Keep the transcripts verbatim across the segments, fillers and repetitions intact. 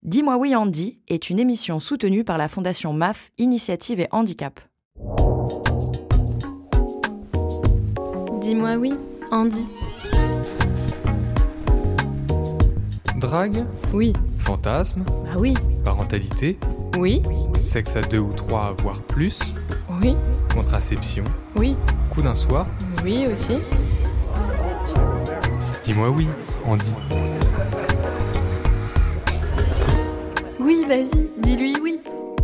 Dis-moi oui Andy est une émission soutenue par la Fondation M A F, Initiative et Handicap. Dis-moi oui, Andy. Drague, Oui. fantasme, Bah oui. parentalité, Oui. sexe à deux ou trois, voire plus, Oui. contraception, Oui. coup d'un soir. Oui aussi. Dis-moi oui, Andy. Oui, vas-y, dis-lui oui.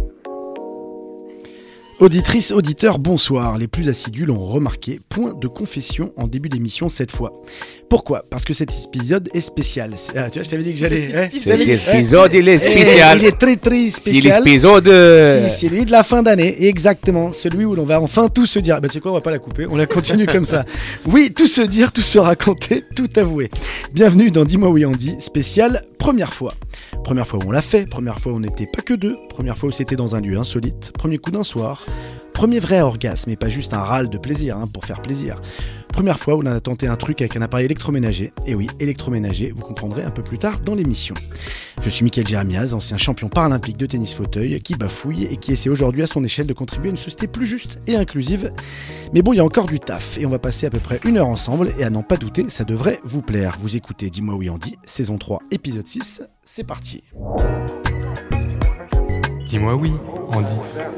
Auditrices, auditeurs, bonsoir. Les plus assidus l'ont remarqué, point de confession en début d'émission cette fois. Pourquoi ? Parce que cet épisode est spécial. C'est- Ah, tu vois, je t'avais dit que j'allais... hein, je t'avais dit- Cet épisode, il est Eh, spécial. il est très très C'est spécial. l'épisode. euh, Si, c'est lui de la fin d'année, exactement. Celui où l'on va enfin tout se dire. Bah, tu sais quoi, on va pas la couper, on la continue comme ça. Oui, tout se dire, tout se raconter, tout avouer. Bienvenue dans Dis-moi oui Andy, spécial première fois. Première fois où on l'a fait, première fois où on n'était pas que deux, première fois où c'était dans un lieu insolite, premier coup d'un soir, premier vrai orgasme et pas juste un râle de plaisir, hein, pour faire plaisir. Première fois où on a tenté un truc avec un appareil électroménager. Et oui, électroménager, vous comprendrez un peu plus tard dans l'émission. Je suis Mickaël Jeremias, ancien champion paralympique de tennis fauteuil, qui bafouille et qui essaie aujourd'hui à son échelle de contribuer à une société plus juste et inclusive. Mais bon, il y a encore du taf et on va passer à peu près une heure ensemble et à n'en pas douter, ça devrait vous plaire. Vous écoutez Dis-moi oui Andy, saison trois, épisode six, c'est parti. Dis-moi oui, Andy.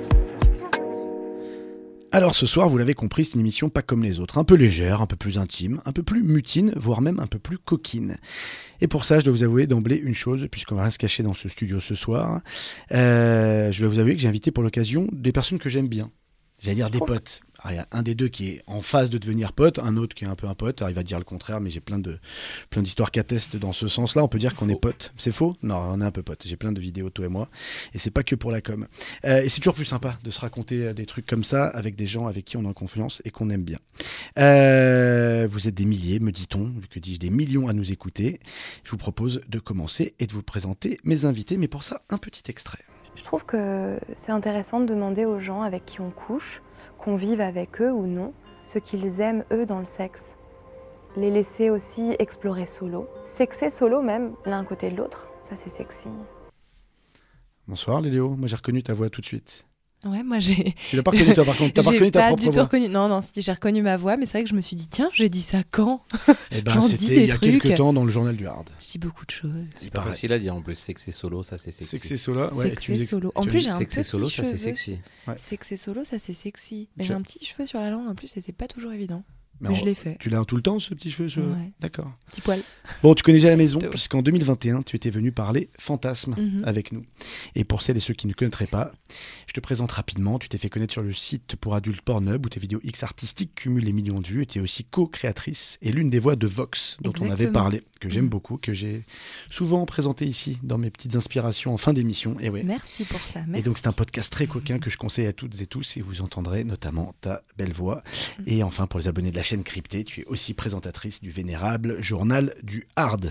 Alors ce soir, vous l'avez compris, c'est une émission pas comme les autres, un peu légère, un peu plus intime, un peu plus mutine, voire même un peu plus coquine. Et pour ça, je dois vous avouer d'emblée une chose, puisqu'on va rien se cacher dans ce studio ce soir. Euh, je dois vous avouer que j'ai invité pour l'occasion des personnes que j'aime bien. J'allais dire des potes. Alors, il y a un des deux qui est en phase de devenir pote, un autre qui est un peu un pote. Alors, il va dire le contraire, mais j'ai plein de plein d'histoires qui attestent dans ce sens-là. On peut dire qu'on est potes. C'est faux ? Non, on est un peu potes. J'ai plein de vidéos, toi et moi. Et c'est pas que pour la com. Euh, et c'est toujours plus sympa de se raconter des trucs comme ça avec des gens avec qui on a confiance et qu'on aime bien. Euh, vous êtes des milliers, me dit-on, que dis-je, des millions à nous écouter. Je vous propose de commencer et de vous présenter mes invités. Mais pour ça, un petit extrait. Je trouve que c'est intéressant de demander aux gens avec qui on couche, qu'on vive avec eux ou non, ce qu'ils aiment eux dans le sexe. Les laisser aussi explorer solo, sexer solo même, l'un côté de l'autre, ça c'est sexy. Bonsoir Léo, moi j'ai reconnu ta voix tout de suite. Ouais, moi j'ai. Tu l'as pas reconnu toi par contre, t'as pas J'ai reconnu ta pas propre du tout voix. reconnu. Non, non, j'ai reconnu ma voix, mais c'est vrai que je me suis dit, tiens, j'ai dit ça quand ? Eh ben, J'en dis c'était des il y a trucs. quelques temps dans le journal du Hard. Je dis beaucoup de choses. C'est pas pareil. facile à dire en plus. Sexy solo, ça c'est sexy. C'est que c'est Sola, ouais. Sexy tu nous ex- solo. En tu plus, nous- j'ai un Sexy petit solo, ça c'est cheveu. sexy. C'est que c'est solo, ça c'est sexy. Mais Tu- j'ai un petit cheveu sur la langue en plus et c'est pas toujours évident. Mais Mais en- je l'ai fait. Tu l'as tout le temps ce petit cheveu ce... Ouais. D'accord. Petit poil. Bon, tu connais déjà la maison, De ouf. puisqu'en deux mille vingt et un, tu étais venu parler fantasme Mhm. avec nous. Et pour celles et ceux qui ne connaîtraient pas, je te présente rapidement. Tu t'es fait connaître sur le site pour adultes Pornhub, où tes vidéos X artistiques cumulent les millions de vues. Et tu es aussi co-créatrice et l'une des voix de Vox, dont on avait Exactement. parlé, que j'aime Mhm. beaucoup, que j'ai souvent présenté ici, dans mes petites inspirations en fin d'émission. Et ouais. Merci pour ça. Et Merci. donc c'est un podcast très coquin que je conseille à toutes et tous et vous entendrez notamment ta belle voix. Mm. Et enfin pour les abonnés de la chaîne Cryptée, tu es aussi présentatrice du vénérable journal du Hard.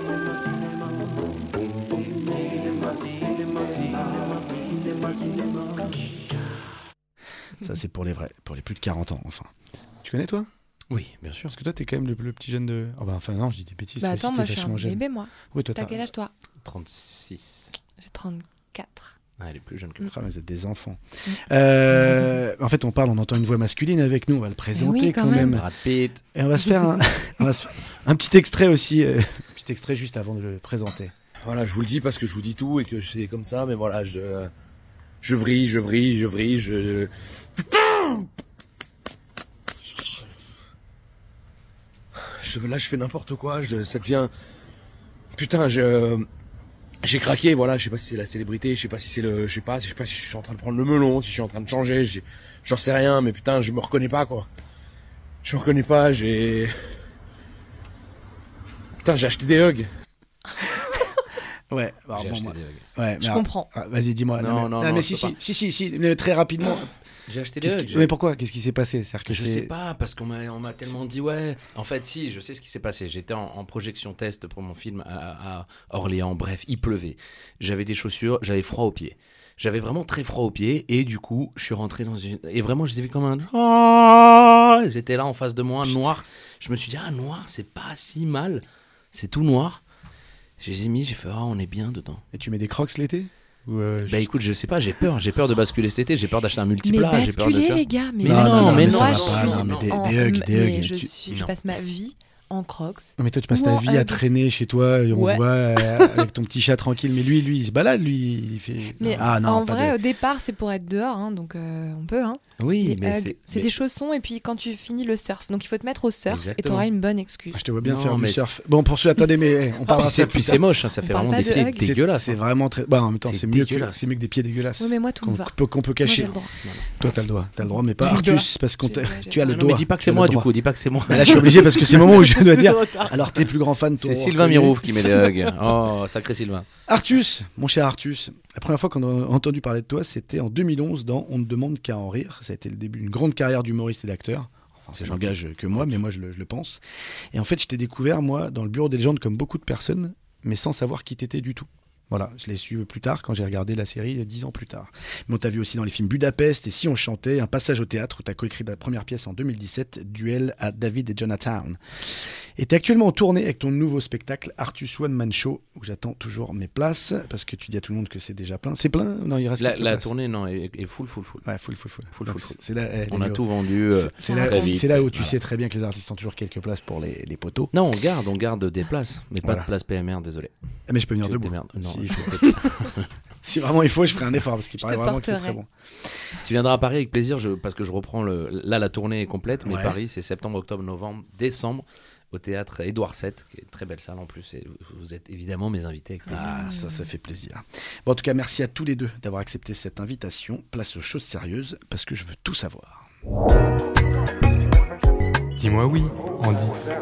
Ça c'est pour les vrais, pour les plus de quarante ans enfin. Tu connais toi ? Oui, bien sûr. Parce que toi t'es quand même le, le petit jeune de... Oh bah, enfin non, je dis des bêtises. Bah toi aussi, attends, t'es moi je suis un vachement jeune. bébé, moi. Oui, toi T'as t'as... quel âge toi ? trente-six. J'ai trente-quatre. Ah, elle est plus jeune que moi. Ah, mais vous êtes des enfants. Mm. Euh, en fait, on parle, on entend une voix masculine avec nous, on va le présenter oui, quand, quand même. même. Brad Pitt. Et on va se faire un, on va se faire un petit extrait aussi, euh, un petit extrait juste avant de le présenter. Voilà, je vous le dis parce que je vous dis tout et que c'est comme ça, mais voilà, je, je vrille, je vrille, je vrille, je... je là, je fais n'importe quoi, je, ça devient... Putain, je... J'ai craqué, voilà, je sais pas si c'est la célébrité, je sais pas si c'est le... Je sais pas, je sais pas si je suis en train de prendre le melon, si je suis en train de changer, j'ai- j'en sais rien, mais putain, je me reconnais pas, quoi. Je me reconnais pas, j'ai... Putain, j'ai acheté des hugs. Ouais, alors, J'ai bon, acheté moi- des hugs. ouais, mais Je alors- comprends. ah, vas-y, dis-moi. Non, mais, non, mais non, si, je si, peux pas. si, si, si, mais très rapidement. J'ai acheté des Qu'est-ce hugs. qui- j'ai- Mais pourquoi ? Qu'est-ce qui s'est passé ? C'est-à-dire que Je c'est... sais pas, parce qu'on m'a, on m'a tellement dit, ouais. En fait, si, je sais ce qui s'est passé. J'étais en, en projection test pour mon film à, à Orléans. Bref, il pleuvait. J'avais des chaussures, j'avais froid aux pieds. J'avais vraiment très froid aux pieds. Et du coup, je suis rentré dans une. Et vraiment, je les ai vus comme un. Oh, ils étaient là en face de moi, noir. Je me suis dit, ah, noir, c'est pas si mal. C'est tout noir. Je les ai mis, j'ai fait, ah, on est bien dedans. Et tu mets des crocs l'été Ou euh, Bah juste- écoute, je sais pas, j'ai peur, j'ai peur de basculer cet été, j'ai peur d'acheter un Mais multiplat, j'ai peur de. basculez tu vois. les gars, mais, Mais non, vas-y, non, non, mais moi, ça va je pas, suis non, mais des- en- des hugs, des mais hugs, je, tu- suis, je Non. passe ma vie en crocs. Non, mais toi, tu passes Ou ta en vie à hug. traîner chez toi, et on Ouais. voit euh, avec ton petit chat tranquille. Mais lui, lui, il se balade, lui, il fait. Mais ah non, en pas vrai, de- au départ, c'est pour être dehors, hein, donc euh, on peut. Hein. Oui, Les mais hugs, c'est. c'est mais- des chaussons, et puis quand tu finis le surf, donc il faut te mettre au surf, et tu Exactement. auras une bonne excuse. Ah, je te vois bien Non, faire du mais surf. Bon, pour ceux, attendez, mais eh, on Puis parlera de c'est ça puis plus c'est tard. moche, hein, ça On fait parle vraiment pas des de pieds hugs. C'est- dégueulasses. C'est vraiment très. Bah, en même temps, C'est c'est mieux que dégueulasse. c'est mieux que des pieds dégueulasses. Oui, mais moi, tout qu'on me va. peut, qu'on peut Moi, j'ai cacher. le droit. Toi, t'as le droit, t'as le droit, mais pas J'ai le Artus, parce qu'on J'ai t'a- le droit, j'ai tu as le le Ah droit. non, mais dis pas que tu c'est as le moi du droit. coup, dis pas que c'est moi. Bah là, je suis obligé parce que c'est le moment où je dois dire. Alors, t'es plus grand fan, toi. C'est Sylvain Mirouf qui met des hugs. Oh, sacré Sylvain. Artus, mon cher Artus, la première fois qu'on a entendu parler de toi, c'était en deux mille onze dans On ne demande qu'à en rire. Ça a été le début d'une grande carrière d'humoriste et d'acteur. Enfin, ça n'engage que moi, mais moi je le, je le pense. Et en fait, je t'ai découvert, moi, dans le bureau des légendes, comme beaucoup de personnes, mais sans savoir qui t'étais du tout. Voilà, je l'ai su plus tard quand j'ai regardé la série dix ans plus tard. Mais on t'a vu aussi dans les films Budapest et Si on chantait, un passage au théâtre où t'as coécrit la première pièce en deux mille dix-sept, Duel à David et Jonathan. Et t'es actuellement en tournée avec ton nouveau spectacle Artus One Man Show, où j'attends toujours mes places, parce que tu dis à tout le monde que c'est déjà plein. C'est plein ? Non, il reste La, quelques la places. tournée, non, est, est full, full, full. Ouais, full, full, full. Full, Donc, full, full. c'est là, eh, On les a gars, tout vendu. euh, c'est- C'est là, très vite. c'est là où tu Voilà. sais très bien que les artistes ont toujours quelques places pour les, les poteaux. Non, on garde, on garde des places, mais pas Voilà. de place P M R, désolé. Ah, mais je peux venir Tu te debout. démerdes. Non, Si, je- si vraiment il faut, je ferai un effort parce qu'il Je paraît te vraiment que c'est porterai. très bon. Tu viendras à Paris avec plaisir, je, parce que je reprends le. Là, la tournée est complète, mais Ouais. Paris, c'est septembre, octobre, novembre, décembre, au théâtre Édouard sept, qui est une très belle salle en plus. Et vous êtes évidemment mes invités avec plaisir. Ah, ça, ça fait plaisir. Bon, en tout cas, merci à tous les deux d'avoir accepté cette invitation. Place aux choses sérieuses parce que je veux tout savoir. Dis-moi oui, Andy.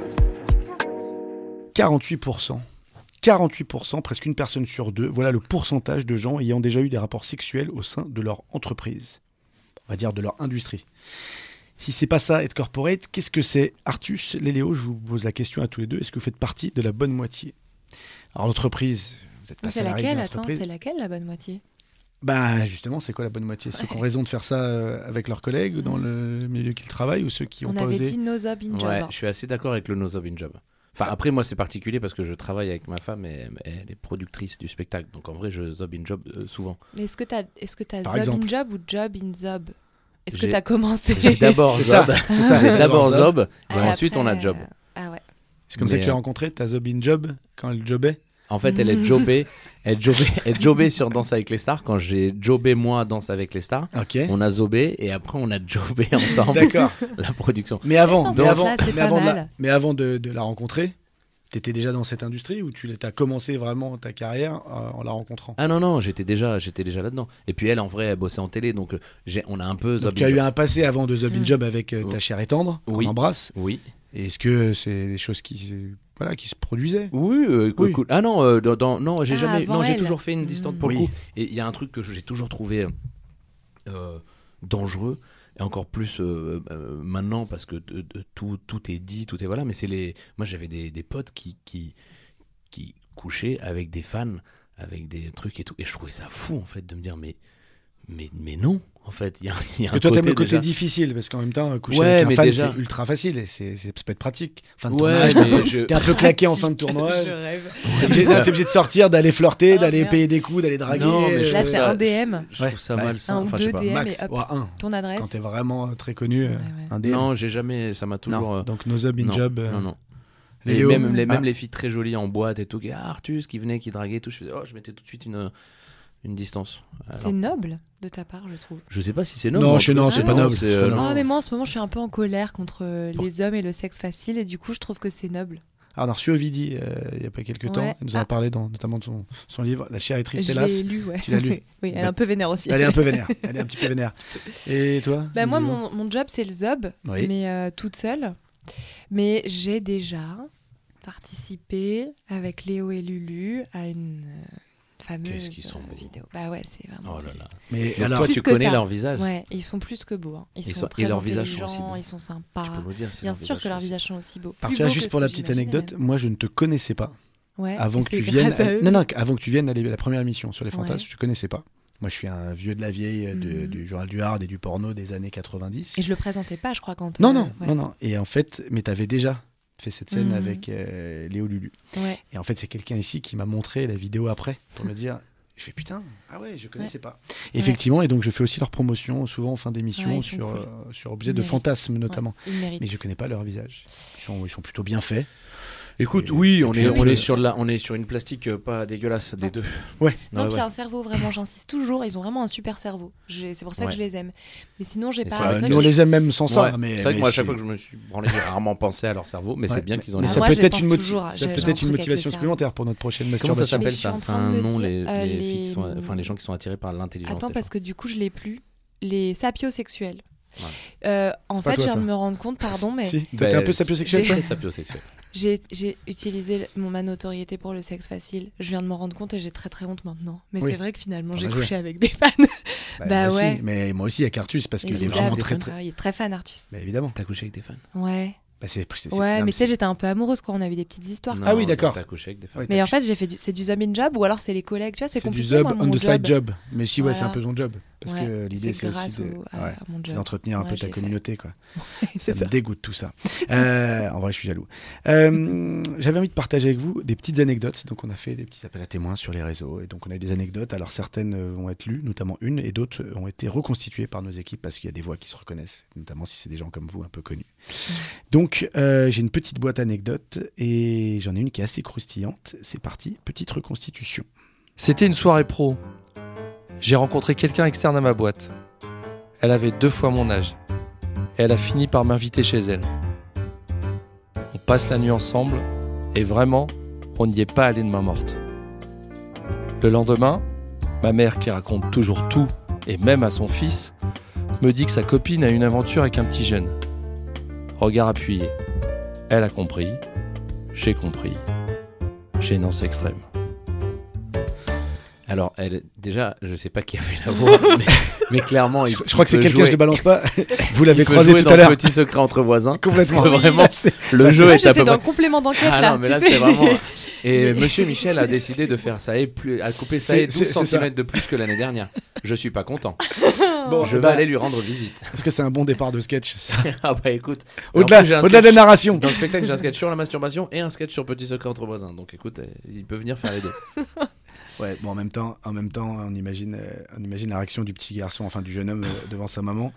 quarante-huit pour cent. quarante-huit pour cent, presque une personne sur deux. Voilà le pourcentage de gens ayant déjà eu des rapports sexuels au sein de leur entreprise. On va dire de leur industrie. Si c'est pas ça, être corporate, qu'est-ce que c'est ? Artus, Léléo, je vous pose la question à tous les deux. Est-ce que vous faites partie de la bonne moitié ? Alors l'entreprise, vous êtes pas C'est salarié laquelle d'une Attends, entreprise. c'est laquelle la bonne moitié Bah justement, c'est quoi la bonne moitié ? Ceux qui ont raison de faire ça euh, avec leurs collègues ou dans le milieu qu'ils travaillent ou ceux qui ont On pas avait osé dit no job in job. Ouais, hein. je suis assez d'accord avec le no job in job. Enfin, après, moi, c'est particulier parce que je travaille avec ma femme et elle est productrice du spectacle. Donc, en vrai, je job in job euh, souvent. Mais est-ce que t'as est-ce que t'as Par job exemple. in job ou job in zob Est-ce que J'ai- t'as commencé J'ai d'abord C'est job. ça, c'est ça. J'ai d'abord Zob. job, et Et ensuite on a après, job. euh, Ah ouais. C'est comme ça Mais, que tu as euh, rencontré ta job in job quand elle jobait. En fait, elle est jobée, elle jobée, elle jobée sur Danse avec les stars. Quand j'ai jobé moi Danse avec les stars, Ok. on a zobé et après on a jobé ensemble D'accord. la production. Mais avant, Non, mais donc avant, là, c'est mais pas avant, de la, mal. mais avant de, de la rencontrer, t'étais déjà dans cette industrie ou tu as commencé vraiment ta carrière euh, en la rencontrant ? Ah non non, j'étais déjà, j'étais déjà là-dedans. Et puis elle, en vrai, elle bossait en télé, donc euh, j'ai, on a un peu Donc zob tu in as eu job. un passé avant de job in Mm. job avec euh, ta Oui. chère et tendre, qu'on Oui. embrasse. Oui. Et est-ce que c'est des choses qui, se- voilà, qui se produisaient ? Oui, euh, Oui. écoute, ah non, euh, dans, dans- non, j'ai Ah, jamais, avant non, j'ai elle. toujours fait une distance Mm. pour le Oui. coup. Et il y a un truc que j'ai toujours trouvé euh, dangereux et encore plus euh, euh, maintenant parce que de- de- tout, tout est dit, tout est voilà. Mais c'est les, moi j'avais des, des potes qui, qui, qui couchaient avec des fans, avec des trucs et tout, et je trouvais ça fou en fait de me dire mais, mais, mais non. En fait, il y a, il y a Parce que un toi, t'aimes côté le côté déjà- difficile, parce qu'en même temps, coucher Ouais, avec un mais fan, déjà- c'est ultra facile et c'est, c'est, ça peut être pratique. Fin de Ouais, tournage, t'es un, mais peu- je- t'es un peu claqué en fin de tournoi. Je rêve. T'es obligé, t'es obligé de sortir, d'aller flirter, Oh, d'aller merde. payer des coups, d'aller draguer. Non, mais je Là, trouve c'est ça- un D M, Je Ouais. trouve ça Ouais. malsain. un ou Enfin, je sais deux pas. D M max, et hop, ouais, un. ton adresse. Quand t'es vraiment euh, très connu, euh, Ouais, ouais. un D M. Non, j'ai jamais, ça m'a toujours. Non, euh, donc no job in non, job. euh, non, non. les Et Léo. même, les, Ah. même les filles très jolies en boîte et tout, qui, ah, Artus qui venait, qui draguait et tout, je faisais, oh, je mettais tout de suite une, une distance. Alors, C'est noble de ta part, je trouve. je sais pas si c'est noble. Non, en je- tout non, cas, c'est pas noble. c'est, euh, Non. Ah, non. mais moi en ce moment, je suis un peu en colère contre euh, Pour- les hommes et le sexe facile, et du coup, je trouve que c'est noble. Alors, on a reçu Ovidie euh, il y a pas quelques temps. Ouais. Elle nous en a Ah. parlé dans, notamment de son, son livre La chair est triste, Je hélas. l'ai lu, ouais. Tu l'as lu Oui, elle est un peu vénère aussi. Elle est un peu vénère. Elle est un petit peu vénère. Et toi Bah, moi, Léo mon, mon job, c'est le zob, Oui. mais euh, toute seule. Mais j'ai déjà participé avec Léo et Lulu à une euh, fameuse Qu'est-ce qu'ils sont euh, beaux. vidéo. Bah ouais, c'est vraiment. Oh là là. Mais Donc, alors, toi, plus tu que connais ça. leur visage. Ouais, ils sont plus que beaux. hein. Ils, Ils sont sont- très et leurs visages sont aussi intelligents, beaux. ils sont Tu sympas. peux nous dire si Bien leurs sûr visages que leurs sont aussi- visages sont aussi beaux. alors, Plus tu vois, beaux juste que pour ce la que petite j'imaginais anecdote, moi, je ne te connaissais pas. même. Ouais, Avant et que tu c'est viennes. grâce à eux. Non, non, avant que tu viennes à la première émission sur les fantasmes, Ouais. je te connaissais pas. Moi, je suis un vieux de la vieille euh, de- Mhm. du journal du hard et du porno des années quatre-vingt-dix. Et je le présentais pas, je crois, quand. Non, euh, non, ouais. non, non. Et en fait, mais t'avais déjà fait cette scène Mhm. avec euh, Léo Lulu. Ouais. Et en fait, c'est quelqu'un ici qui m'a montré la vidéo après pour me dire. Je fais putain, ah ouais, je connaissais Ouais. pas. Et effectivement, et donc je fais aussi leur promotion, souvent en fin d'émission, Ouais, ils sont sur, cool. euh, sur objet Ils de méritent. fantasmes notamment. Ouais, ils méritent. Mais je connais pas leur visage. Ils sont, ils sont plutôt bien faits. Écoute, Et- oui, on et est, puis, on euh, est sur de la, on est sur une plastique euh, pas dégueulasse des Non. deux. Ouais. Non, Ouais, puis ouais. un cerveau, vraiment, j'insiste toujours. Ils ont vraiment un super cerveau. J'ai- C'est pour ça Ouais. que je les aime. Mais sinon, j'ai Et pas. ça, c'est Euh, vrai nous, que on je- les aime même sans ça. Ouais, mais, c'est vrai que mais moi, à chaque c'est- fois que je me suis branlé, j'ai rarement pensé à leur cerveau, mais Ouais, c'est bien qu'ils ont Mais Ah, les ça moi, peut j'y être pense une, moti- toujours, ça j'ai- peut j'ai un être une truc avec motivation le cerveau. supplémentaire pour notre prochaine Comment ça masturbation. Mais s'appelle je suis ça en C'est train un de me nom, dire, les, euh, les filles qui les- sont, enfin les gens qui sont attirés par l'intelligence. Attends, des parce gens. que du coup, je l'ai plus. Les sapiosexuels. Ouais. Euh, en C'est pas fait, toi, je viens ça. de me rendre compte, pardon, mais Si, toi, Bah, t'es un peu c'est- sapiosexuel, j'ai- toi Très sapiosexuel. j'ai j'ai utilisé mon, ma notoriété pour le sexe facile. Je viens de m'en rendre compte et j'ai très très honte maintenant. Mais Oui. c'est vrai que finalement, On j'ai a joué. couché avec des fans. Bah, Bah moi ouais. aussi, mais moi aussi avec Artus parce qu'il est Évidemment, vraiment des très fans. très. Ah, il est très fan, Artus. Bah, évidemment. T'as couché avec des fans Ouais. Bah, c'est, c'est- c'est- Ouais, non, mais tu sais, j'étais un peu amoureuse quand on avait des petites histoires. Non, Ah oui, d'accord. T'as couché avec des fans. Ouais, Mais t'as en fait, j'ai fait du, c'est du zob in job ou alors c'est les collègues, tu vois, c'est c'est du compliqué. job moi, on mon the side job. job. Mais si, ouais, c'est un Voilà. peu ton job. Parce Ouais, que l'idée, c'est grâce aussi de, au- à, ouais, à mon c'est job. d'entretenir un Ouais, peu je ta l'ai fait. communauté, quoi. C'est Ça me ça. dégoûte tout ça. Euh, en vrai, je suis jaloux. Euh, j'avais envie de partager avec vous des petites anecdotes. Donc, on a fait des petits appels à témoins sur les réseaux. Et donc, on a eu des anecdotes. Alors, certaines euh, vont être lues, notamment une, et d'autres euh, ont été reconstituées par nos équipes parce qu'il y a des voix qui se reconnaissent, notamment si c'est des gens comme vous, un peu connus. Donc, euh, j'ai une petite boîte anecdotes et j'en ai une qui est assez croustillante. C'est parti, petite reconstitution. C'était une soirée pro. J'ai rencontré quelqu'un externe à ma boîte. Elle avait deux fois mon âge. Et elle a fini par m'inviter chez elle. On passe la nuit ensemble et vraiment, on n'y est pas allé de main morte. Le lendemain, ma mère, qui raconte toujours tout, et même à son fils, me dit que sa copine a une aventure avec un petit jeune. Regard appuyé. Elle a compris. J'ai compris. Gênance extrême. Alors, elle, déjà, je sais pas qui a fait la voix, mais, mais clairement, Je, il, je crois que c'est il peut quelqu'un, jouer- je ne balance pas. Vous l'avez il peut croisé jouer tout dans à l'heure. Petit secret entre voisins. Complètement. Parce que vraiment, C'est- le Bah, jeu Moi, est à j'étais peu dans près. complément d'enquête Ah là. non, mais tu là, sais. c'est vraiment. Et Monsieur Michel a décidé de faire ça et plus, a coupé ça C'est- et c'est- douze c'est ça. centimètres de plus que l'année dernière. Je suis pas content. Bon, Je vais bah, aller lui rendre visite. Est-ce que c'est un bon départ de sketch ça Ah bah écoute. Et Au-delà en plus, j'ai un au-delà de la sketch- narration. Dans le spectacle, j'ai un sketch sur la masturbation et un sketch sur Petit secret entre voisins. Donc écoute, euh, il peut venir faire les deux. Ouais, bon, en même temps, en même temps, on imagine, euh, on imagine la réaction du petit garçon, enfin du jeune homme euh, devant sa maman.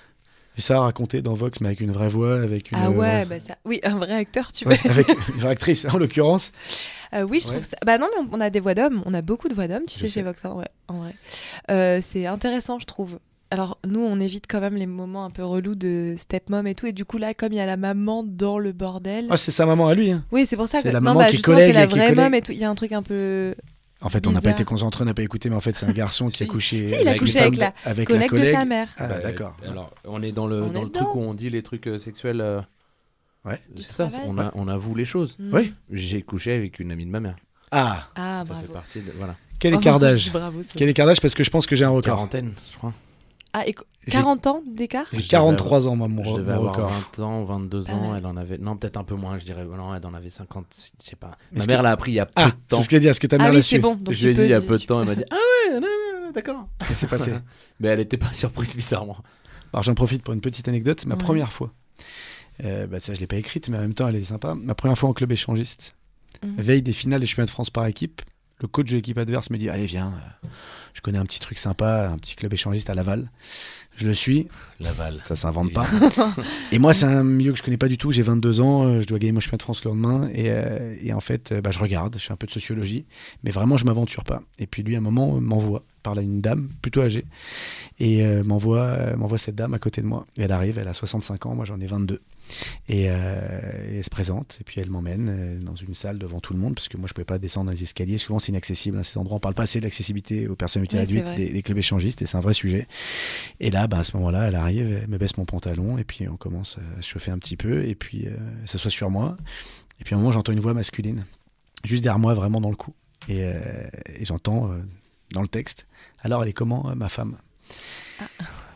Et ça a raconté dans Vox, mais avec une vraie voix, avec une. Ah ouais, euh, bah ça. Oui, un vrai acteur, tu veux. ouais, avec une vraie actrice en l'occurrence. Euh, oui, je Ouais. trouve ça. Bah non, mais on on a des voix d'hommes. On a beaucoup de voix d'hommes, tu Je sais, sais. chez Vox, hein, ouais, en vrai. Euh, c'est intéressant, je trouve. Alors, nous, on évite quand même les moments un peu relous de stepmom et tout. Et du coup, là, comme il y a la maman dans le bordel. Ah, c'est sa maman à lui. hein. Oui, c'est pour ça c'est que. la non, maman bah, qui est justement, collègue c'est la et qui est vraie collègue. mom et tout. Il y a un truc un peu. En fait, on n'a pas Bizarre. été concentré, on n'a pas écouté, mais en fait, c'est un garçon qui a Si. couché. Si, il a avec couché une avec femme la de- avec la collègue de collègue. sa mère. Ah, Bah, d'accord. Alors, on est dans le, On dans est le dedans. truc où on dit les trucs euh, sexuels. euh, Ouais. Du C'est ça, travail. on, a, on avoue les choses. Mm. Oui. J'ai couché avec une amie de ma mère. Ah, Ah, ça bravo. fait partie de. Voilà. quel Oh, écart d'âge Bravo. ça. Quel écart d'âge parce que je pense que j'ai un record. Quarantaine, je crois. Ah, et qu- J'ai- quarante ans d'écart J'ai Je devais quarante-trois ans, moi, mon, Je re- devais mon avoir record. vingt ans, vingt-deux Pas ans, mal. elle en avait. Non, peut-être un peu moins, je dirais. Non, elle en avait cinquante, je sais pas. Est-ce Ma mère que- l'a appris il y a peu Ah, de temps. c'est ce que je dis. Est-ce que ta mère Ah l'a oui, su c'est bon. Donc Je tu lui ai dit peux il y a dire- peu de tu temps, peux- elle m'a dit ah ouais, non, non, non, d'accord. Qu'est-ce qui s'est passé Mais elle était pas surprise bizarrement. Alors j'en profite pour une petite anecdote. Ma Ouais. première fois, euh, bah, ça je l'ai pas écrite, mais en même temps elle est sympa. Ma première fois en club échangiste, Mhm. veille des finales des championnats de France par équipe, le coach de l'équipe adverse me dit allez viens, euh, je connais un petit truc sympa, un petit club échangiste à Laval. Je le suis, Laval. ça s'invente pas. Et moi c'est un milieu que je connais pas du tout. J'ai vingt-deux ans, euh, je dois gagner mon championnat de France le lendemain, et, euh, et en fait euh, bah, je regarde, je fais un peu de sociologie, mais vraiment je m'aventure pas. Et puis lui à un moment euh, m'envoie, parle à une dame plutôt âgée, et euh, m'envoie, euh, m'envoie cette dame à côté de moi. Et elle arrive, elle a soixante-cinq ans, moi j'en ai vingt-deux. Et, euh, et elle se présente, et puis elle m'emmène euh, dans une salle devant tout le monde, parce que moi je pouvais pas descendre dans les escaliers, souvent c'est inaccessible, hein, ces endroits, on parle pas assez de l'accessibilité aux personnes Ouais, réduites c'est vrai. des, des clubs échangistes, et c'est un vrai sujet. Et là, bah, à ce moment-là, elle arrive, elle me baisse mon pantalon, et puis on commence à se chauffer un petit peu, et puis euh, elle s'assoit sur moi, et puis à un moment j'entends une voix masculine, juste derrière moi, vraiment dans le cou, et, euh, et j'entends euh, dans le texte, alors elle est comment euh, ma femme?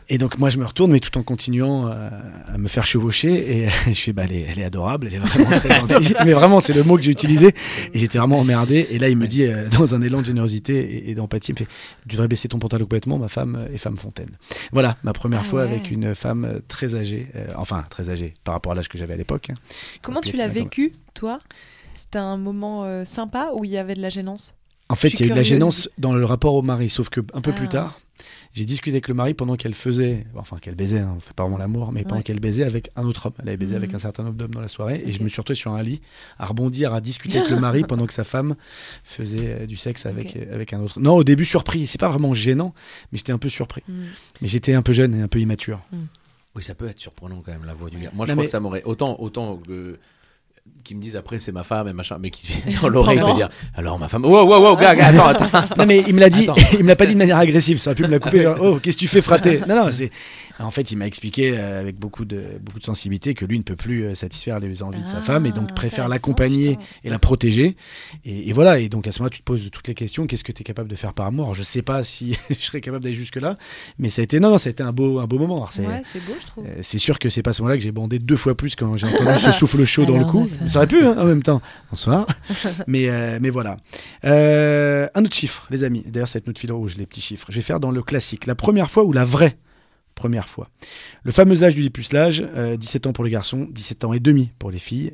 Et donc moi je me retourne, mais tout en continuant euh, à me faire chevaucher, et je fais bah elle est, elle est adorable, elle est vraiment très gentille, mais vraiment c'est le mot que j'ai utilisé, et j'étais vraiment emmerdé. Et là il me dit euh, dans un élan de générosité et, et d'empathie, il me fait tu devrais baisser ton pantalon complètement, ma femme est femme Fontaine. Voilà ma première Ah fois ouais. avec une femme très âgée, euh, enfin très âgée par rapport à l'âge que j'avais à l'époque. Hein. Comment tu Complètement l'as d'accord. vécu, toi? C'était un moment euh, sympa ou il y avait de la gênance? En fait Je il suis y a eu de la curieuse. gênance dans le rapport au mari, sauf que un peu Ah. plus tard. J'ai discuté avec le mari pendant qu'elle faisait, enfin qu'elle baisait, hein, on fait pas vraiment l'amour, mais pendant Ouais. qu'elle baisait avec un autre homme. Elle avait baisé Mhm. avec un certain nombre d'hommes dans la soirée, et Ok. je me suis retrouvé sur un lit à rebondir, à discuter avec le mari pendant que sa femme faisait euh, du sexe avec, Ok. euh, avec un autre. Non, au début surpris, c'est pas vraiment gênant, mais j'étais un peu surpris. Mm. Mais j'étais un peu jeune et un peu immature. Oui, ça peut être surprenant quand même, la voix du gars. Moi, je Non, crois mais- que ça m'aurait autant, autant que qui me disent après c'est ma femme et machin, mais qui viennent dans l'oreille te Pendant. dire alors ma femme. Wow, wow, wow, gars, gars, attends, attends. Non mais il me l'a dit, Attends. il me l'a pas dit de manière agressive, ça aurait pu me la couper genre oh qu'est-ce que tu fais frater. Non non, c'est en fait il m'a expliqué euh, avec beaucoup de beaucoup de sensibilité que lui ne peut plus euh, satisfaire les envies de sa Ah, femme et donc préfère intéressant, l'accompagner putain. et la protéger et, et voilà, et donc à ce moment-là tu te poses toutes les questions, qu'est-ce que tu es capable de faire par amour? Alors, je sais pas si je serais capable d'aller jusque là, mais ça a été non non, ça a été un beau un beau moment. Alors, c'est Ouais, c'est beau, je trouve. euh, c'est sûr que c'est pas à ce moment-là que j'ai bandé deux fois plus quand j'ai entendu ce souffle chaud dans le Alors, cou. ma femme. Ça aurait pu hein, en même temps. Bonsoir. mais, euh, mais voilà. Euh, un autre chiffre, les amis. D'ailleurs, ça va être notre fil rouge, les petits chiffres. Je vais faire dans le classique. La première fois ou la vraie première fois. Le fameux âge du dépucelage, euh, dix-sept ans pour les garçons, dix-sept ans et demi pour les filles.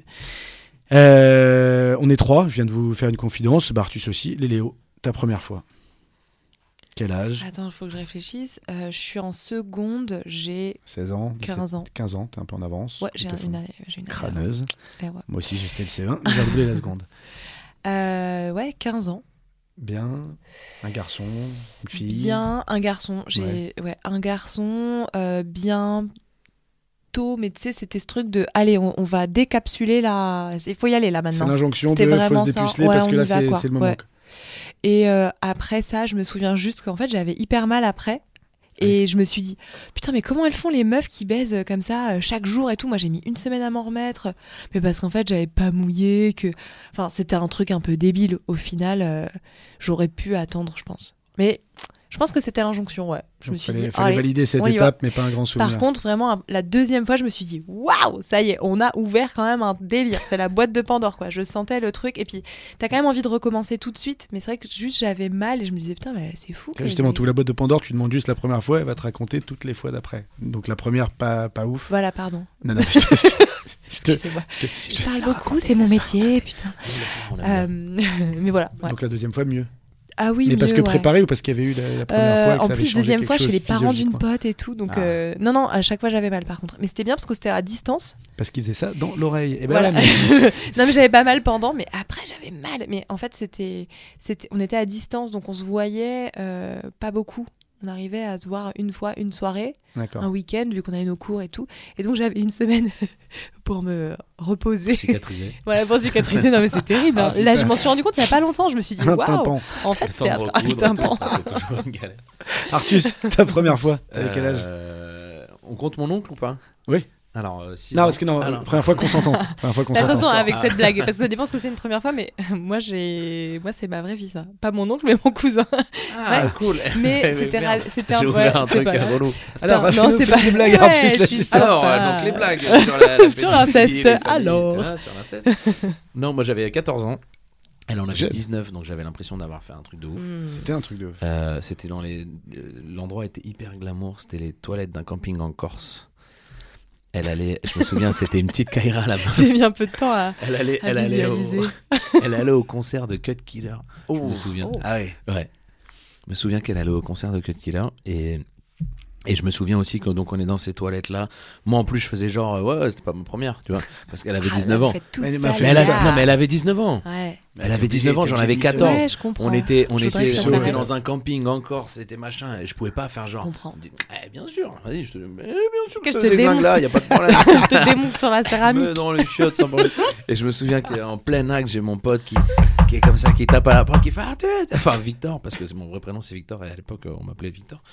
Euh, on est trois, je viens de vous faire une confidence. Bartus aussi. Les Léo, ta première fois. Quel âge? Attends, il faut que je réfléchisse. Euh, je suis en seconde, j'ai seize ans, dix-sept, quinze ans. quinze ans, t'es un peu en avance. Ouais, j'ai Tout à un- fait. une, j'ai une crâneuse. Eh ouais. Moi aussi, j'étais le C un, mais j'ai redoublé la seconde. Euh, ouais, quinze ans. Bien, un garçon, une fille. Bien, un garçon. J'ai ouais. un garçon euh, bien tôt, mais tu sais, c'était ce truc de allez, on, on va décapsuler là. Il faut y aller là C'est maintenant. l'injonction de C'était faut vraiment se ça. dépuceler Ouais, parce on que y là, va, c'est, quoi. c'est le moment. Ouais. Et euh, après ça, je me souviens juste qu'en fait, j'avais hyper mal après. Et je me suis dit, putain, mais comment elles font les meufs qui baisent comme ça euh, chaque jour et tout? Moi, j'ai mis une semaine à m'en remettre. Mais parce qu'en fait, j'avais pas mouillé. Que... Enfin, c'était un truc un peu débile. Au final, euh, j'aurais pu attendre, je pense. Mais je pense que c'était l'injonction, ouais. Je me Donc, suis fallait, dit, fallait allez, valider cette on y va. étape, mais pas un grand souvenir. Par contre, vraiment, un- la deuxième fois, je me suis dit, waouh, ça y est, on a ouvert quand même un délire. C'est la boîte de Pandore, quoi. Je sentais le truc. Et puis, t'as quand même envie de recommencer tout de suite. Mais c'est vrai que juste, j'avais mal et je me disais, putain, mais c'est fou. que Justement, j'ai- tu ouvres la boîte de Pandore, tu demandes juste la première fois, elle va te raconter toutes les fois d'après. Donc la première, pas, pas ouf. Voilà, pardon. Non, non, je te, je te- je te- Excusez-moi. je te- je Je te- parle beaucoup, c'est mon métier, putain. On aime bien. Euh, mais voilà. Ouais. Donc la deuxième fois, mieux. Ah oui, mais parce mieux, que ouais. préparé ou parce qu'il y avait eu la, la première Euh, fois et que en ça avait plus, changé deuxième quelque fois, chez chose les parents d'une physiologiquement. pote et tout. Donc, Ah. euh, non, non, à chaque fois, j'avais mal par contre. Mais c'était bien parce que c'était à distance. Parce qu'il faisait ça dans l'oreille. Et ben Voilà. là, mais- Non, mais j'avais pas mal pendant, mais après, j'avais mal. Mais en fait, c'était, c'était, on était à distance, donc on se voyait euh, pas beaucoup. On arrivait à se voir une fois, une soirée, D'accord. un week-end, vu qu'on avait nos cours et tout. Et donc, j'avais une semaine pour me reposer. Cicatrisé. Voilà, pour cicatriser. Non, mais c'est terrible. hein. Ah, Là, putain. je m'en suis rendu compte il y a pas longtemps. Je me suis dit, Un waouh. tympan. En fait, Le c'était temps de un, un recoudre, tympan. tout, c'est toujours une galère. Artus, ta première fois, avec quel âge? Euh, On compte mon oncle ou pas? Oui. Alors, euh, six Non, ans. parce que non, Ah, non. première fois consentante. Première fois Mais consentante. attention avec Ah. cette blague, parce que ça dépend ce que c'est une première fois, mais moi j'ai, moi c'est ma vraie vie ça, pas mon oncle mais mon cousin. Ah, Ouais. cool. Mais c'était, merde. ra- c'était un, J'ai ouais, ouvert un c'est truc pas euh, grave. relou. C'était Alors, un- fais-nous- non, c'est fais-nous pas des blagues, Ouais, Artus, je là-dessus. suis Alors, sympa. euh, donc les blagues sur la, la Sur l'inceste, pédophilie, les familles, alors. tu vois, sur l'inceste. Non, moi j'avais quatorze ans. Elle en avait Jeune. dix-neuf, donc j'avais l'impression d'avoir fait un truc de ouf. Hmm. C'était un truc de ouf. Euh, c'était dans les. euh, L'endroit était hyper glamour. C'était les toilettes d'un camping en Corse. Elle allait. Je me souviens, c'était une petite Kaira là-bas. J'ai mis un peu de temps à, Elle allait. à Elle allait, au, visualiser. elle allait au concert de Cut Killer. Je me souviens. Oh. Ah oui. Ouais. Je me souviens qu'elle allait au concert de Cut Killer et. Et je me souviens aussi que donc on est dans ces toilettes là. Moi en plus je faisais genre euh, ouais, ouais c'était pas ma première, tu vois, parce qu'elle avait Ah, dix-neuf elle ans. fait tout Mais elle ça, m'a fait Mais les elle avait- gars. non mais elle avait dix-neuf ans. Ouais. Elle avait dix-neuf ans, j'en avais Ouais, quatorze. Ouais, je comprends. On était, on Je voudrais était, que ça on était s'arrête. dans un camping en Corse, c'était machin, et je pouvais pas faire Je genre. comprends. Eh, bien sûr, vas-y, je te, eh, bien sûr Que que je je te te déglingue démonte. là, y a pas de problème. Je te démonte sur la céramique. Mais dans les chiottes sans problème. Et je me souviens qu'en plein acte, j'ai mon pote qui, qui est comme ça, qui tape à la porte, qui fait Arthur. Enfin Victor, parce que c'est mon vrai prénom, c'est Victor, et à l'époque on m'appelait Victor.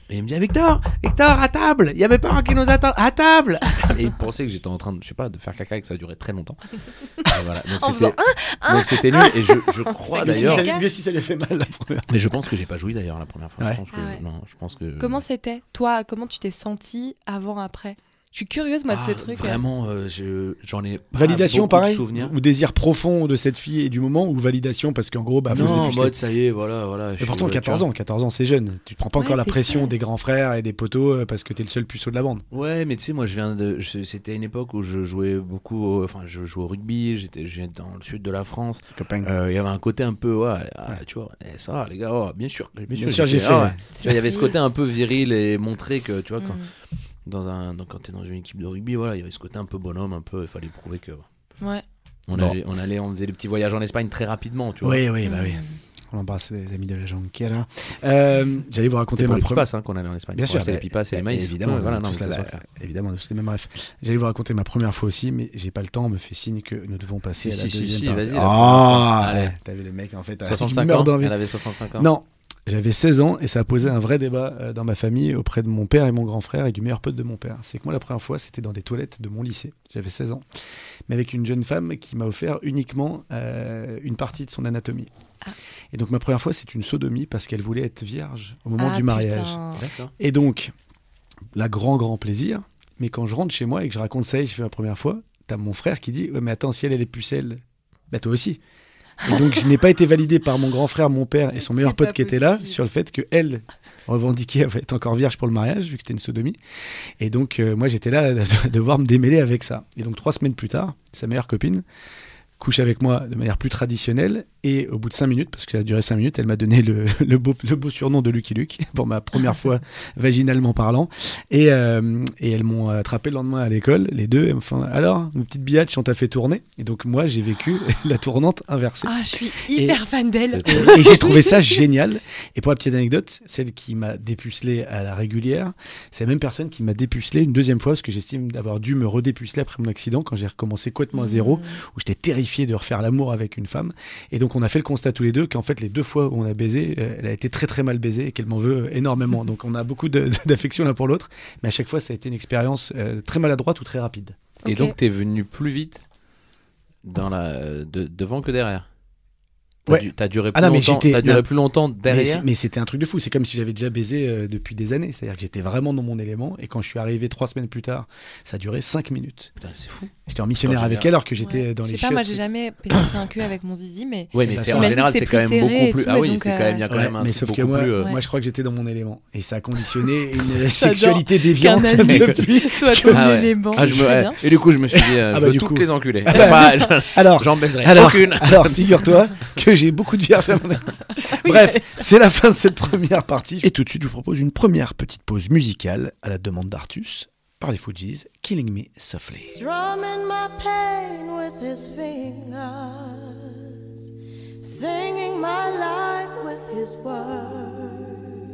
Et il me dit Victor, Victor, à table, il y a mes parents qui nous attendent, à table, à table. Et il pensait que j'étais en train de, je sais pas, de faire caca et que ça durait très longtemps. Et voilà. Donc En c'était, faisant un, donc c'était nul. Et je, je crois Mais si, d'ailleurs, ça, lui- si ça lui a fait mal la première. mais je pense que j'ai pas joui d'ailleurs la première fois. Ouais. Je pense que, Ah ouais. non, je pense que. Comment c'était? Toi, comment tu t'es senti avant, après? Je suis curieuse, moi, de ce Ah, truc. Vraiment, euh, je, j'en ai. pas Validation beaucoup pareil de souvenirs. ou désir profond de cette fille et du moment ou validation parce qu'en gros bah faut se non, en dépuceler. mode ça y est, voilà, voilà. Et je pourtant suis, euh, quatorze tu vois. ans, quatorze ans c'est jeune. Tu te prends pas Ouais, encore la c'est pression clair. des grands frères et des potos euh, parce que t'es le seul puceau de la bande. Ouais, mais tu sais, moi, je viens de. je- C'était une époque où je jouais beaucoup. au- Enfin, je jouais au rugby. J'étais, je viens dans le sud de la France. Copain. Euh, Il y avait un côté un peu, ouais, ah, tu vois, eh, ça, va, les gars, oh, bien sûr, bien, Bien sûr, j'ai ah, fait, ouais. ouais. Tu vois, il y avait ce côté un peu viril et montrer que, tu vois, quand, Mm. dans un, donc, quand t'es dans une équipe de rugby, voilà, il y avait ce côté un peu bonhomme, un peu, il fallait prouver que. Ouais. On Bon. allait, on allait, on faisait des petits voyages en Espagne très rapidement, tu vois. Oui oui bah oui. On embrasse les amis de la Jonquera. Euh, j'allais vous raconter C'était pour ma les première. pipas hein, qu'on allait en Espagne. Bien pour sûr, acheter bah, les pipas et les maïs. évidemment, Ouais, voilà, non, tous mais la- ça soit clair. évidemment, tous les mêmes bref. J'allais vous raconter ma première fois aussi, mais j'ai pas le temps. On me fait signe que nous devons passer Si, à la si, si, deuxième si, partie. vas-y, la Ah, première fois. Allez. t'as vu le mec en fait. il soixante-cinq meurt ans, d'envie. elle avait soixante-cinq ans. Non, j'avais seize ans et ça a posé un vrai débat euh, dans ma famille auprès de mon père et mon grand frère et du meilleur pote de mon père. C'est que moi, la première fois, c'était dans des toilettes de mon lycée. J'avais seize ans, mais avec une jeune femme qui m'a offert uniquement euh, une partie de son anatomie. Ah. Et donc, ma première fois, c'est une sodomie parce qu'elle voulait être vierge au moment Ah, du mariage. putain. D'accord. Et donc, la grand, grand plaisir. Mais quand je rentre chez moi et que je raconte ça et j'ai fait ma première fois, t'as mon frère qui dit ouais, mais attends, si elle, elle est pucelle, bah toi aussi. Et donc, je n'ai pas été validé par mon grand frère, mon père et son C'est meilleur pote pas qui était là possible. sur le fait qu'elle revendiquait être encore vierge pour le mariage, vu que c'était une sodomie. Et donc, euh, moi, j'étais là à devoir me démêler avec ça. Et donc, trois semaines plus tard, sa meilleure copine couche avec moi de manière plus traditionnelle et au bout de cinq minutes, parce que ça a duré cinq minutes, elle m'a donné le, le, beau, le beau surnom de Lucky Luke pour ma première fois vaginalement parlant et, euh, et elles m'ont attrapé le lendemain à l'école, les deux, elles me font alors, nos petites biatches, on t'a fait tourner et donc moi j'ai vécu la tournante inversée. Ah, je suis hyper fan d'elle. C'est- Et, et j'ai trouvé ça génial. Et pour la petite anecdote, celle qui m'a dépucelé à la régulière, c'est la même personne qui m'a dépucelé une deuxième fois, parce que j'estime d'avoir dû me redépuceler après mon accident quand j'ai recommencé complètement à zéro, où j'étais terrifié de refaire l'amour avec une femme. Et donc on a fait le constat tous les deux qu'en fait les deux fois où on a baisé, euh, elle a été très très mal baisée et qu'elle m'en veut énormément. Donc on a beaucoup de- d'affection l'un pour l'autre, mais à chaque fois ça a été une expérience euh, très maladroite ou très rapide. Et Ok. donc, t'es venu plus vite dans la, de, devant que derrière. T'as, Ouais. du- t'as duré plus Ah non, mais longtemps, j'étais- t'as duré non. plus longtemps Mais, derrière. c'est- mais c'était un truc de fou. C'est comme si j'avais déjà baisé euh, depuis des années. C'est-à-dire que j'étais vraiment dans mon élément. Et quand je suis arrivé trois semaines plus tard, ça a duré cinq minutes. Putain, c'est fou. J'étais en missionnaire Quand avec j'ai- elle alors que j'étais Ouais. dans Je les sais pas, moi chiottes. j'ai jamais pénétré un cul avec mon zizi, mais Ouais, mais bah, c'est, ça, en j'imagine général, que c'est c'est quand plus même serré beaucoup et plus. tout, Ah et oui, donc, c'est quand même, il y a quand Ouais, même un mais truc sauf que beaucoup moi, plus, euh, moi, je crois que j'étais dans mon élément. Et ça a conditionné une J'adore sexualité déviante qu'un adulte depuis. soit ton Ah ouais. élément. Ah, je me... Très ouais. bien. Et du coup, je me suis dit, euh, Ah je bah, veux du toutes coup. les enculées. Ah bah, Pas- je- Alors, J'en baiserai alors, aucune. alors figure-toi que j'ai beaucoup de vierges à mon élément. Bref, c'est la fin de cette première partie. Et tout de suite, je vous propose une première petite pause musicale à la demande d'Artus par les Fugees, Killing Me Softly. Strumming my pain with his fingers, singing my life with his words,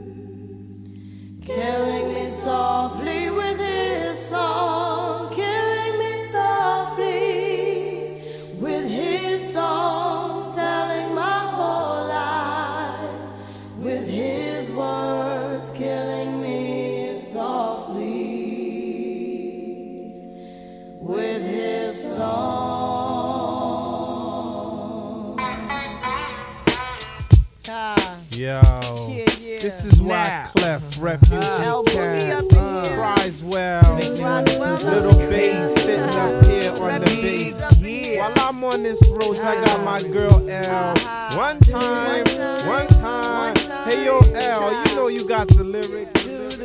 killing me softly with his song, killing me softly with his song, telling my whole life with his words, killing me softly with his song. Ah, Yo, yeah, yeah. this is why Now. Clef Refugee Uh, put me Cat up in here. cries well. Little bass sitting up here on the bass. While I'm on this road, I got my girl L. One time, one time. Hey yo L, you know you got the lyrics.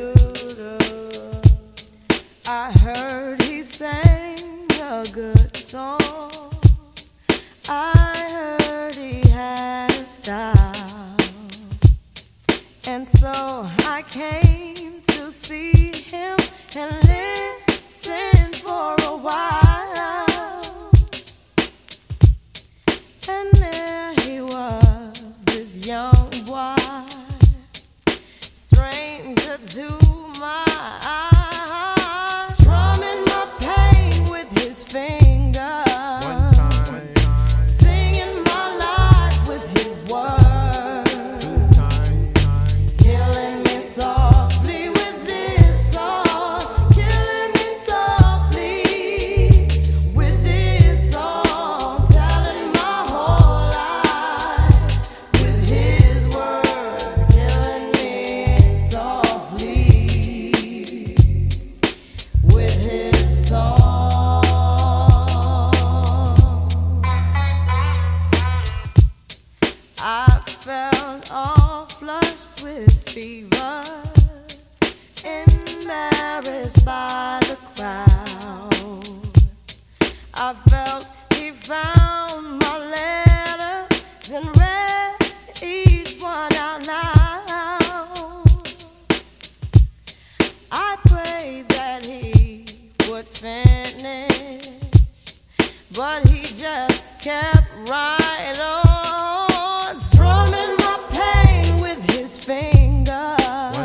I heard he sang a good song. I heard he had a style. And so I came to see him and listen for a while. And there he was, this young boy, stranger to my eyes, strumming my pain with his fingers, One time, singing my life with his words, two times, killing me softly fever, embarrassed by the crowd. I felt he found my letters and read each one out loud. I prayed that he would finish, but he just kept right on, strumming my pain with his fingers,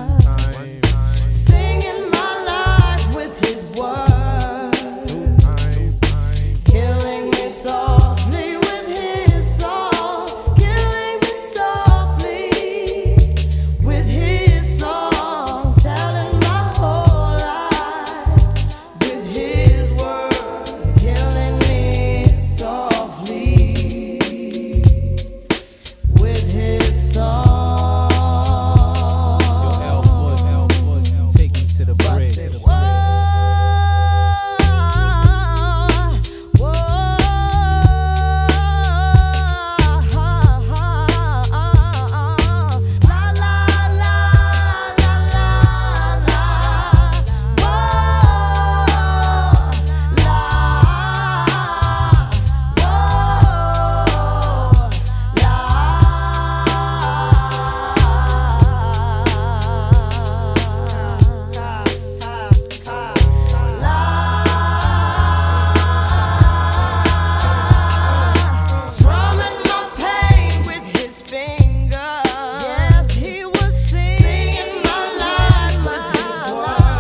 singing my life with his words, killing me softly with his song, killing me softly with his song, telling my whole life with his words, killing me softly with his song. Take me to the bridge. Whoa, whoa, la la la la la la, whoa, strumming my pain with his fingers. Yes, he was singing my life with his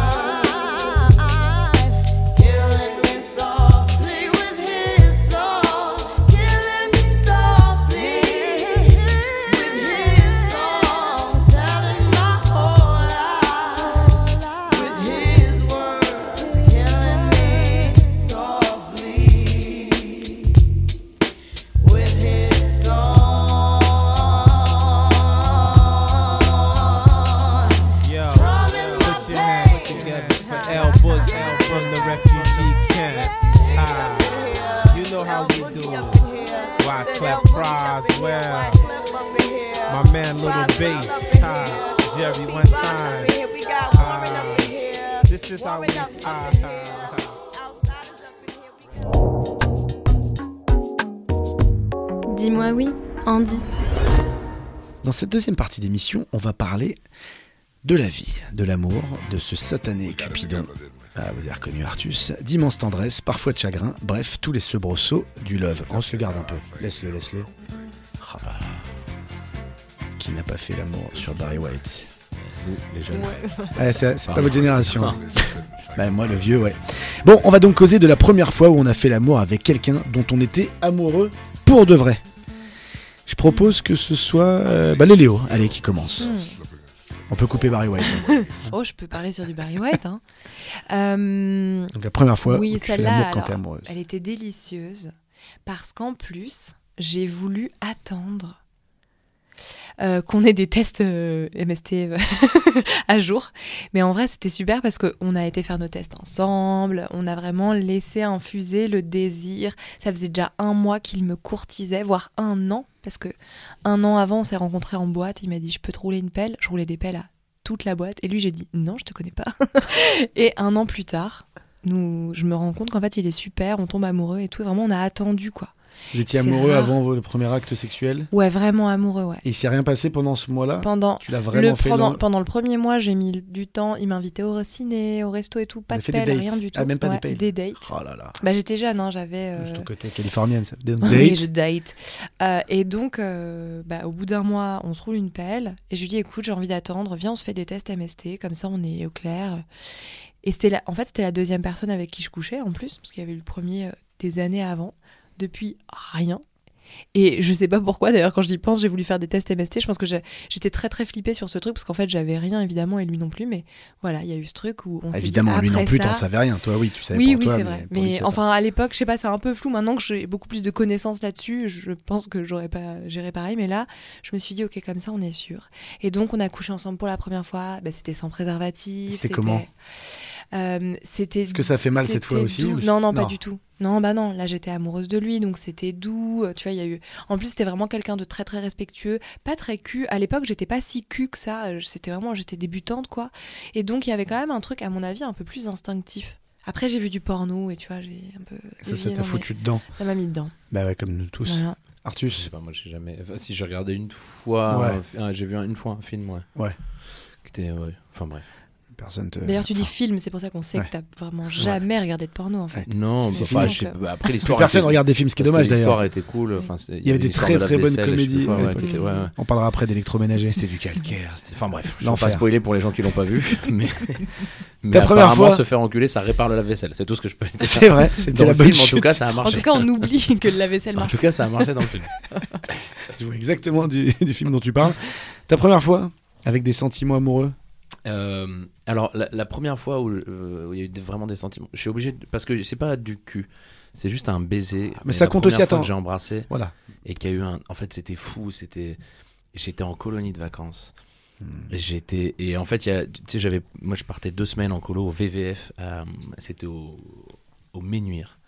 words, killing me softly with his song, killing me softly with his song, telling my whole life with his words, killing me softly with his song. Yo, Strumming my put your hands pain. together for L Boogie from the refugee camp. Ah, you know how we do. Wyclef Croswell, my man Little Bass, ah, Jerry one time. Ah, this is how we. Ah, ah, Dis-moi oui, Andy. Dans cette deuxième partie d'émission, on va parler de la vie, de l'amour, de ce satané Cupidon. Ah, vous avez reconnu Artus. D'immense tendresse, parfois de chagrin, bref, tous les soubresauts du love. On se le garde un peu. Laisse-le, laisse-le. Ah bah. Qui n'a pas fait l'amour sur Barry White? Vous, les jeunes. Ouais, c'est c'est pas votre génération. hein. Bah, moi, le vieux, ouais. Bon, on va donc causer de la première fois où on a fait l'amour avec quelqu'un dont on était amoureux pour de vrai. Je propose que ce soit euh, bah, les Léo, allez, qui commence. Hmm. On peut couper Barry White. hein. Oh, je peux parler sur du Barry White. Hein. Euh, Donc la première fois oui, où tu fais celle-là, l'amour quand alors, t'es amoureuse. elle était délicieuse parce qu'en plus, j'ai voulu attendre euh, qu'on ait des tests euh, M S T euh, à jour. Mais en vrai, c'était super parce qu'on a été faire nos tests ensemble. On a vraiment laissé infuser le désir. Ça faisait déjà un mois qu'il me courtisait, voire un an. Parce que un an avant, on s'est rencontrés en boîte. Il m'a dit, je peux te rouler une pelle. Je roulais des pelles à toute la boîte. Et lui, j'ai dit, non, je te connais pas. Et un an plus tard, nous, je me rends compte qu'en fait, il est super. On tombe amoureux et tout. Et vraiment, on a attendu, quoi. Vous étiez C'est amoureux rare. avant le premier acte sexuel? Ouais, vraiment amoureux, ouais. Et il s'est rien passé pendant ce mois-là? Pendant Tu l'as vraiment le, fait pendant, dans- pendant le premier mois, j'ai mis du temps. Il m'invitait au ciné, au resto et tout. Pas avez de fait des pelle, dates? rien du tout. Ah, même pas des Ouais, pelles? Des dates. Oh là là. Bah, j'étais jeune, hein, j'avais. euh, Juste au côté californienne, ça. Des Oui, dates. je date. Euh, et donc, euh, bah, au bout d'un mois, on se roule une pelle. Et je lui dis, écoute, j'ai envie d'attendre. Viens, on se fait des tests M S T. Comme ça, on est au clair. Et c'était la... en fait, c'était la deuxième personne avec qui je couchais, en plus. Parce qu'il y avait eu le premier euh, des années avant. Depuis, rien. Et je sais pas pourquoi, d'ailleurs, quand j'y pense, j'ai voulu faire des tests M S T. Je pense que j'ai- j'étais très très flippée sur ce truc parce qu'en fait, j'avais rien évidemment et lui non plus. Mais voilà, il y a eu ce truc où on s'est dit, Évidemment, lui non après plus, ça- t'en savais rien. Toi, oui, tu savais Oui, pour oui, toi. c'est vrai. pour lui, Mais tu sais enfin, à l'époque, je sais pas, c'est un peu flou. Maintenant que j'ai beaucoup plus de connaissances là-dessus, je pense que j'aurais pas géré pareil. Mais là, je me suis dit, ok, comme ça, on est sûr. Et donc, on a couché ensemble pour la première fois. Ben, c'était sans préservatif. C'était comment Euh, c'était. Est-ce que ça fait mal cette fois c'était aussi doux. ou- Non, non, Non. pas du tout. Non, bah non. Là, j'étais amoureuse de lui, donc c'était doux. Tu vois, il y a eu. En plus, c'était vraiment quelqu'un de très très respectueux, pas très cul. À l'époque, j'étais pas si cul que ça. C'était vraiment, j'étais débutante, quoi. Et donc, il y avait quand même un truc, à mon avis, un peu plus instinctif. Après, j'ai vu du porno et tu vois, j'ai un peu. Ça, ça dévié t'a dans foutu mes- dedans. Ça m'a mis dedans. Bah ouais, comme nous tous. Voilà. Je sais Artus. pas, moi j'ai jamais. Enfin, si j'ai regardé une fois, Ouais. un fi- ah, j'ai vu un- une fois un film, ouais. Ouais. Qui était, ouais. Enfin bref. Personne te. D'ailleurs, tu dis Enfin, film, c'est pour ça qu'on sait Ouais. que t'as vraiment jamais regardé de porno en fait. Non, C'est enfin, fini. je sais Donc, pas. Après plus l'histoire. personne était- regarde des films, ce qui est parce que dommage d'ailleurs. L'histoire était cool. Enfin, c'est- Il y avait des une histoire très de la très bonnes vaisselle, je sais plus comédies. quoi, à ouais, l'époque. qui était- ouais, ouais. On parlera après d'électroménager. C'est du calcaire. c'était- Enfin bref, je ne vais L'enfer. pas spoiler pour les gens qui l'ont pas vu, mais, mais Ta première apparemment, fois- se faire enculer, ça répare le lave-vaisselle. C'est tout ce que je peux dire. C'est vrai, c'était Dans la le bonne film, en chute. tout cas, ça a En marché. tout cas, on oublie que la vaisselle En marche. tout cas, ça a marché dans le film. Je vois exactement du, du film dont tu parles. Ta première fois avec des sentiments amoureux. Euh, alors la, la première fois où, euh, où il y a eu des- vraiment des sentiments, je suis obligé de- parce que c'est pas du cul, c'est juste un baiser. Mais ça la compte première aussi, fois attends. que j'ai embrassé Voilà. et qu'il y a eu un, en fait c'était fou, c'était, j'étais en colonie de vacances. Hmm. Et J'étais et en fait il y a, tu sais j'avais, moi je partais deux semaines en colo au V V F, euh, c'était au, au Ménuire.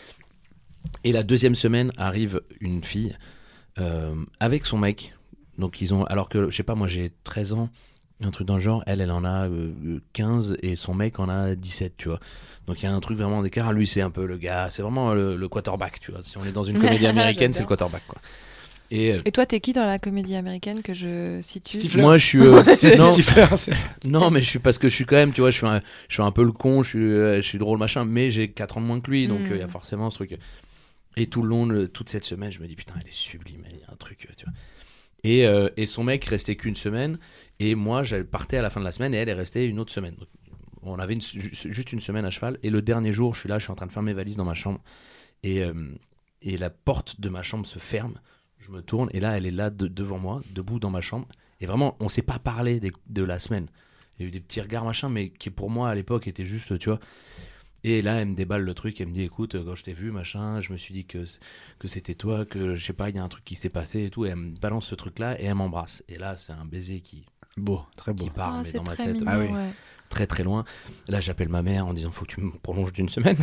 Et la deuxième semaine arrive une fille euh, avec son mec. Donc ils ont, alors que je sais pas, moi j'ai treize ans, un truc dans le genre, elle elle en a euh, quinze et son mec en a dix-sept, tu vois. Donc il y a un truc vraiment d'écart. Lui c'est un peu le gars, c'est vraiment le, le quarterback, tu vois. Si on est dans une comédie américaine, c'est le quarterback quoi. Et euh, Et toi, t'es qui dans la comédie américaine que je situe Stifler. moi je suis euh, C'est non, Stifler, c'est- non mais je suis parce que je suis quand même, tu vois, je suis un, je suis un peu le con, je suis, euh, je suis drôle machin, mais j'ai quatre ans de moins que lui, donc il Mm. y a forcément ce truc. Et tout le long, le- toute cette semaine, je me dis putain, elle est sublime, il y a un truc, euh, tu vois. Et, euh, et son mec restait qu'une semaine, et moi, je partais à la fin de la semaine, et elle est restée une autre semaine. Donc, on avait une- ju- juste une semaine à cheval, et le dernier jour, je suis là, je suis en train de faire mes valises dans ma chambre, et, euh, et la porte de ma chambre se ferme. Je me tourne, et là, elle est là de- devant moi, debout dans ma chambre, et vraiment, on s'est pas parlé des- de la semaine. Il y a eu des petits regards machin, mais qui pour moi à l'époque étaient juste, tu vois. Et là, elle me déballe le truc, elle me dit écoute, quand je t'ai vu, machin, je me suis dit que, que c'était toi, que je sais pas, il y a un truc qui s'est passé et tout. Et elle me balance ce truc-là et elle m'embrasse. Et là, c'est un baiser qui, Beau, très beau. qui part Ah, mais c'est dans ma très tête mignon, Ah oui. ouais. très très loin. Là, j'appelle ma mère en disant faut que tu me prolonges d'une semaine.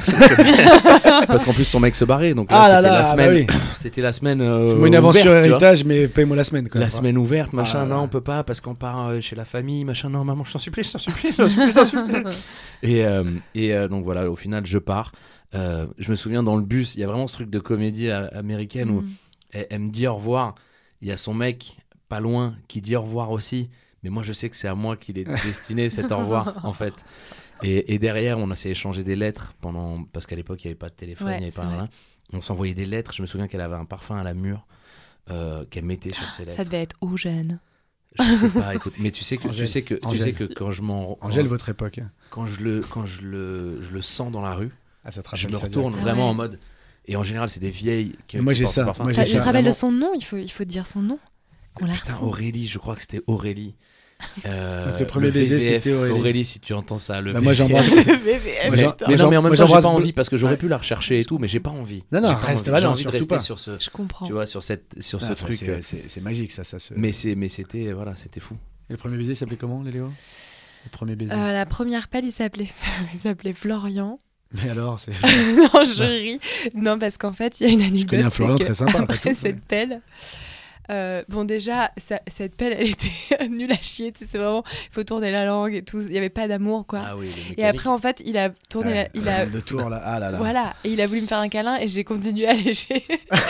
Parce qu'en plus, son mec se barrait. Donc là, Ah là c'était, là, la semaine, bah c'était la semaine. euh, Fais-moi une aventure ouverte, tu vois. héritage, mais paye-moi la semaine. Quoi. La semaine ouverte, machin, Ah, non, ouais. on peut pas parce qu'on part euh, chez la famille, machin, non, maman, je t'en supplie, je t'en supplie, je t'en supplie, je t'en supplie. Et, euh, et euh, donc voilà, au final, je pars. Euh, je me souviens dans le bus, il y a vraiment ce truc de comédie euh, américaine où Mm. elle, elle me dit au revoir. Il y a son mec pas loin qui dit au revoir aussi, mais moi je sais que c'est à moi qu'il est destiné cet au revoir en fait. Et, et derrière, on s'est échangé des lettres pendant parce qu'à l'époque il n'y avait pas de téléphone, Ouais, il y avait c'est pas vrai. rien. On s'envoyait des lettres. Je me souviens qu'elle avait un parfum à la mûre euh, qu'elle mettait sur ses lettres. Ça devait être Eugène. Je sais pas, écoute, mais tu sais que Angèle. tu sais que tu Angèle. sais que quand je m'en Angèle, quand, votre époque. quand je le quand je le je le sens dans la rue, Ah, ça te je rappelle me ça retourne direct. vraiment Ouais. en mode. Et en général, c'est des vieilles qui. Mais moi, qui j'ai portent ça. ce parfum. Moi, T'as- j'ai Tu ça, te rappelles de Vraiment- son nom il faut, il faut dire son nom. Qu'on la Putain, retrouve. Aurélie, je crois que c'était Aurélie. Euh, Donc, le premier baiser, V V F, c'était Aurélie. si tu entends ça. Le Bah, moi, V V F. j'embrasse. Le V V F, Moi, Mais, j'en- mais moi, non, mais en moi, même temps, j'ai j'embrasse pas Bleu- envie parce que j'aurais Ouais. pu la rechercher et tout, mais j'ai pas envie. Non, non, J'ai pas reste, envie. bah J'ai non, envie de surtout rester pas. sur ce, Je comprends. tu vois, sur cette, sur Ah, ce enfin, truc. c'est- euh, C'est c'est magique, ça. ça se... Mais c'est, mais c'était, voilà, c'était fou. Et le premier baiser s'appelait comment, Léléo? Le premier baiser. Euh, la première pelle, il s'appelait, il s'appelait Florian. Mais alors, c'est. Non, je ris. Non, parce qu'en fait, il y a une anecdote. connais un Florian c'est que très sympa, pas après tout, cette pelle. euh, bon, déjà, ça- cette pelle, elle était nulle à chier. Tu sais, c'est vraiment, il faut tourner la langue et tout. Il n'y avait pas d'amour, quoi. Ah oui, le Et mécanique. après, en fait, il a tourné, la- Ouais, il a, de tour là. Ah là là. voilà, et il a voulu me faire un câlin et j'ai continué à lécher.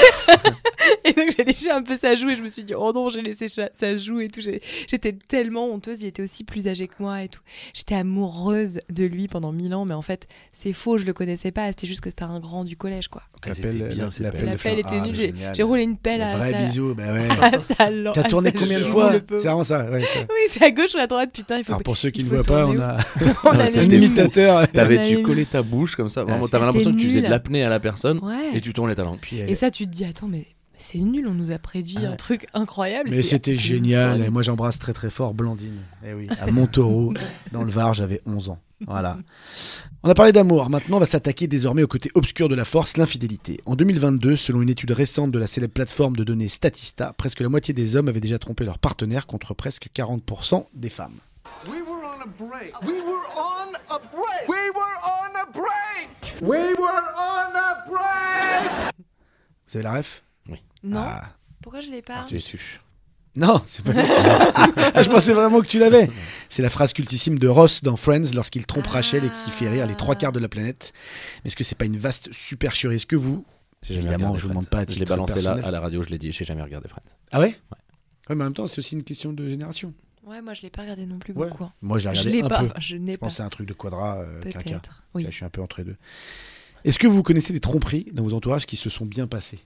Et donc j'ai léché un peu sa joue et je me suis dit oh non, j'ai laissé cha- sa joue et tout. J'ai- J'étais tellement honteuse, il était aussi plus âgé que moi et tout. J'étais amoureuse de lui pendant mille ans, mais en fait c'est faux, je le connaissais pas. C'était juste que c'était un grand du collège, quoi. Elles L'appel- étaient bien, la- ces l'appel pelles. La de pelle Florian. était Ah, nulle. J'ai génial. j'ai roulé une pelle Le à vrai sa... bisou, bah ouais. à sa langue. T'as à tourné sa combien de joue, fois? le pauvre. C'est vraiment ça, ouais. ça. Oui, c'est à gauche ou à droite, putain, il faut. Alors pour ceux qui il ne faut voient pas, tourner on a On Ouais, a c'était un les fou. imitateur. T'avais, On a tu une- collais ta bouche comme ça, vraiment, Ah, t'avais c'était l'impression que tu faisais nul. de l'apnée à la personne Ouais. et tu tournais ta langue. Puis, Et ça, tu te dis attends, mais c'est nul, on nous a prédit Ah ouais. un truc incroyable. mais c'est c'était absolument génial. horrible. Et moi, j'embrasse très très fort Blandine. Eh oui, à Montauroux, dans le Var, j'avais onze ans. Voilà. On a parlé d'amour. Maintenant, on va s'attaquer désormais au côté obscur de la force, l'infidélité. En deux mille vingt-deux, selon une étude récente de la célèbre plateforme de données Statista, presque la moitié des hommes avaient déjà trompé leur partenaire contre presque quarante pour cent des femmes. We were on on a break. We were on a break. We were on a break. We were on a break. Vous avez la ref? Oui. Non. Ah. Pourquoi je l'ai pas? Tu es suche. Non, c'est pas ah, je pensais vraiment que tu l'avais. C'est la phrase cultissime de Ross dans Friends lorsqu'il trompe Ah. Rachel et qui fait rire les trois quarts de la planète. Mais est-ce que c'est pas une vaste supercherie? Est-ce que vous, J'ai jamais évidemment, regardé je vous Friends. demande pas à Je l'ai titre balancé là personnel. à la radio, je l'ai dit, j'ai jamais regardé Friends. Ah ouais? Ouais, mais en même temps, c'est aussi une question de génération. Ouais, moi je l'ai pas regardé non plus Ouais. beaucoup. hein. Moi, j'ai Je regardé l'ai un pas. peu. enfin, Je n'ai Je pas. pense que c'est un truc de Quadra, euh, Quinca. Peut-être. Oui. Là, je suis un peu entre les deux. Est-ce que vous connaissez des tromperies dans vos entourages qui se sont bien passées?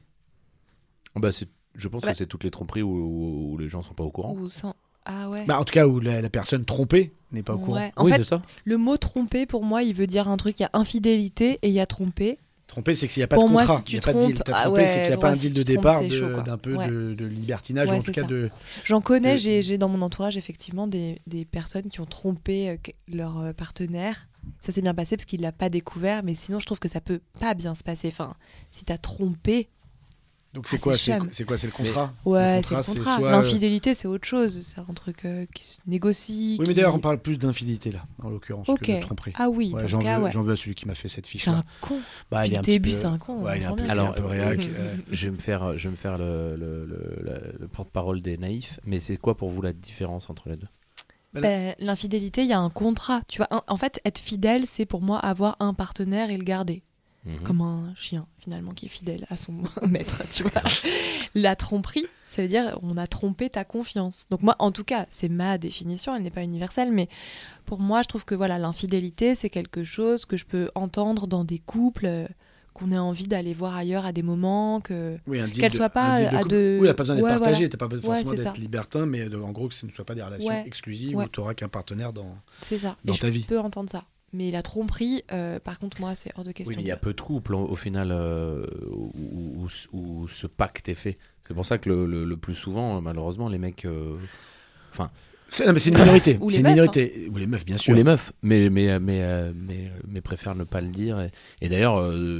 Bah, c'est, je pense Bah. que c'est toutes les tromperies où, où- où les gens sont pas au courant. Ou sans. Ah ouais. Bah, en tout cas, où la, la personne trompée n'est pas au courant. Ouais. En Oui, fait, c'est ça. le mot tromper pour moi, il veut dire un truc. Il y a infidélité et il y a tromper. Trompé, c'est qu'il n'y a pas Pour de moi, contrat, si tu il n'y a pas de deal. trompes- T'as ah trompé, ouais, c'est qu'il n'y a ouais, pas un si deal tu de trompes, départ c'est de- chaud, quoi. d'un peu Ouais. de, de libertinage, Ouais, ou en tout c'est cas ça. de... J'en connais, de- j'ai, j'ai dans mon entourage effectivement des, des personnes qui ont trompé euh, que- leur euh, partenaire. Ça s'est bien passé parce qu'il l'a pas découvert, mais sinon je trouve que ça peut pas bien se passer. Enfin, si t'as trompé, Donc c'est Ah, quoi, c'est c'est, chum. c'est quoi, c'est le contrat? ouais, Le c'est le c'est contrat. soit, euh, L'infidélité, c'est autre chose. C'est un truc euh, qui se négocie. Oui, mais qui- d'ailleurs, on parle plus d'infidélité là, en l'occurrence, Ok. que de tromperie. Ah oui, Ouais, dans j'en, ce cas, veux, ouais. j'en veux à celui qui m'a fait cette fiche C'est là. un con. Bah, il Depuis est un le petit début, peu- c'est un con, Ouais, on il est un sent peu, bien. il est un Alors, peu euh, réac. Mhm. euh, Je vais me faire, je vais me faire le, le, le- la- le porte-parole des naïfs, mais c'est quoi pour vous la différence entre les deux? Ben, l'infidélité, il y a un contrat. Tu vois, un- en fait, être fidèle, c'est pour moi avoir un partenaire et le garder. Mhm. Comme un chien, finalement, qui est fidèle à son maître, tu vois. La tromperie, ça veut dire on a trompé ta confiance. Donc moi, en tout cas, c'est ma définition, elle n'est pas universelle, mais pour moi, je trouve que voilà, l'infidélité, c'est quelque chose que je peux entendre dans des couples, euh, qu'on ait envie d'aller voir ailleurs à des moments, que Oui, un deal qu'elle de- soit pas un deal de à couple. deux. Oui, elle n'a pas besoin d'être Ouais, partagée, voilà. t'as pas besoin Ouais, forcément c'est d'être ça. libertin, mais de- en gros que ce ne soit pas des relations Ouais. exclusives Ouais. où tu n'auras qu'un partenaire dans, C'est ça. dans Et ta je vie. peux entendre ça. Mais la tromperie, euh, par contre, moi, c'est hors de question. Oui, mais il y a peu de couples au, au final euh, où, où- où- où ce pacte est fait. C'est pour ça que le, le- le plus souvent, malheureusement, les mecs. euh, Enfin. C'est, non, mais c'est une minorité. Ou c'est les une meufs, minorité. Ou les meufs, bien sûr. Ou les meufs, mais, mais, mais, euh, mais, mais préfèrent ne pas le dire. Et, et d'ailleurs,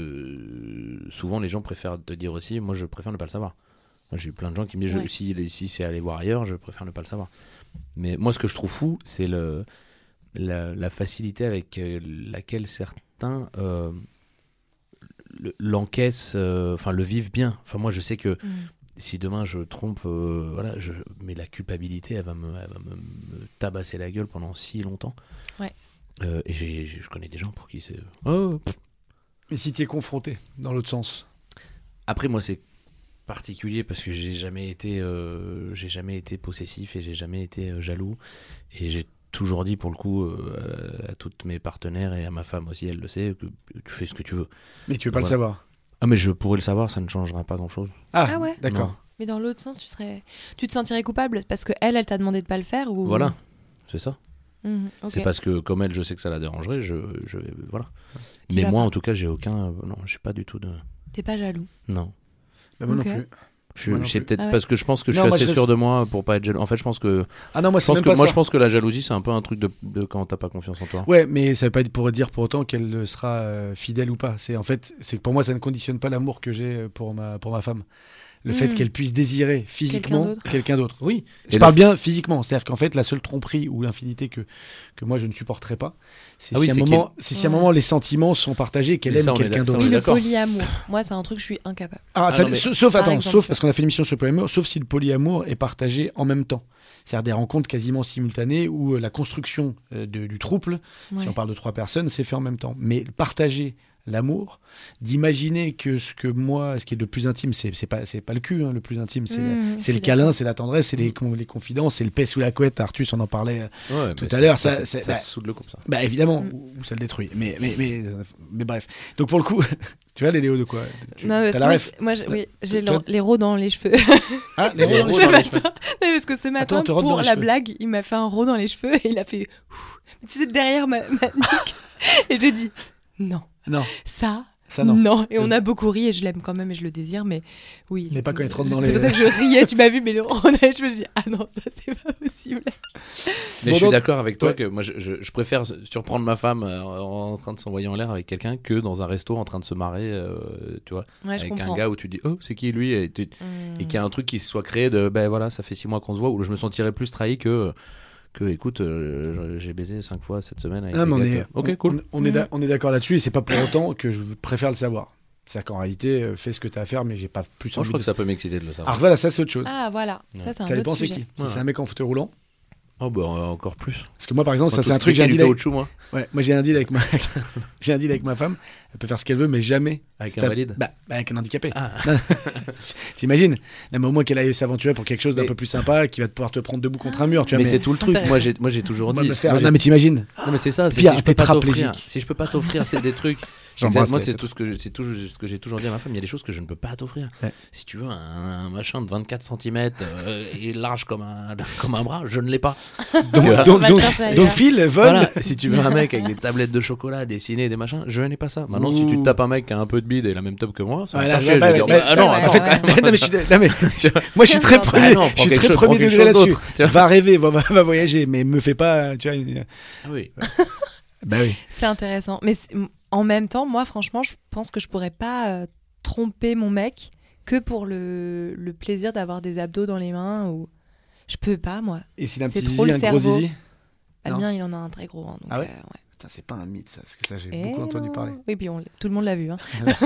euh, souvent les gens préfèrent te dire aussi, moi je préfère ne pas le savoir. Moi, j'ai eu plein de gens qui me disent, je- Ouais. si, si c'est aller voir ailleurs, je préfère ne pas le savoir. Mais moi, ce que je trouve fou, c'est le, la, la facilité avec euh, laquelle certains euh, le- l'encaissent, euh, enfin le vivent bien. Enfin, moi, je sais que Mm. si demain je trompe, euh, voilà, je, mais la culpabilité, elle va, me, elle va me, me tabasser la gueule pendant si longtemps. Ouais. Euh, et j'ai, je connais des gens pour qui c'est. Oh, pff. Mais si tu es confronté, dans l'autre sens. Après, moi, c'est particulier parce que j'ai jamais été, euh, j'ai jamais été possessif et j'ai jamais été euh, jaloux. Et j'ai toujours dit, pour le coup, euh, à toutes mes partenaires et à ma femme aussi, elle le sait, que tu fais ce que tu veux. Mais tu veux pas Voilà. le savoir. Ah, mais je pourrais le savoir, ça ne changera pas grand-chose. Ah, Ah ouais. d'accord. Non. Mais dans l'autre sens, tu serais, tu te sentirais coupable parce que elle, elle t'a demandé de pas le faire ou. Voilà, c'est ça. Mhm, ok. C'est parce que, comme elle, je sais que ça la dérangerait, je, je vais. Voilà. T'y Mais vas moi, pas. en tout cas, j'ai aucun. Non, j'ai pas du tout de. T'es pas jaloux. Non. Bah, moi Ok. non plus. Je, Moi non c'est plus. peut-être Ah ouais. parce que je pense que je Non, suis moi, assez je sûr reste- de moi pour pas être jaloux. En fait, je pense que. Ah non, moi Je c'est pense même que, pas moi, ça. je pense que la jalousie, c'est un peu un truc de, de quand t'as pas confiance en toi. Ouais, mais ça veut pas être pour dire pour autant qu'elle sera euh, fidèle ou pas. C'est en fait, c'est que pour moi, ça ne conditionne pas l'amour que j'ai pour ma pour ma femme. Le Mm. fait qu'elle puisse désirer physiquement d'autre. quelqu'un d'autre. Oui. Je Et parle la- bien physiquement, c'est-à-dire qu'en fait, la seule tromperie ou l'infinité que que moi je ne supporterais pas, c'est Ah si oui, à un c'est moment, c'est si à un Ouais. moment les sentiments sont partagés, qu'elle Mais aime ça, on est quelqu'un d'accord, d'autre. on Oui, est le d'accord. polyamour. Moi, c'est un truc que je suis incapable. Ah, Ah ça- non, mais- sa- sauf Par attends, exemple, sauf tu parce qu'on a fait l'émission sur le polyamour, sauf si le polyamour est partagé en même temps. C'est-à-dire des rencontres quasiment simultanées où euh, la construction euh, de- du trouble, si Ouais. on parle de trois personnes, c'est fait en même temps. Mais partager l'amour, d'imaginer que ce que moi, ce qui est le plus intime, c'est c'est pas c'est pas le cul, hein, le plus intime, c'est Mmh, le- je c'est le suis câlin, d'accord. c'est la tendresse, c'est les, con- les confidences, c'est le paix sous la couette. Artus, on en parlait. euh, Ouais, Tout mais à l'heure, ça, ça- ça, c'est- ça bah- soude le couple, ça. Bah évidemment, Mm. ou, ou ça le détruit. Mais mais mais euh, mais bref. Donc pour le coup, tu vois les Léo de quoi tu, Non, parce t'as que la moi, ref c'est- moi, j'ai- oui, j'ai Toi- le- les rots dans les cheveux. Ah, les Les Léo rots dans les cheveux. Non, parce que ce matin, on te rote dans pour les la cheveux. blague, il m'a fait un rot dans les cheveux et il a fait. Ouh. Tu sais, derrière ma, ma nuque. Et j'ai dit non, Non, ça. ça non. Et on a beaucoup ri et je l'aime quand même et je le désire, mais oui. Mais pas quand il te rentre dans C'est les- pour ça que je riais, tu m'as vu, mais le rot dans les cheveux, je dis ah non, ça c'est pas possible. Mais Bon, je suis donc- d'accord avec toi Ouais. que moi je, je- je préfère surprendre ma femme euh, en train de s'envoyer en l'air avec quelqu'un que dans un resto en train de se marrer, euh, tu vois, Ouais, je avec un comprends. gars où tu dis oh c'est qui lui et, tu- Hmm. et qu'il y a un truc qui se soit créé de ben voilà ça fait six mois qu'on se voit où je me sentirais plus trahi que que écoute, euh, j'ai baisé cinq fois cette semaine avec Non, des mais on gars, est, quoi. Ok, cool. On, on est d'a- on est d'accord là-dessus et c'est pas pour autant que je préfère le savoir. C'est-à-dire qu'en réalité, euh, fais ce que tu as à faire, mais j'ai pas plus Moi, envie je crois de... que ça peut m'exciter de le savoir. Alors voilà, ça c'est autre chose. Ah voilà, ça c'est un Ça autre dépend c'est sujet. qui. Si Ouais. c'est un mec en fauteuil roulant. Oh bah euh, encore plus. Parce que moi, par exemple, Moi, ça tout c'est un ce truc, qui j'ai un est du deal avec... caoutchouc, moi. Ouais, moi j'ai un deal avec ma j'ai un deal avec ma femme, elle peut faire ce qu'elle veut mais jamais Avec stop- un valide bah, bah, avec un handicapé. Ah. Non, t'imagines? Non, mais au moins qu'elle aille s'aventurer pour quelque chose d'un Mais- peu plus sympa qui va pouvoir te prendre debout contre un mur, tu vois. Mais c'est tout le truc. Moi, j'ai, moi, j'ai toujours On va dit. me faire- moi, j'ai- Non mais t'imagines? Non mais c'est ça. C'est Puis, si je peux pas tétraplégique. t'offrir, si je peux pas t'offrir, c'est des trucs. J'embrasse Exact, moi, les c'est autres. tout ce que c'est tout ce que j'ai toujours dit à ma femme. Il y a des choses que je ne peux pas t'offrir. Ouais. Si tu veux un, un machin de vingt-quatre centimètres euh, et large comme un comme un bras, je ne l'ai pas. Donc, Tu vois. donc, On va donc, le chercher ailleurs. donc Phil, vol. Voilà. Si tu veux un mec avec des tablettes de chocolat dessinées, des machins, je n'ai pas ça. Maintenant, si tu te tapes un mec qui a un peu de bide et la même top que moi, ça va Ouais, me là, faire chier. bah, Je vais dire, bah, bah, ah non, ouais, attends, En fait, ouais. non, mais je suis, non, mais, moi je suis très Bah premier, non, je prends suis quelque très chose- premier prends quelque degré chose là-dessus. d'autre, tu vois. Va rêver, va, va, va voyager, mais me fais pas, tu vois. une- Oui. Bah oui. C'est intéressant. Mais c'est- en même temps, moi, franchement, je pense que je pourrais pas euh, tromper mon mec que pour le, le plaisir d'avoir des abdos dans les mains. Ou... Je peux pas, moi. Et s'il a un C'est petit trop zizi, le un gros cerveau. zizi? Ah, le Non. mien, il en a un très gros. hein, donc, Ah ouais euh, ouais. Putain, c'est pas un mythe ça, parce que ça j'ai Eh beaucoup entendu non. parler. Oui, puis on l- tout le monde l'a vu. Hein.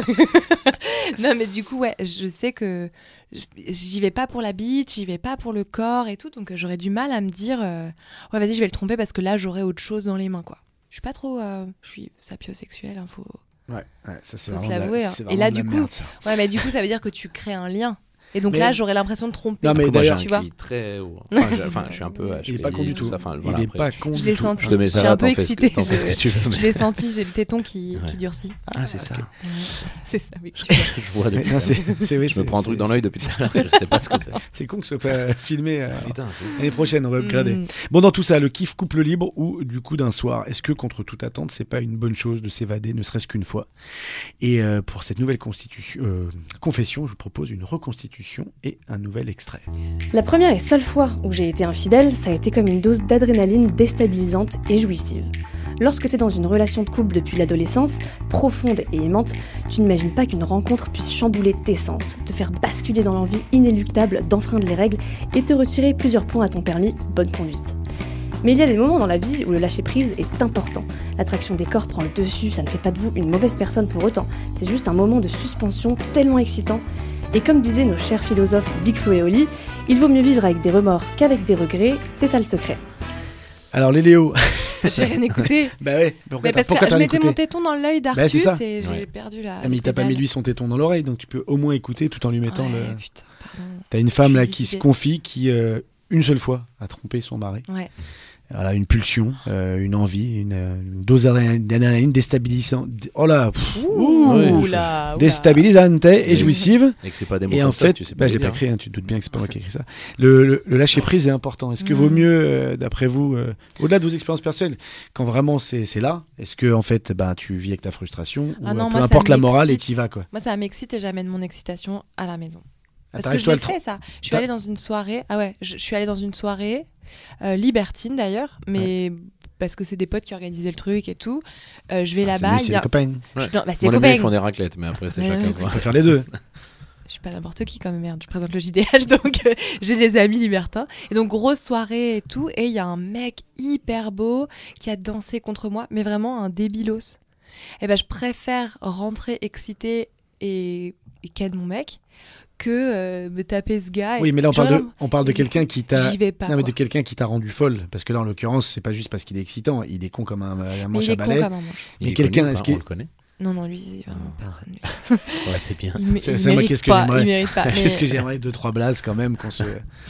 Non, mais du coup, ouais, je sais que j- j'y vais pas pour la bite, j'y vais pas pour le corps et tout, donc euh, j'aurais du mal à me dire, euh, ouais, vas-y, je vais le tromper parce que là, j'aurai autre chose dans les mains, quoi. Je suis pas trop, euh, je suis sapiosexuelle, hein, faut, Ouais, ouais, ça c'est faut se vraiment de la- l'avouer. hein. c'est Et vraiment là, de la du coup, merde, ça. ouais, mais du coup, ça veut dire que tu crées un lien. Et donc Mais- là, j'aurais l'impression de tromper. Non, mais Après, moi, j'ai d'ailleurs, un tu vois. Q I très haut. Enfin, j'ai- Enfin, je suis un peu. Il est pas con du tout. Ça, enfin, Il voilà, est après, pas con Je du l'ai tout. senti. Je te mets Je ça suis là, un peu t'en fais ce que- excitée. t'en fais ce que Je- tu veux. Je l'ai senti, j'ai le téton qui, Ouais. qui durcit. Ah, c'est ça. C'est ça, oui. Je vois depuis. Non, c'est- c'est- oui, Je me c'est- prends un truc c'est- dans l'œil depuis tout à l'heure. Je sais pas ce que c'est. C'est con que ce soit pas filmé. euh, Putain. c'est- L'année prochaine, on va upgrader. Mm. Bon, dans tout ça, le kiff couple libre ou du coup d'un soir, est-ce que contre toute attente, c'est pas une bonne chose de s'évader, ne serait-ce qu'une fois? Et euh, pour cette nouvelle constitution, euh, confession, je vous propose une reconstitution et un nouvel extrait. La première et seule fois où j'ai été infidèle, ça a été comme une dose d'adrénaline déstabilisante et jouissive. Lorsque tu es dans une relation de couple depuis l'adolescence, profonde et aimante, tu n'imagines pas qu'une rencontre puisse chambouler tes sens, te faire basculer dans l'envie inéluctable d'enfreindre les règles et te retirer plusieurs points à ton permis bonne conduite. Mais il y a des moments dans la vie où le lâcher-prise est important. L'attraction des corps prend le dessus, ça ne fait pas de vous une mauvaise personne pour autant. C'est juste un moment de suspension tellement excitant. Et comme disaient nos chers philosophes Big Flo et Oli, il vaut mieux vivre avec des remords qu'avec des regrets, c'est ça le secret. Alors les Léo. J'ai rien écouté. Bah ouais. Pourquoi Mais t'as- parce pourquoi que je t'as mettais écouté? mon téton dans l'œil Bah, d'Artus c'est ça. et j'ai Ouais. perdu la. Ah, mais il t'a pas mis lui son téton dans l'oreille, donc tu peux au moins écouter tout en lui mettant Ouais, le. putain, pardon. T'as une femme Je là suis qui se décidée. confie, qui euh, une seule fois a trompé son mari. Ouais. Voilà, une pulsion, euh, une envie, une, euh, une dose d'adrénaline déstabilisante. Oh là, pff, ouh, Ouh là, ouh là. déstabilisante et jouissive. Écris pas des mots Et comme en ça, fait, si tu sais pas bah, je les l'ai pas dire. écrit, hein, tu te doutes bien que c'est pas moi qui ai écrit ça. Le, le, le lâcher prise est important. Est-ce que vaut Mm. mieux, euh, d'après vous, euh, au-delà de vos expériences personnelles, quand vraiment c'est c'est là, est-ce que en fait, bah, tu vis avec ta frustration Ah ou non, euh, peu moi, ça importe la morale et m'excite. t'y vas quoi. Moi, ça m'excite et j'amène mon excitation à la maison. Ah, Parce que t'arrives je toi à l'ai le tra- fait ça. Je suis T'as- allée dans une soirée. Ah ouais, je, je suis allée dans une soirée euh, libertine d'ailleurs, mais parce que c'est des potes qui organisaient le truc et tout. Euh, je vais Ah, c'est là-bas. lui, il c'est y a- les copains. Je- Ouais. non, bah, c'est Moi, les les mecs, ils copains. font des raclettes, mais après, c'est Ouais, chacun ouais, son. On peut faire les deux. Je suis pas n'importe qui quand même, merde. Je présente le J D H, donc euh, j'ai des amis libertins. Et donc, grosse soirée et tout. Et il y a un mec hyper beau qui a dansé contre moi, mais vraiment un débilos. Et ben, je préfère rentrer excitée et, et ken mon mec que euh, me taper ce gars. et- Oui, mais là on J'aurais parle de, l'im- on parle de et du quelqu'un coup, qui t'a. J'y vais pas. Non, mais de quoi. quelqu'un qui t'a rendu folle. Parce que là, en l'occurrence, c'est pas juste parce qu'il est excitant. Il est con comme un, un Mais manche il à est con balai. comme un manche. Il Mais est quelqu'un, connu ou est-ce pas qu'il- On le connaît. Non, non, lui, c'est vraiment personne. Lui. Ouais, t'es bien. Il, mé- C'est il c'est moi mérite qu'est-ce que pas, j'aimerais. il mérite pas. Qu'est-ce mais- que j'aimerais deux trois blases quand même qu'on se.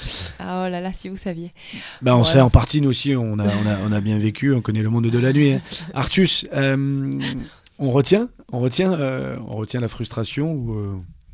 Ah oh là là, si vous saviez. Bah, on Voilà. sait en partie nous aussi. On a, on a, on a bien vécu. On connaît le monde de la nuit. hein. Artus, euh, on retient, on retient, euh, on retient la frustration ou. euh,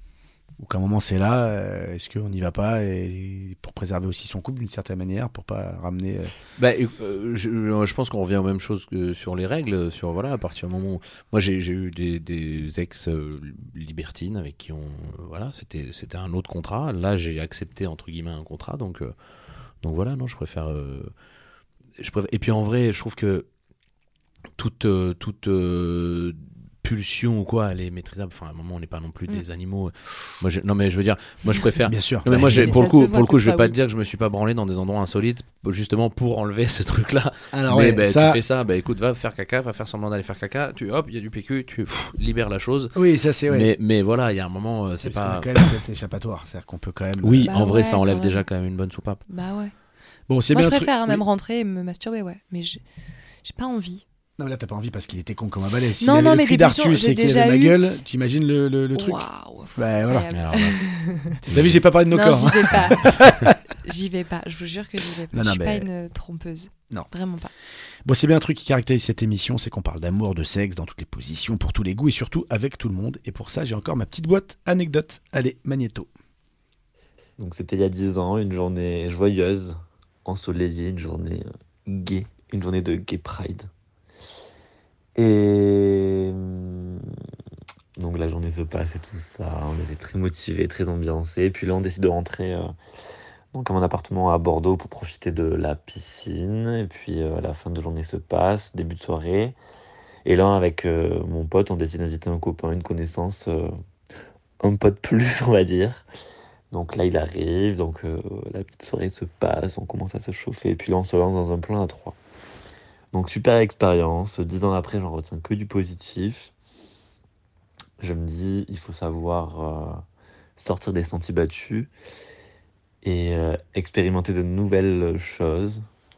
ou qu'à un moment c'est là, euh, est-ce qu'on n'y va pas et pour préserver aussi son couple d'une certaine manière, pour pas ramener. euh, Bah, euh, je, je pense qu'on revient aux mêmes choses que sur les règles. Sur voilà, à partir du moment où moi j'ai j'ai eu des, des ex euh, libertines avec qui on voilà, c'était c'était un autre contrat. Là, j'ai accepté entre guillemets un contrat, donc euh, donc voilà, non, je préfère, euh, je préfère. Et puis en vrai, je trouve que toute euh, toute euh, pulsion ou quoi, elle est maîtrisable. Enfin, à un moment, on n'est pas non plus mm. des animaux. Moi, je... Non, mais je veux dire, moi, je préfère. Bien sûr. Non, mais moi, j'ai... pour le coup, pour le coup, je vais pas pas oui. te dire que je me suis pas branlé dans des endroits insolites, justement pour enlever ce truc-là. Alors, mais ouais, bah, ça... tu fais ça, bah écoute, va faire caca, va faire semblant d'aller faire caca. Tu hop, il y a du P Q, tu pff, libères la chose. Oui, ça c'est. Ouais. Mais, mais voilà, il y a un moment, euh, c'est Parce pas. qu'on a quand même cet échappatoire, c'est-à-dire qu'on peut quand même. Oui, bah en vrai, ouais, ça enlève quand même. déjà quand même une bonne soupape. Bah ouais. Bon, c'est Moi, bien. je préfère truc... même oui. rentrer et me masturber, ouais. Mais j'ai, j'ai pas envie. Non, mais là, t'as pas envie parce qu'il était con comme un balai. S'il non, avait non, le mais cul des pulsions, d'Artus j'ai et qu'il déjà avait ma eu... gueule, tu imagines le, le, le truc. Waouh. Ouais, voilà. Alors, là, T'as vu, j'ai pas parlé de nos non, corps. j'y hein. vais pas. J'y vais pas. Je vous jure que j'y vais pas. Non, je non, suis mais- pas une trompeuse. Non. Vraiment pas. Bon, c'est bien un truc qui caractérise cette émission, c'est qu'on parle d'amour, de sexe, dans toutes les positions, pour tous les goûts et surtout avec tout le monde. Et pour ça, j'ai encore ma petite boîte anecdote. Allez, Magnéto. Donc c'était il y a dix ans, une journée joyeuse, ensoleillée, une journée euh, gay, une journée de gay pride. Et hum, donc la journée se passe et tout ça, on était très motivés, très ambiancés. Puis là on décide de rentrer euh, donc à mon appartement à Bordeaux pour profiter de la piscine. Et puis euh, la fin de journée se passe, début de soirée. Et là avec euh, mon pote, on décide d'inviter un copain, une connaissance, euh, un pote plus on va dire. Donc là, il arrive, donc euh, la petite soirée se passe, on commence à se chauffer, et puis là, on se lance dans un plan à trois. Donc super expérience, dix ans après, j'en retiens que du positif. Je me dis, il faut savoir euh, sortir des sentiers battus et euh, expérimenter de nouvelles choses.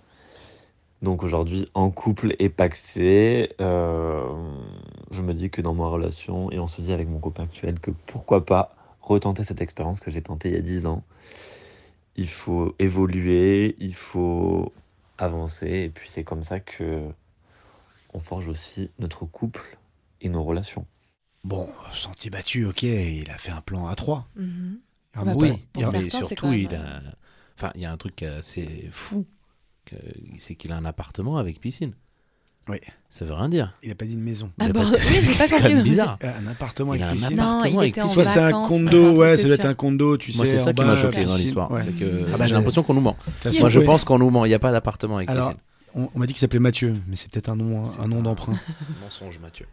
Donc aujourd'hui, en couple et paxé, euh, je me dis que dans ma relation, et on se dit avec mon copain actuel que pourquoi pas retenter cette expérience que j'ai tentée il y a dix ans. Il faut évoluer, il faut avancer, et puis c'est comme ça que on forge aussi notre couple et nos relations. Bon, sentier battu, ok, il a fait un plan à trois. Mm-hmm. Ah, bah, oui, pour, pour mais certains, surtout, c'est quand même, il a. Enfin, il y a un truc assez fou, que... c'est qu'il a un appartement avec piscine. Oui. Ça veut rien dire. Il a pas dit une maison. Ah Mais bah, parce que oui, c'est j'ai pas c'est quand compris. même bizarre. Euh, Un appartement Il avec a un piscine. Non, appartement il avec était en piscine. Soit c'est un vacances, condo, enfin, ouais, c'est ça doit être sûr. un condo, tu Moi, sais. c'est ça en qui m'a bas, choqué dans piscine, l'histoire. ouais. C'est que Ah bah, j'ai l'impression qu'on nous ment. T'as Moi, je joué. pense qu'on nous ment. Il n'y a pas d'appartement avec Alors, piscine. on, on m'a dit qu'il s'appelait Mathieu, mais c'est peut-être un nom, C'est un nom pas- d'emprunt. Mensonge, Mathieu.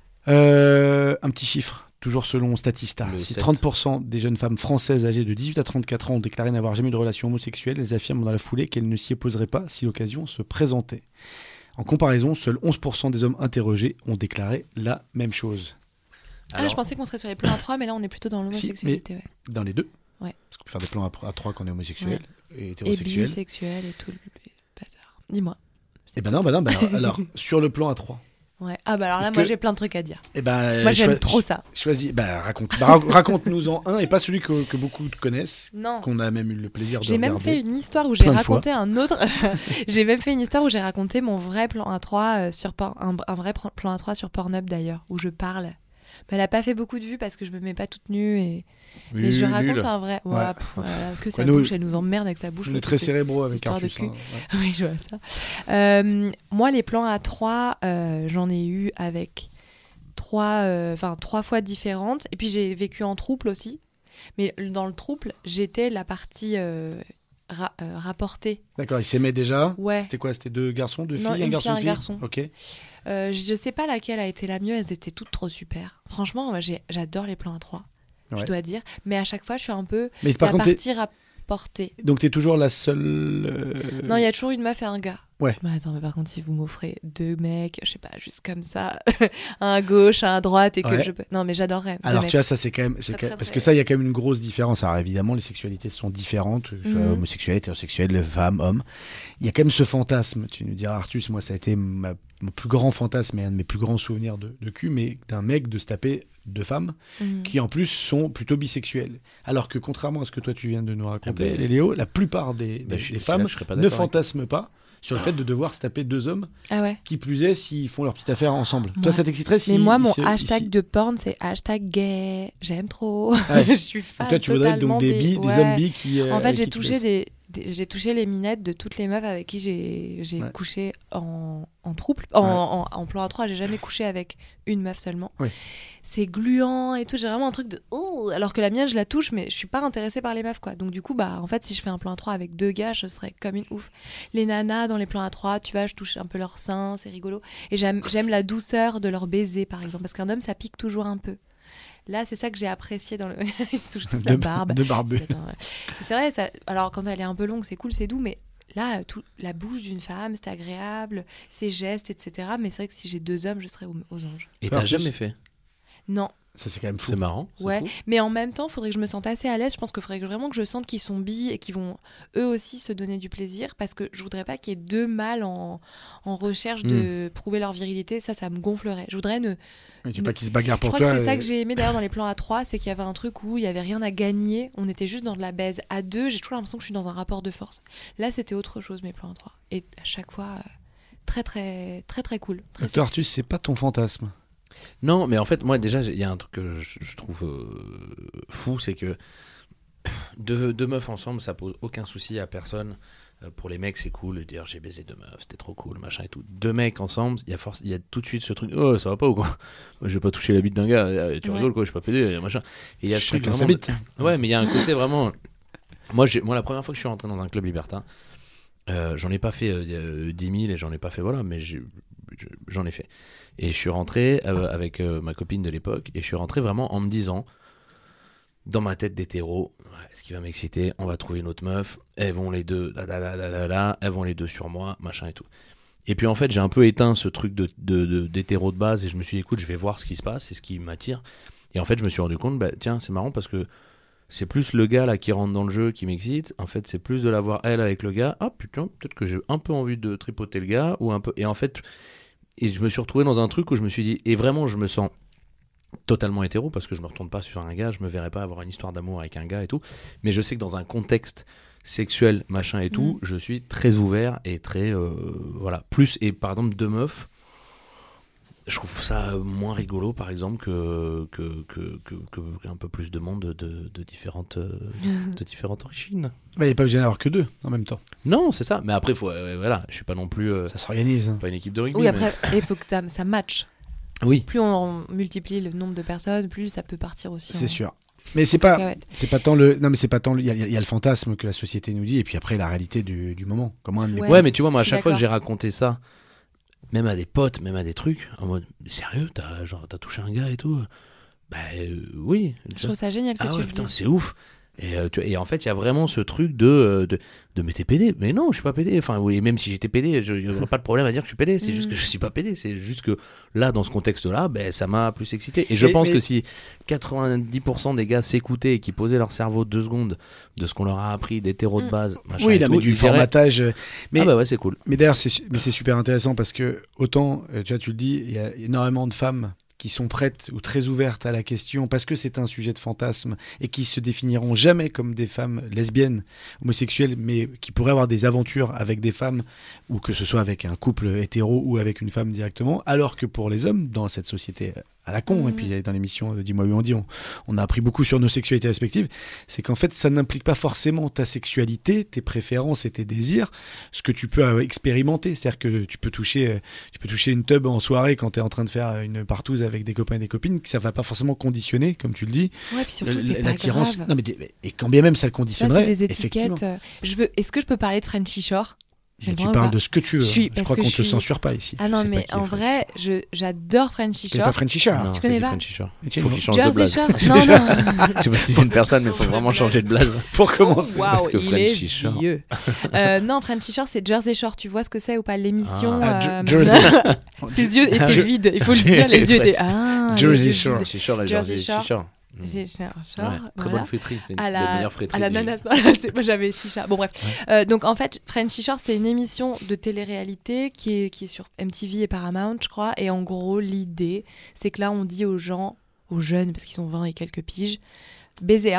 Euh, un petit chiffre, toujours selon Statista. Le Si sept. trente pour cent des jeunes femmes françaises âgées de dix-huit à trente-quatre ans ont déclaré n'avoir jamais eu de relation homosexuelle, elles affirment dans la foulée qu'elles ne s'y opposeraient pas si l'occasion se présentait. En comparaison, seuls onze pour cent des hommes interrogés ont déclaré la même chose. Ah, Alors, je pensais qu'on serait sur les plans à trois, mais là, on est plutôt dans l'homosexualité. ouais. Dans les deux. Ouais. Parce qu'on peut faire des plans à, à trois quand on est homosexuel et Et hétérosexuel. bisexuel et tout le bazar. Dis-moi. Eh ben non, bah non, bah alors, alors, sur le plan à trois. Ouais. Ah bah alors là, Parce moi, que- j'ai plein de trucs à dire. Eh ben, Moi, j'aime choi- trop ça. Choisis, bah raconte, bah, ra- raconte-nous-en un et pas celui que, que beaucoup connaissent, Non. qu'on a même eu le plaisir de J'ai même regarder. fait une histoire où j'ai plein de raconté un autre. J'ai même fait une histoire où j'ai raconté mon vrai plan à trois euh, sur Por- un, un vrai pr- plan à trois sur Pornhub d'ailleurs, où je parle. Mais elle a pas fait beaucoup de vues parce que je me mets pas toute nue et. Mais je Nul. raconte un vrai. Ouais, Ouais. pff, voilà, que sa Ouais, nous- bouche, elle nous emmerde avec sa bouche. On est parce très que c'est- cérébraux c'est avec histoire de Artus. cul. hein, ouais. Oui, je vois ça. Euh, moi, les plans à trois, euh, j'en ai eu avec trois, euh, enfin trois fois différentes. Et puis j'ai vécu en trouble aussi. Mais dans le trouble, j'étais la partie euh, ra- euh, rapportée. D'accord, ils s'aimaient déjà. Ouais. C'était quoi? C'était deux garçons, deux filles, Non, un une garçon, fille, un une fille garçon. Ok. Euh, je sais pas laquelle a été la mieux. Elles étaient toutes trop super. Franchement, moi, j'ai- j'adore les plans à trois. Ouais. Je dois dire. Mais à chaque fois, je suis un peu Mais par la contre, t'es- partie rapportée. donc t'es toujours la seule. euh, Non, il y a toujours une meuf et un gars. Ouais. Mais attends, mais par contre, si vous m'offrez deux mecs, je sais pas, juste comme ça, un à gauche, un à droite, et que Ouais. je peux. Non, mais j'adorerais. deux Alors mecs. tu vois, ça c'est quand même, c'est Très, quand- très, parce très- que ça, il y a quand même une grosse différence. Alors évidemment, les sexualités sont différentes, que ce soit Mhm. homosexuel, hétérosexuel, femme, homme. Il y a quand même ce fantasme. Tu nous diras, Artus, moi, ça a été ma- mon plus grand fantasme et un de mes plus grands souvenirs de, de cul, mais d'un mec de se taper deux femmes Mhm. qui en plus sont plutôt bisexuelles. Alors que contrairement à ce que toi tu viens de nous raconter, Ah ben- Léo, la plupart des, Ben, des- je- des je- femmes je serais pas ne d'accord avec- fantasment pas sur le fait de devoir se taper deux hommes, Ah ouais. qui plus est s'ils font leur petite affaire ensemble. Moi- Toi, ça t'exciterait si Mais moi, ils mon se- hashtag ici- de porn, c'est hashtag gay. J'aime trop. Ouais. je suis fan. Donc toi, tu voudrais donc totalement des bi, des ouais. hommes bi qui. euh, En fait, avec j'ai qui tu touché baisses. des, j'ai touché les minettes de toutes les meufs avec qui j'ai, j'ai Ouais. couché en, en trouble, en, Ouais. en, en plan à trois. J'ai jamais couché avec une meuf seulement. Oui. C'est gluant et tout. J'ai vraiment un truc de oh, alors que la mienne, je la touche, mais je suis pas intéressée par les meufs, quoi. Donc du coup, bah en fait, si je fais un plan à trois avec deux gars, je serais comme une ouf. Les nanas dans les plans à trois, tu vois, je touche un peu leurs seins, c'est rigolo. Et j'aime, j'aime la douceur de leur baiser, par exemple, parce qu'un homme, ça pique toujours un peu. Là, c'est ça que j'ai apprécié dans le. Ils touchent tous la De- barbe. de barbu. C'est, attends, ouais. C'est vrai, ça... alors quand elle est un peu longue, c'est cool, c'est doux, mais là, tout... la bouche d'une femme, c'est agréable, ses gestes, et cetera. Mais c'est vrai que si j'ai deux hommes, je serais aux, aux anges. Et Toi, t'as Artus jamais fait? Non. Ça, c'est quand même fou. C'est marrant. c'est Ouais, fou. mais en même temps, il faudrait que je me sente assez à l'aise. Je pense qu'il faudrait que vraiment que je sente qu'ils sont bi et qu'ils vont eux aussi se donner du plaisir, parce que je voudrais pas qu'il y ait deux mâles en, en recherche de prouver leur virilité. Ça, ça me gonflerait. Je voudrais ne. Oui, tu veux ne- pas qu'ils se bagarrent Je pour crois toi. que c'est ça et- que j'ai aimé d'ailleurs dans les plans à trois, c'est qu'il y avait un truc où il y avait rien à gagner. On était juste dans de la baise à deux. J'ai toujours l'impression que je suis dans un rapport de force. Là, c'était autre chose mes plans à trois. Et à chaque fois, euh, très très très très cool. Très Donc, toi, sexy. Artus, c'est pas ton fantasme. Non, mais en fait, moi, déjà, il y a un truc que je, je trouve euh, fou, c'est que deux, deux meufs ensemble, ça pose aucun souci à personne. Euh, pour les mecs, c'est cool de dire j'ai baisé deux meufs, c'était trop cool, machin et tout. Deux mecs ensemble, il y a force, il y a tout de suite ce truc, oh, ça va pas ou quoi? Moi, je vais pas toucher la bite d'un gars, euh, tu Ouais. rigoles quoi, je suis pas pédé, machin. Et il y a ce truc Chacun sa vraiment- bite. Ouais, mais il y a un côté vraiment. Moi, j'ai... Moi, la première fois que je suis rentré dans un club libertin, euh, j'en ai pas fait euh, dix mille et j'en ai pas fait, voilà, mais j'ai- je- j'en ai fait. Et je suis rentré euh, avec euh, ma copine de l'époque, et je suis rentré vraiment en me disant, dans ma tête d'hétéro, ouais, ce qui va m'exciter, on va trouver une autre meuf, elles vont les deux, là, là, là, là, là, là, elles vont les deux sur moi, machin et tout. Et puis en fait, j'ai un peu éteint ce truc de, de, de- d'hétéro de base, et je me suis dit, écoute, je vais voir ce qui se passe et ce qui m'attire. Et en fait, je me suis rendu compte, bah, tiens, c'est marrant parce que c'est plus le gars là qui rentre dans le jeu qui m'excite. En fait, c'est plus de la voir elle avec le gars. Ah putain, peut-être que j'ai un peu envie de tripoter le gars ou un peu. Et en fait, et je me suis retrouvé dans un truc où je me suis dit, et vraiment, je me sens totalement hétéro parce que je me retourne pas sur un gars, je me verrais pas avoir une histoire d'amour avec un gars et tout. Mais je sais que dans un contexte sexuel, machin et tout, je suis très ouvert et très euh, voilà plus. Et par exemple, deux meufs. Je trouve ça moins rigolo, par exemple, que, que, que, que, que- qu'un peu plus de monde de, de, différentes, euh, de différentes origines. Bah, il n'est pas obligé d'en avoir que deux en même temps. Non, c'est ça. Mais après, faut, euh, voilà, je suis pas non plus. euh, Ça s'organise. pas une équipe de rugby. Oui, mais- après, il faut que ça- ça matche. Oui. Plus on multiplie le nombre de personnes, plus ça peut partir aussi. C'est en- sûr. Mais c'est pas, cacahuète. c'est pas tant le, non mais c'est pas tant le, il y, a- il y a le fantasme que la société nous dit et puis après la réalité du, du moment. Comment un de mes Ouais. Ouais, mais tu vois, moi, à je suis chaque fois que d'accord. j'ai raconté ça, même à des potes, même à des trucs, en mode, sérieux, t'as, genre, t'as touché un gars et tout? Bah euh, oui. Je trouve ça génial que Ah tu ouais, le putain, dises. c'est ouf. Et, euh, tu vois, et en fait, il y a vraiment ce truc de, euh, de, de mais t'es pédé. Mais non, je suis pas pédé. Enfin, oui, même si j'étais pédé, il n'y aurait pas de problème à dire que je suis pédé. C'est Mm. juste que je suis pas pédé. C'est juste que là, dans ce contexte-là, ben, ça m'a plus excité. Et je Mais- pense mais- que si quatre-vingt-dix pour cent des gars s'écoutaient et qui posaient leur cerveau deux secondes de ce qu'on leur a appris d'hétéro de Mm. base, machin Oui, et là, tout, mais du ils diraient, formatage. euh, Mais, ah bah ouais, c'est cool. mais d'ailleurs, c'est, su- mais c'est super intéressant parce que autant, euh, tu vois, tu le dis, il y a énormément de femmes qui sont prêtes ou très ouvertes à la question parce que c'est un sujet de fantasme et qui se définiront jamais comme des femmes lesbiennes, homosexuelles, mais qui pourraient avoir des aventures avec des femmes ou que ce soit avec un couple hétéro ou avec une femme directement, alors que pour les hommes, dans cette société à la con, Mhm. et puis dans l'émission de Dis-moi oui on dit, on, on a appris beaucoup sur nos sexualités respectives, c'est qu'en fait ça n'implique pas forcément ta sexualité, tes préférences et tes désirs, ce que tu peux euh, expérimenter, c'est-à-dire que tu peux toucher, euh, tu peux toucher une tub en soirée quand tu es en train de faire une partouze avec des copains et des copines, que ça va pas forcément conditionner, comme tu le dis, Ouais, puis surtout, l- c'est pas l'attirance. grave. Non, mais des- et quand bien même ça le Tu vois, conditionnerait, c'est des effectivement. étiquettes. euh, Je veux... Est-ce que je peux parler de Frenchy Shore? J'ai Mais le tu droit ou parles pas de ce que tu veux. Je suis- Je parce crois que qu'on je te suis- censure pas ici. Ah Je non, sais pas mais qui est en Frenchy. vrai, je... j'adore Frenchy C'est Shore. pas Frenchy Shore. Non, tu c'est connais du pas Frenchy Shore. Et Il tu faut vois. qu'il change de Jersey blaze. Shore. Non, non. Je sais pas si c'est une personne, mais il faut vraiment changer de blaze. Pour commencer. Waouh, Parce que il Frenchy est Shore. vieux. Euh, non, Frenchy Shore, c'est Jersey Shore. Tu vois ce que c'est ou pas l'émission Ah, euh, Jer- Jersey. Ses yeux étaient Je- vides, il faut le dire. Les yeux étaient. Ah, Jersey les yeux Shore. vides. Frenchy Shore et Jersey Jersey Shore. Shore. J'ai j'ai un short, Ouais, très voilà. bonne friterie, c'est une à des la, meilleures friteries. à du- l'ananas. Non, c'est- moi j'avais chicha. Bon bref. Euh, donc en fait, Frenchy Shore, c'est une émission de télé-réalité qui est, qui est sur M T V et Paramount, je crois. Et en gros, l'idée, c'est que là, on dit aux gens, aux jeunes, parce qu'ils ont vingt et quelques piges, baisez un.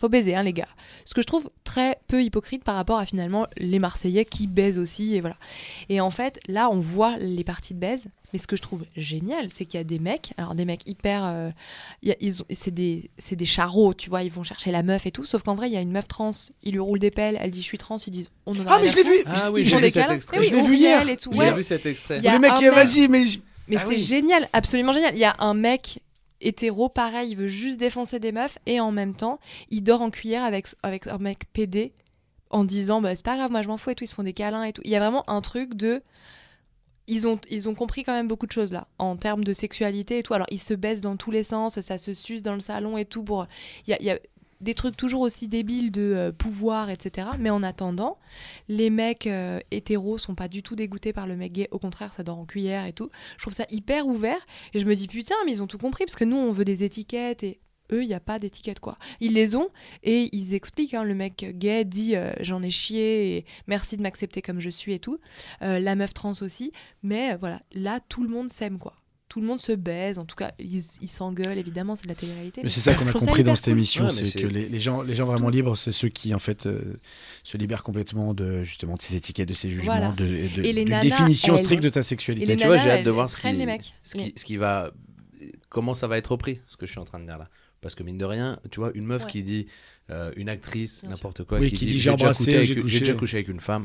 faut baiser, hein, les gars. Ce que je trouve très peu hypocrite par rapport à finalement les Marseillais qui baisent aussi, et voilà. Et en fait, là, on voit les parties de baise, mais ce que je trouve génial, c'est qu'il y a des mecs, alors des mecs hyper, euh, y a, ils ont, c'est des, c'est des charros, tu vois, ils vont chercher la meuf et tout, sauf qu'en vrai, il y a une meuf trans, ils lui roulent des pelles, elle dit je suis trans, ils disent on en a Ah, rien mais à je l'ai foutre. vu. Ah oui, Ils j'ai font vu des cet câlins. extrait. Eh oui, Je l'ai vu Auriel hier. et tout. J'ai Ouais. vu cet extrait. Il y a Le mec un qui est mec- vas-y, mais. je- Mais Ah c'est oui. génial, absolument génial. Il y a un mec hétéro, pareil, il veut juste défoncer des meufs et en même temps, il dort en cuillère avec, avec un mec pédé en disant bah, c'est pas grave, moi je m'en fous et tout, ils se font des câlins et tout. Il y a vraiment un truc de. Ils ont, ils ont compris quand même beaucoup de choses là, en termes de sexualité et tout. Alors ils se baissent dans tous les sens, ça se suce dans le salon et tout. Pour... Il y a, il y a des trucs toujours aussi débiles de euh, pouvoir, et cetera. Mais en attendant, les mecs euh, hétéros sont pas du tout dégoûtés par le mec gay. Au contraire, ça dort en cuillère et tout. Je trouve ça hyper ouvert. Et je me dis, putain, mais ils ont tout compris. Parce que nous, on veut des étiquettes et eux, il n'y a pas d'étiquettes, quoi. Ils les ont et ils expliquent. Hein, le mec gay dit, euh, j'en ai chié et merci de m'accepter comme je suis et tout. Euh, la meuf trans aussi. Mais euh, voilà, là, tout le monde s'aime, quoi. Tout le monde se baise, en tout cas, ils ils s'engueulent, évidemment, c'est de la télé-réalité. Mais c'est ça qu'on a je trouve ça compris dans hyper cette cool. émission, Ouais, mais c'est c'est- que les, les gens, les gens vraiment libres, c'est ceux qui en fait euh, se libèrent complètement de justement de ces étiquettes, de ces jugements, Voilà. de, de, Et les de nanas, définition elles- stricte de ta Et sexualité. les Tu vois, nanas, j'ai hâte de elles voir ce prennent qui, les mecs. ce qui, Les- ce qui va, comment ça va être repris, ce que je suis en train de dire là. Parce que mine de rien, tu vois, une meuf Ouais. qui dit, euh, une actrice, Bien n'importe quoi, Oui, qui, qui dit, dit, j'ai j'ai déjà, embrassé, couché avec- j'ai j'ai couché. déjà couché avec une femme,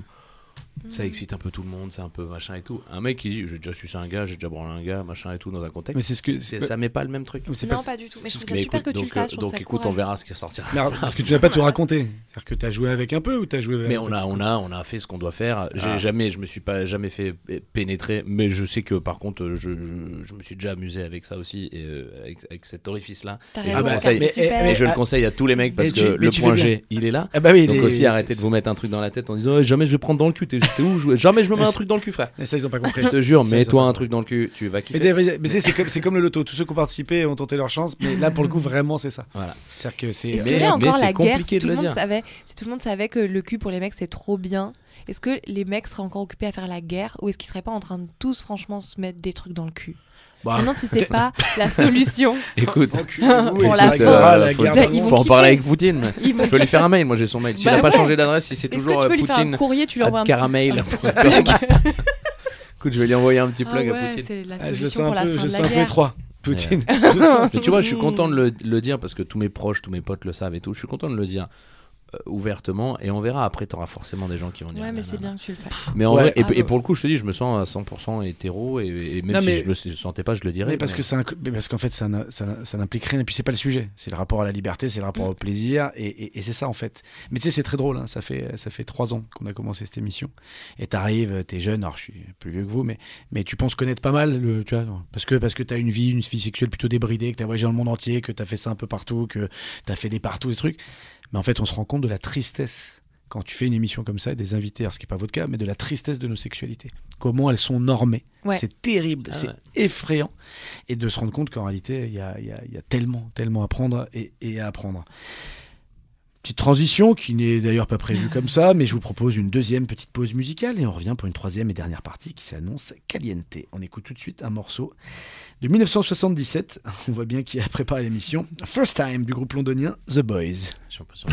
ça Mhm. excite un peu tout le monde, c'est un peu machin et tout. Un mec qui dit, j'ai déjà sucé un gars, j'ai déjà branlé un gars, machin et tout, dans un contexte, Mais c'est ce que c'est- ça met pas le même truc. Mais c'est Non, pas- pas du tout. Mais je c'est- trouve ça Mais super écoute, que tu donc, le fasses. je euh, trouve donc ça écoute, on courageux. verra ce qui sortira. Mais alors, Ça. parce que tu n'as pas tout raconté. C'est-à-dire que tu as joué avec un peu ou tu as joué avec... Mais on a, on a, on a fait ce qu'on doit faire. J'ai Ah. jamais, je me suis pas jamais fait pénétrer, mais je sais que par contre, je, je, je me suis déjà amusé avec ça aussi, et euh, avec, avec cet orifice-là. T'as Et je raison, le bah, conseille- c'est super. et je le ah, conseille à tous les mecs parce mais que tu- mais le tu point fais G, il est là. Ah bah oui, Donc les- aussi, arrêtez de vous mettre un truc dans la tête en disant oh, jamais je vais prendre dans le cul. T'es t'es où je- Jamais je me mets un truc dans le cul, frère. Mais ça, ils ont pas compris. Je te jure, Ça, ils ont mets-toi pas un compris. truc dans le cul, tu vas Mais, kiffer. des- mais c'est c'est comme, c'est comme le loto. Tous ceux qui ont participé ont tenté leur chance, mais là, pour le coup, vraiment, c'est ça. Voilà. C'est-à-dire que c'est... Est-ce Mais- qu'il y a mais encore c'est la guerre compliqué si de tout, le le monde dire. savait, si tout le monde savait que le cul pour les mecs c'est trop bien, est-ce que les mecs seraient encore occupés à faire la guerre ou est-ce qu'ils seraient pas en train de tous franchement se mettre des trucs dans le cul? Bah, Je me demande si c'est pas la solution. Écoute, enculez-vous, Pour et la ça fin. fera la faut, guerre Ils du vont monde. faut en kiffer. parler avec Poutine. Ils vont Je peux lui faire un mail, moi j'ai son mail. S'il Bah a pas ouais. changé d'adresse, si c'est Est-ce toujours que tu peux euh, lui faire un Poutine. courrier, tu lui envoies un petit Caramel. un petit plug. Écoute, je vais lui envoyer un petit Ah plug à ouais, Poutine. c'est la Ah, je le solution sens pour un la peu, fin je de sens la un peu guerre. étroit. Poutine. Je le sens. Mais tu vois, je suis content de le, le dire parce que tous mes proches, tous mes potes le savent et tout. Je suis content de le dire euh, ouvertement et on verra. Après, t'auras forcément des gens qui vont dire. Ouais, mais nanana. c'est bien que tu le fasses. Mais en Ouais. vrai, et, Ah et bah. pour le coup, je te dis, je me sens à cent pour cent hétéro et, et même Non, si mais- je le sais- je sentais pas, je le dirais. Mais parce mais- que ça inclut- mais parce qu'en fait ça, n'a- ça, ça n'implique rien et puis c'est pas le sujet, c'est le rapport à la liberté, c'est le rapport Mm. au plaisir et, et- et c'est ça en fait. Mais tu sais c'est très drôle, hein, ça fait ça fait trois ans qu'on a commencé cette émission et t'arrives, t'es jeune, alors je suis plus vieux que vous, mais mais tu penses connaître pas mal le, tu vois, parce que parce que t'as une vie, une vie sexuelle plutôt débridée, que t'as voyagé dans le monde entier, que t'as fait ça un peu partout, que t'as fait des partout des trucs. Mais en fait on se rend compte de la tristesse. Quand tu fais une émission comme ça, des invités, alors ce qui n'est pas votre cas, mais de la tristesse de nos sexualités. Comment elles sont normées. Ouais. C'est terrible, Ah c'est ouais. effrayant. Et de se rendre compte qu'en réalité, il y a, il y a- il y a tellement, tellement à prendre et, et à apprendre. Petite transition qui n'est d'ailleurs pas prévue comme ça, mais je vous propose une deuxième petite pause musicale et on revient pour une troisième et dernière partie qui s'annonce caliente. On écoute tout de suite un morceau de dix-neuf cent soixante-dix-sept. On voit bien qui a préparé l'émission. First Time du groupe londonien The Boys. J'ai l'impression.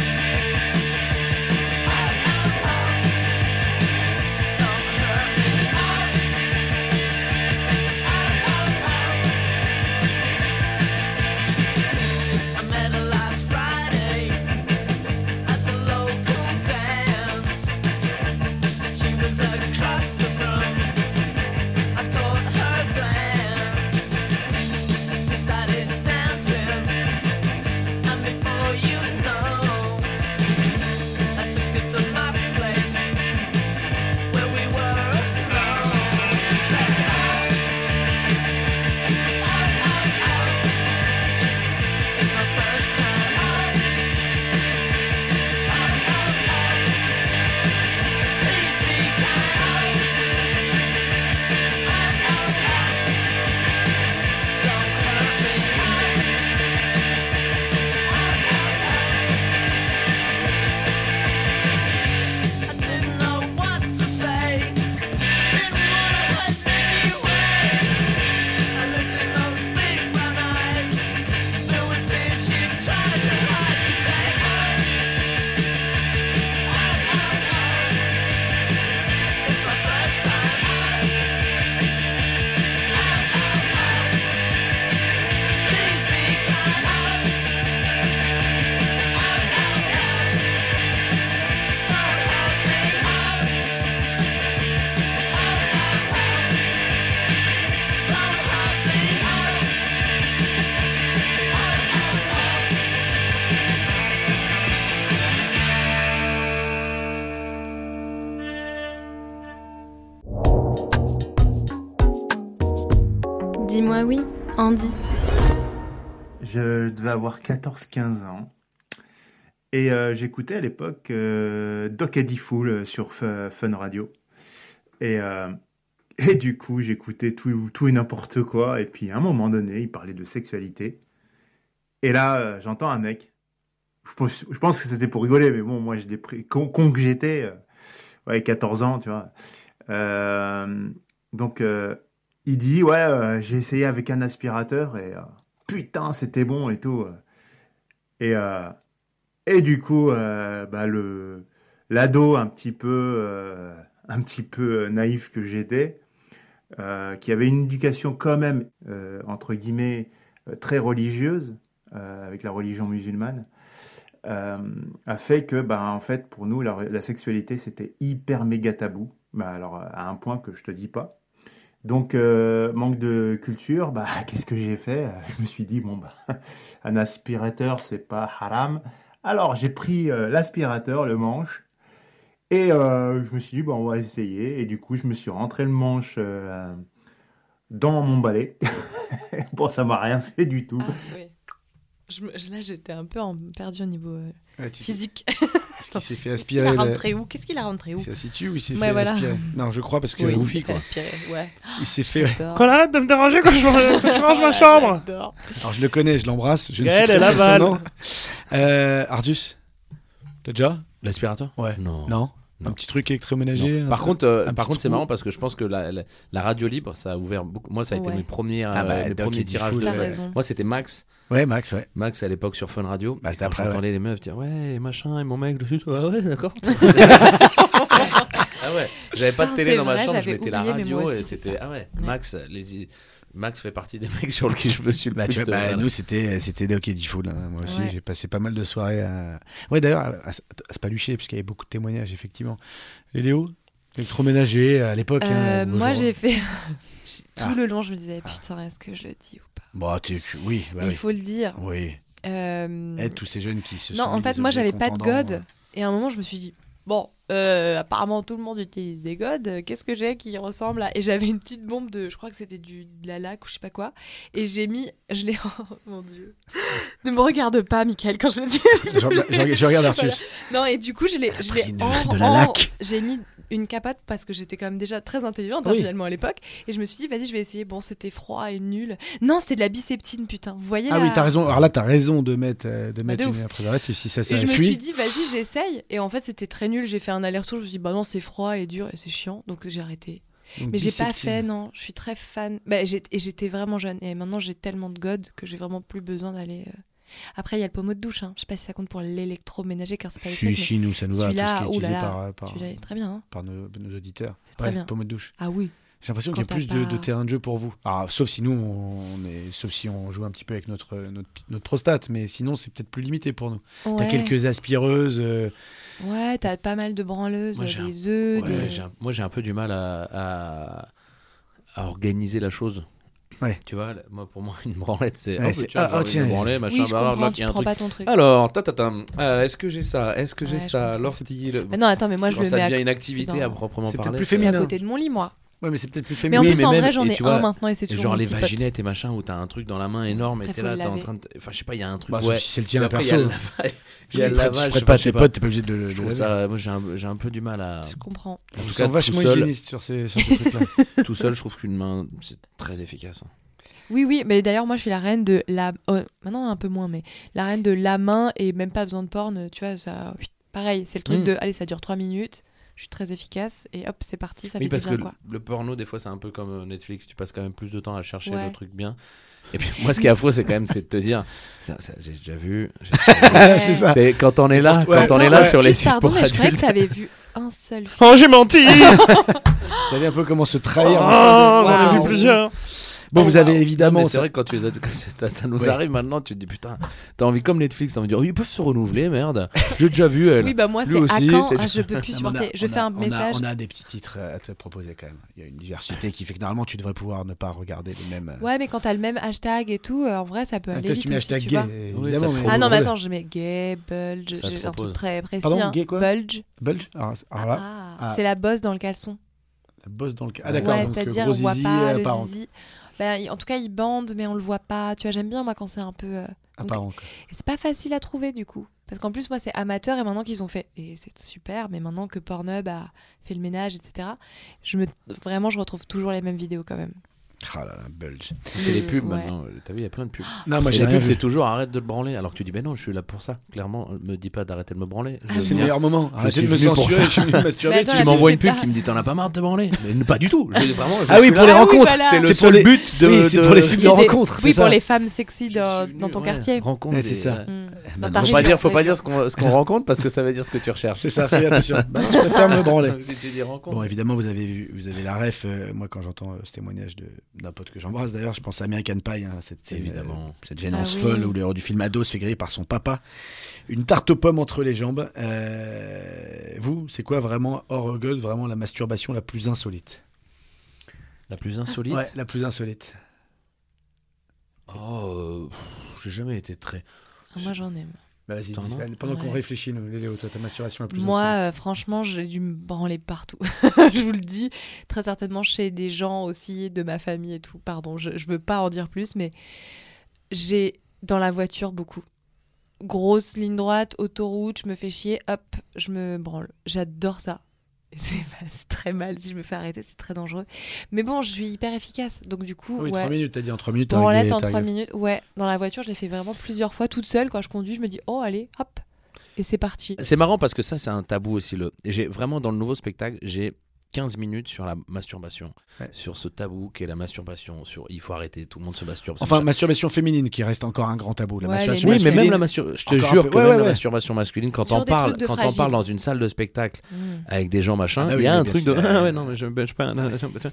Please be kind. Dis-moi oui, Andy. Je devais avoir quatorze quinze ans. Et euh, j'écoutais à l'époque euh, Doc Eddie Fool sur F- Fun Radio. Et, euh, et du coup, j'écoutais tout, tout et n'importe quoi. Et puis, à un moment donné, il parlait de sexualité. Et là, euh, j'entends un mec. Je pense, je pense que c'était pour rigoler, mais bon, moi, j'ai pris, con, con que j'étais, euh, ouais, quatorze ans, tu vois. Euh, donc, euh, il dit, ouais, euh, j'ai essayé avec un aspirateur et euh, putain, c'était bon et tout. Et, euh, et du coup, euh, bah, le, l'ado un petit peu, euh, un petit peu naïf que j'étais, euh, qui avait une éducation quand même, euh, entre guillemets, euh, très religieuse, euh, avec la religion musulmane, euh, a fait que, bah, en fait, pour nous, la, la sexualité, c'était hyper méga tabou. Bah, alors, à un point que je te dis pas. Donc, euh, manque de culture, bah, qu'est-ce que j'ai fait ? Je me suis dit, bon, bah, un aspirateur, c'est pas haram. Alors, j'ai pris euh, l'aspirateur, le manche, et euh, je me suis dit, bon, on va essayer. Et du coup, je me suis rentré le manche euh, dans mon balai. Bon, ça m'a rien fait du tout. Ah, oui. Je me- Là, j'étais un peu en... perdue au niveau euh, Ouais, tu- physique. Est-ce qu'il s'est fait aspirer Qu'est-ce qu'il a le- rentré où Qu'est-ce qu'il a rentré où Il s'est assis dessus ou il s'est Ouais, fait voilà. aspirer Non, je crois parce que Oui, c'est il goofy, s'est fait quoi. aspirer, ouais. Il s'est fait. J'adore. Qu'on arrête de me déranger quand je mange, quand je mange ma chambre. J'adore. Alors je le connais, je l'embrasse. Je ne Gaël sais et pas son Laval. nom. Euh, Ardus, t'as déjà L'aspirateur ? Ouais. Non. Non. Un petit truc électroménager. Non. un Par truc- contre, euh, un par petit contre, c'est trou. marrant parce que je pense que la, la, la radio libre, ça a ouvert beaucoup. Moi, ça a été Ouais. mes premiers, Ah bah, euh, mes Doc premiers Eddie tirages. Fool, de- T'as raison. Moi, c'était Max. Ouais, Max, ouais. Max à l'époque sur Fun Radio. Bah, Et c'était quand après, j'entendais ouais. les meufs dire ouais, machin, et mon mec dessus. Ah ouais, d'accord. Ah ouais. J'avais pas de Putain, télé c'est dans ma vrai, chambre, je j'avais mettais la oublié, mais moi radio aussi, et c'est c'était ça. ah ouais. Ouais. Max, les Max fait partie des mecs sur lesquels je me suis le Bah, plus. tu vois, de- bah, voilà. nous, c'était, c'était Doc Eddie Fool. hein. Moi aussi, Ouais. j'ai passé pas mal de soirées à. Ouais, d'ailleurs, à, à, à se palucher, parce qu'il y avait beaucoup de témoignages, effectivement. Et Léo Électroménager, à l'époque. Euh, hein, moi, bonjour. j'ai fait. Tout Ah. le long, je me disais, putain, est-ce que je le dis ou pas Bon, tu, tu- oui, bah Il oui. faut le dire. Oui. Euh, Aide tous ces jeunes qui se Non, sont en mis fait, des moi, objets j'avais pas de contendants, god. euh. Et à un moment, je me suis dit, bon, euh, apparemment, tout le monde utilise des godes. euh, Qu'est-ce que j'ai qui ressemble à. Et j'avais une petite bombe de. Je crois que c'était du, de la laque ou je sais pas quoi. Et j'ai mis. Je l'ai. Oh mon dieu. Ne me regarde pas, Michael, quand je le dis. Je, je- je regarde Arthus. Voilà. Non, et du coup, je l'ai. Je l'ai pris une- en- de la en- laque. J'ai mis une capote parce que j'étais quand même déjà très intelligente, hein, Oui. finalement, à l'époque. Et je me suis dit, vas-y, je vais essayer. Bon, c'était froid et nul. Non, c'était de la biceptine, putain. Vous voyez Ah la- oui, t'as raison. Alors là, t'as raison de mettre, euh, de Bah, mettre de une ouf. préservative si ça, ça Et je me fuit. suis dit, vas-y, j'essaye. Et en fait, c'était très nul. J'ai fait un aller-retour. Je me suis dit, bah non, c'est froid et dur et c'est chiant. Donc j'ai arrêté. Donc, Mais j'ai pas biceptine. fait, non. Je suis très fan. Bah, j'ai- et j'étais vraiment jeune. Et maintenant, j'ai tellement de God que j'ai vraiment plus besoin d'aller. euh. Après, il y a le pommeau de douche. Hein. Je sais pas si ça compte pour l'électroménager car c'est pas les Si, fêtes, si, mais nous, ça nous va. Tout ce qui celui-là, est oh là utilisé là, par, par, celui-là est très bien. hein. par nos, nos auditeurs. C'est très bien. Pommeau de douche. Ah oui. J'ai l'impression Quand qu'il y a plus t'as de, pas- de terrain de jeu pour vous. Alors, sauf si nous, on est, sauf si on joue un petit peu avec notre, notre, notre prostate, mais sinon, c'est peut-être plus limité pour nous. T'as Ouais. quelques aspireuses. euh, Ouais, t'as pas mal de branleuses, Moi, j'ai un- des œufs, Ouais, des. j'ai un- Moi, j'ai un peu du mal à, à, à organiser la chose. Ouais. Tu vois, là, moi, pour moi, une branlette, c'est. Ouais, oh, c'est- tiens, ah, j'ai oh, envie de tiens. me branler, machin, Oui, je blablabla, comprends, il y tu a un prends truc. pas ton truc. Alors, tatatam, euh, est-ce que j'ai ça Est-ce que j'ai Ouais, je ça comprends. L'ortie. le- Mais non, attends, mais moi, je Quand le ça mets à- devient une c'est activité dans- à proprement C'est peut-être parler. plus ça- C'est à féminin. côté de mon lit, moi. Ouais, mais c'est peut-être plus Mais féminin. en Oui, plus, mais en même- vrai, j'en et ai tu vois, un maintenant et c'est Et toujours genre mon les petit pote. vaginettes et machin où t'as un truc dans la main énorme et Après, t'es faut là, le t'es en laver. train de. Enfin, je sais pas, il y a un truc. Bah, Ouais. si c'est le tien Et après, il y a perso. le lavage. Il Je y a ne le prête, lavage. je je prête sais pas à je sais tes potes, t'es pas obligé de le Je de trouve laver. ça, moi j'ai un, j'ai un peu du mal à. Je comprends. En Ils tout sont cas, vachement tout seul, hygiénistes sur ces, sur ces trucs-là. tout seul, je trouve qu'une main, c'est très efficace. Oui, oui, mais d'ailleurs, moi, je suis la reine de la. Oh, maintenant, un peu moins, mais la reine de la main et même pas besoin de porn. Tu vois, ça. oui, Pareil, c'est le truc Mm. de. Allez, ça dure trois minutes. Je suis très efficace et hop, c'est parti, ça Oui, fait parce du que bien, quoi. le, le porno, des fois, c'est un peu comme euh, Netflix. Tu passes quand même plus de temps à chercher Ouais. le truc bien. Et puis, moi, ce qui est affreux, c'est quand même, c'est de te dire, ça, ça, j'ai déjà vu. j'ai déjà vu. C'est ça. C'est quand on est là, Ouais. quand on est Attends, là ouais. sur les Juste, pardon, supports mais je croyais que adultes. t'avais vu un seul film. Oh, j'ai menti. T'as vu un peu comment se trahir. Oh, en fin de- j'en ai vu Wow. plusieurs. Bon, vous avez Non, évidemment. mais c'est ça- vrai que quand tu les as, que ça, ça nous Ouais. arrive maintenant, tu te dis putain, t'as envie comme Netflix, t'as envie de dire, oh, ils peuvent se renouveler, merde. J'ai déjà vu elle. Oui, bah moi, Lui c'est à aussi, quand c'est- ah, je peux plus Non, mais on a- supporter. Je on fais a- un on a- message. On a des petits titres à te proposer quand même. Il y a une diversité qui fait que normalement tu devrais pouvoir ne pas regarder les mêmes. euh, Ouais, mais quand t'as le même hashtag et tout, euh, en vrai, ça peut Ah, aller toi, vite tu mets aussi, hashtag tu gay, vois. évidemment. Oui, ça te mais- Ah non, mais Ouais. attends, je mets gay, bulge, Ça te j'ai un propose. truc très précis. Pardon, hein. gay quoi Bulge. Bulge alors, alors là, Ah, ah, c'est la bosse dans le caleçon. la bosse dans le. Ah d'accord. Ouais, donc, c'est-à-dire gros on voit zizi, pas euh, le apparent. zizi. Bah, il- en tout cas, il bande, mais on le voit pas. Tu vois, j'aime bien moi quand c'est un peu. euh, donc- Apparent, quoi. Et c'est pas facile à trouver du coup. Parce qu'en plus, moi, c'est amateur et maintenant qu'ils ont fait. Et c'est super, mais maintenant que Pornhub a fait le ménage, et cetera, je me... vraiment, je retrouve toujours les mêmes vidéos quand même. Ah là là, bulge. C'est les pubs Ouais. maintenant. T'as vu, il y a plein de pubs. Non, moi, Et j'ai les rien pubs, vu. c'est toujours arrête de te branler. Alors que tu dis, ben non, je suis là pour ça. Clairement, me dis pas d'arrêter de me branler. Je C'est viens. le meilleur moment. Je Arrêtez suis de me venu pour censurer, ça. je suis venu me masturber. Mais attends, Tu la m'envoies pub, une pub c'est qui me dit, t'en as pas marre de te branler. Mais pas du tout. Je- Vraiment, je Ah oui, suis pour là. les Ah oui, rencontres. voilà. C'est le C'est seul pour les- but de. Oui, c'est de- pour les sites Il de y a des- rencontres. Oui, c'est pour ça. les femmes sexy dans, venu, dans ton ouais, quartier. Rencontre Ouais, des- c'est ça. ouais. Mm. Bah, Dans ta Faut pas région, dire, faut ouais, pas je- dire ce qu'on ce qu'on rencontre parce que ça veut dire ce que tu recherches. C'est ça, fais attention. Bah non, je préfère me branler. Si tu dis rencontre. Bon, évidemment, vous avez vu, vous avez la ref. euh, moi, quand j'entends euh, ce témoignage de- d'un pote que j'embrasse, d'ailleurs, je pense à American Pie, hein, cette, Évidemment. euh, cette gênance Ah oui. folle où le héros du film ado se fait griller par son papa. Une tarte aux pommes entre les jambes. Euh, vous, c'est quoi vraiment, hors gueule, vraiment la masturbation la plus insolite? La plus insolite. Ouais, la plus insolite. Oh, euh, pff, j'ai jamais été très. Ah, moi, j'en aime. Bah, vas-y, T'en dis- as pendant qu'on Ouais. réfléchit, nous, Léo, toi, ta masturbation la plus Moi, insolite. euh, franchement, j'ai dû me branler partout. Je vous le dis, très certainement chez des gens aussi de ma famille et tout. Pardon, je, je veux pas en dire plus, mais j'ai dans la voiture beaucoup. Grosse ligne droite, autoroute, je me fais chier, hop, je me branle. J'adore ça. Et C'est c'est très mal si je me fais arrêter, c'est très dangereux. Mais bon, je suis hyper efficace, donc du coup, Oui, ouais. trois minutes, t'as dit en trois minutes. t'as Branlette réglé- en t'as trois réglé. minutes, ouais. Dans la voiture, je l'ai fait vraiment plusieurs fois toute seule. Quand je conduis, je me dis, oh, allez, hop, et c'est parti. C'est marrant parce que ça, c'est un tabou aussi. Le... et J'ai vraiment dans le nouveau spectacle, j'ai quinze minutes sur la masturbation, Ouais. sur ce tabou qu'est la masturbation. Sur il faut arrêter, tout le monde se masturbe. Enfin, C'est- masturbation féminine qui reste encore un grand tabou. La Ouais, masturbation les oui, mais masculine, même la masturbation, je te encore un jure peu- que ouais, même ouais, la ouais. masturbation masculine, quand Sur on des parle, trucs de quand on fragile. parle dans une salle de spectacle Mm. avec des gens machin, Ah bah il oui, y a mais un bien truc de sûr. ah ouais non mais je me je pas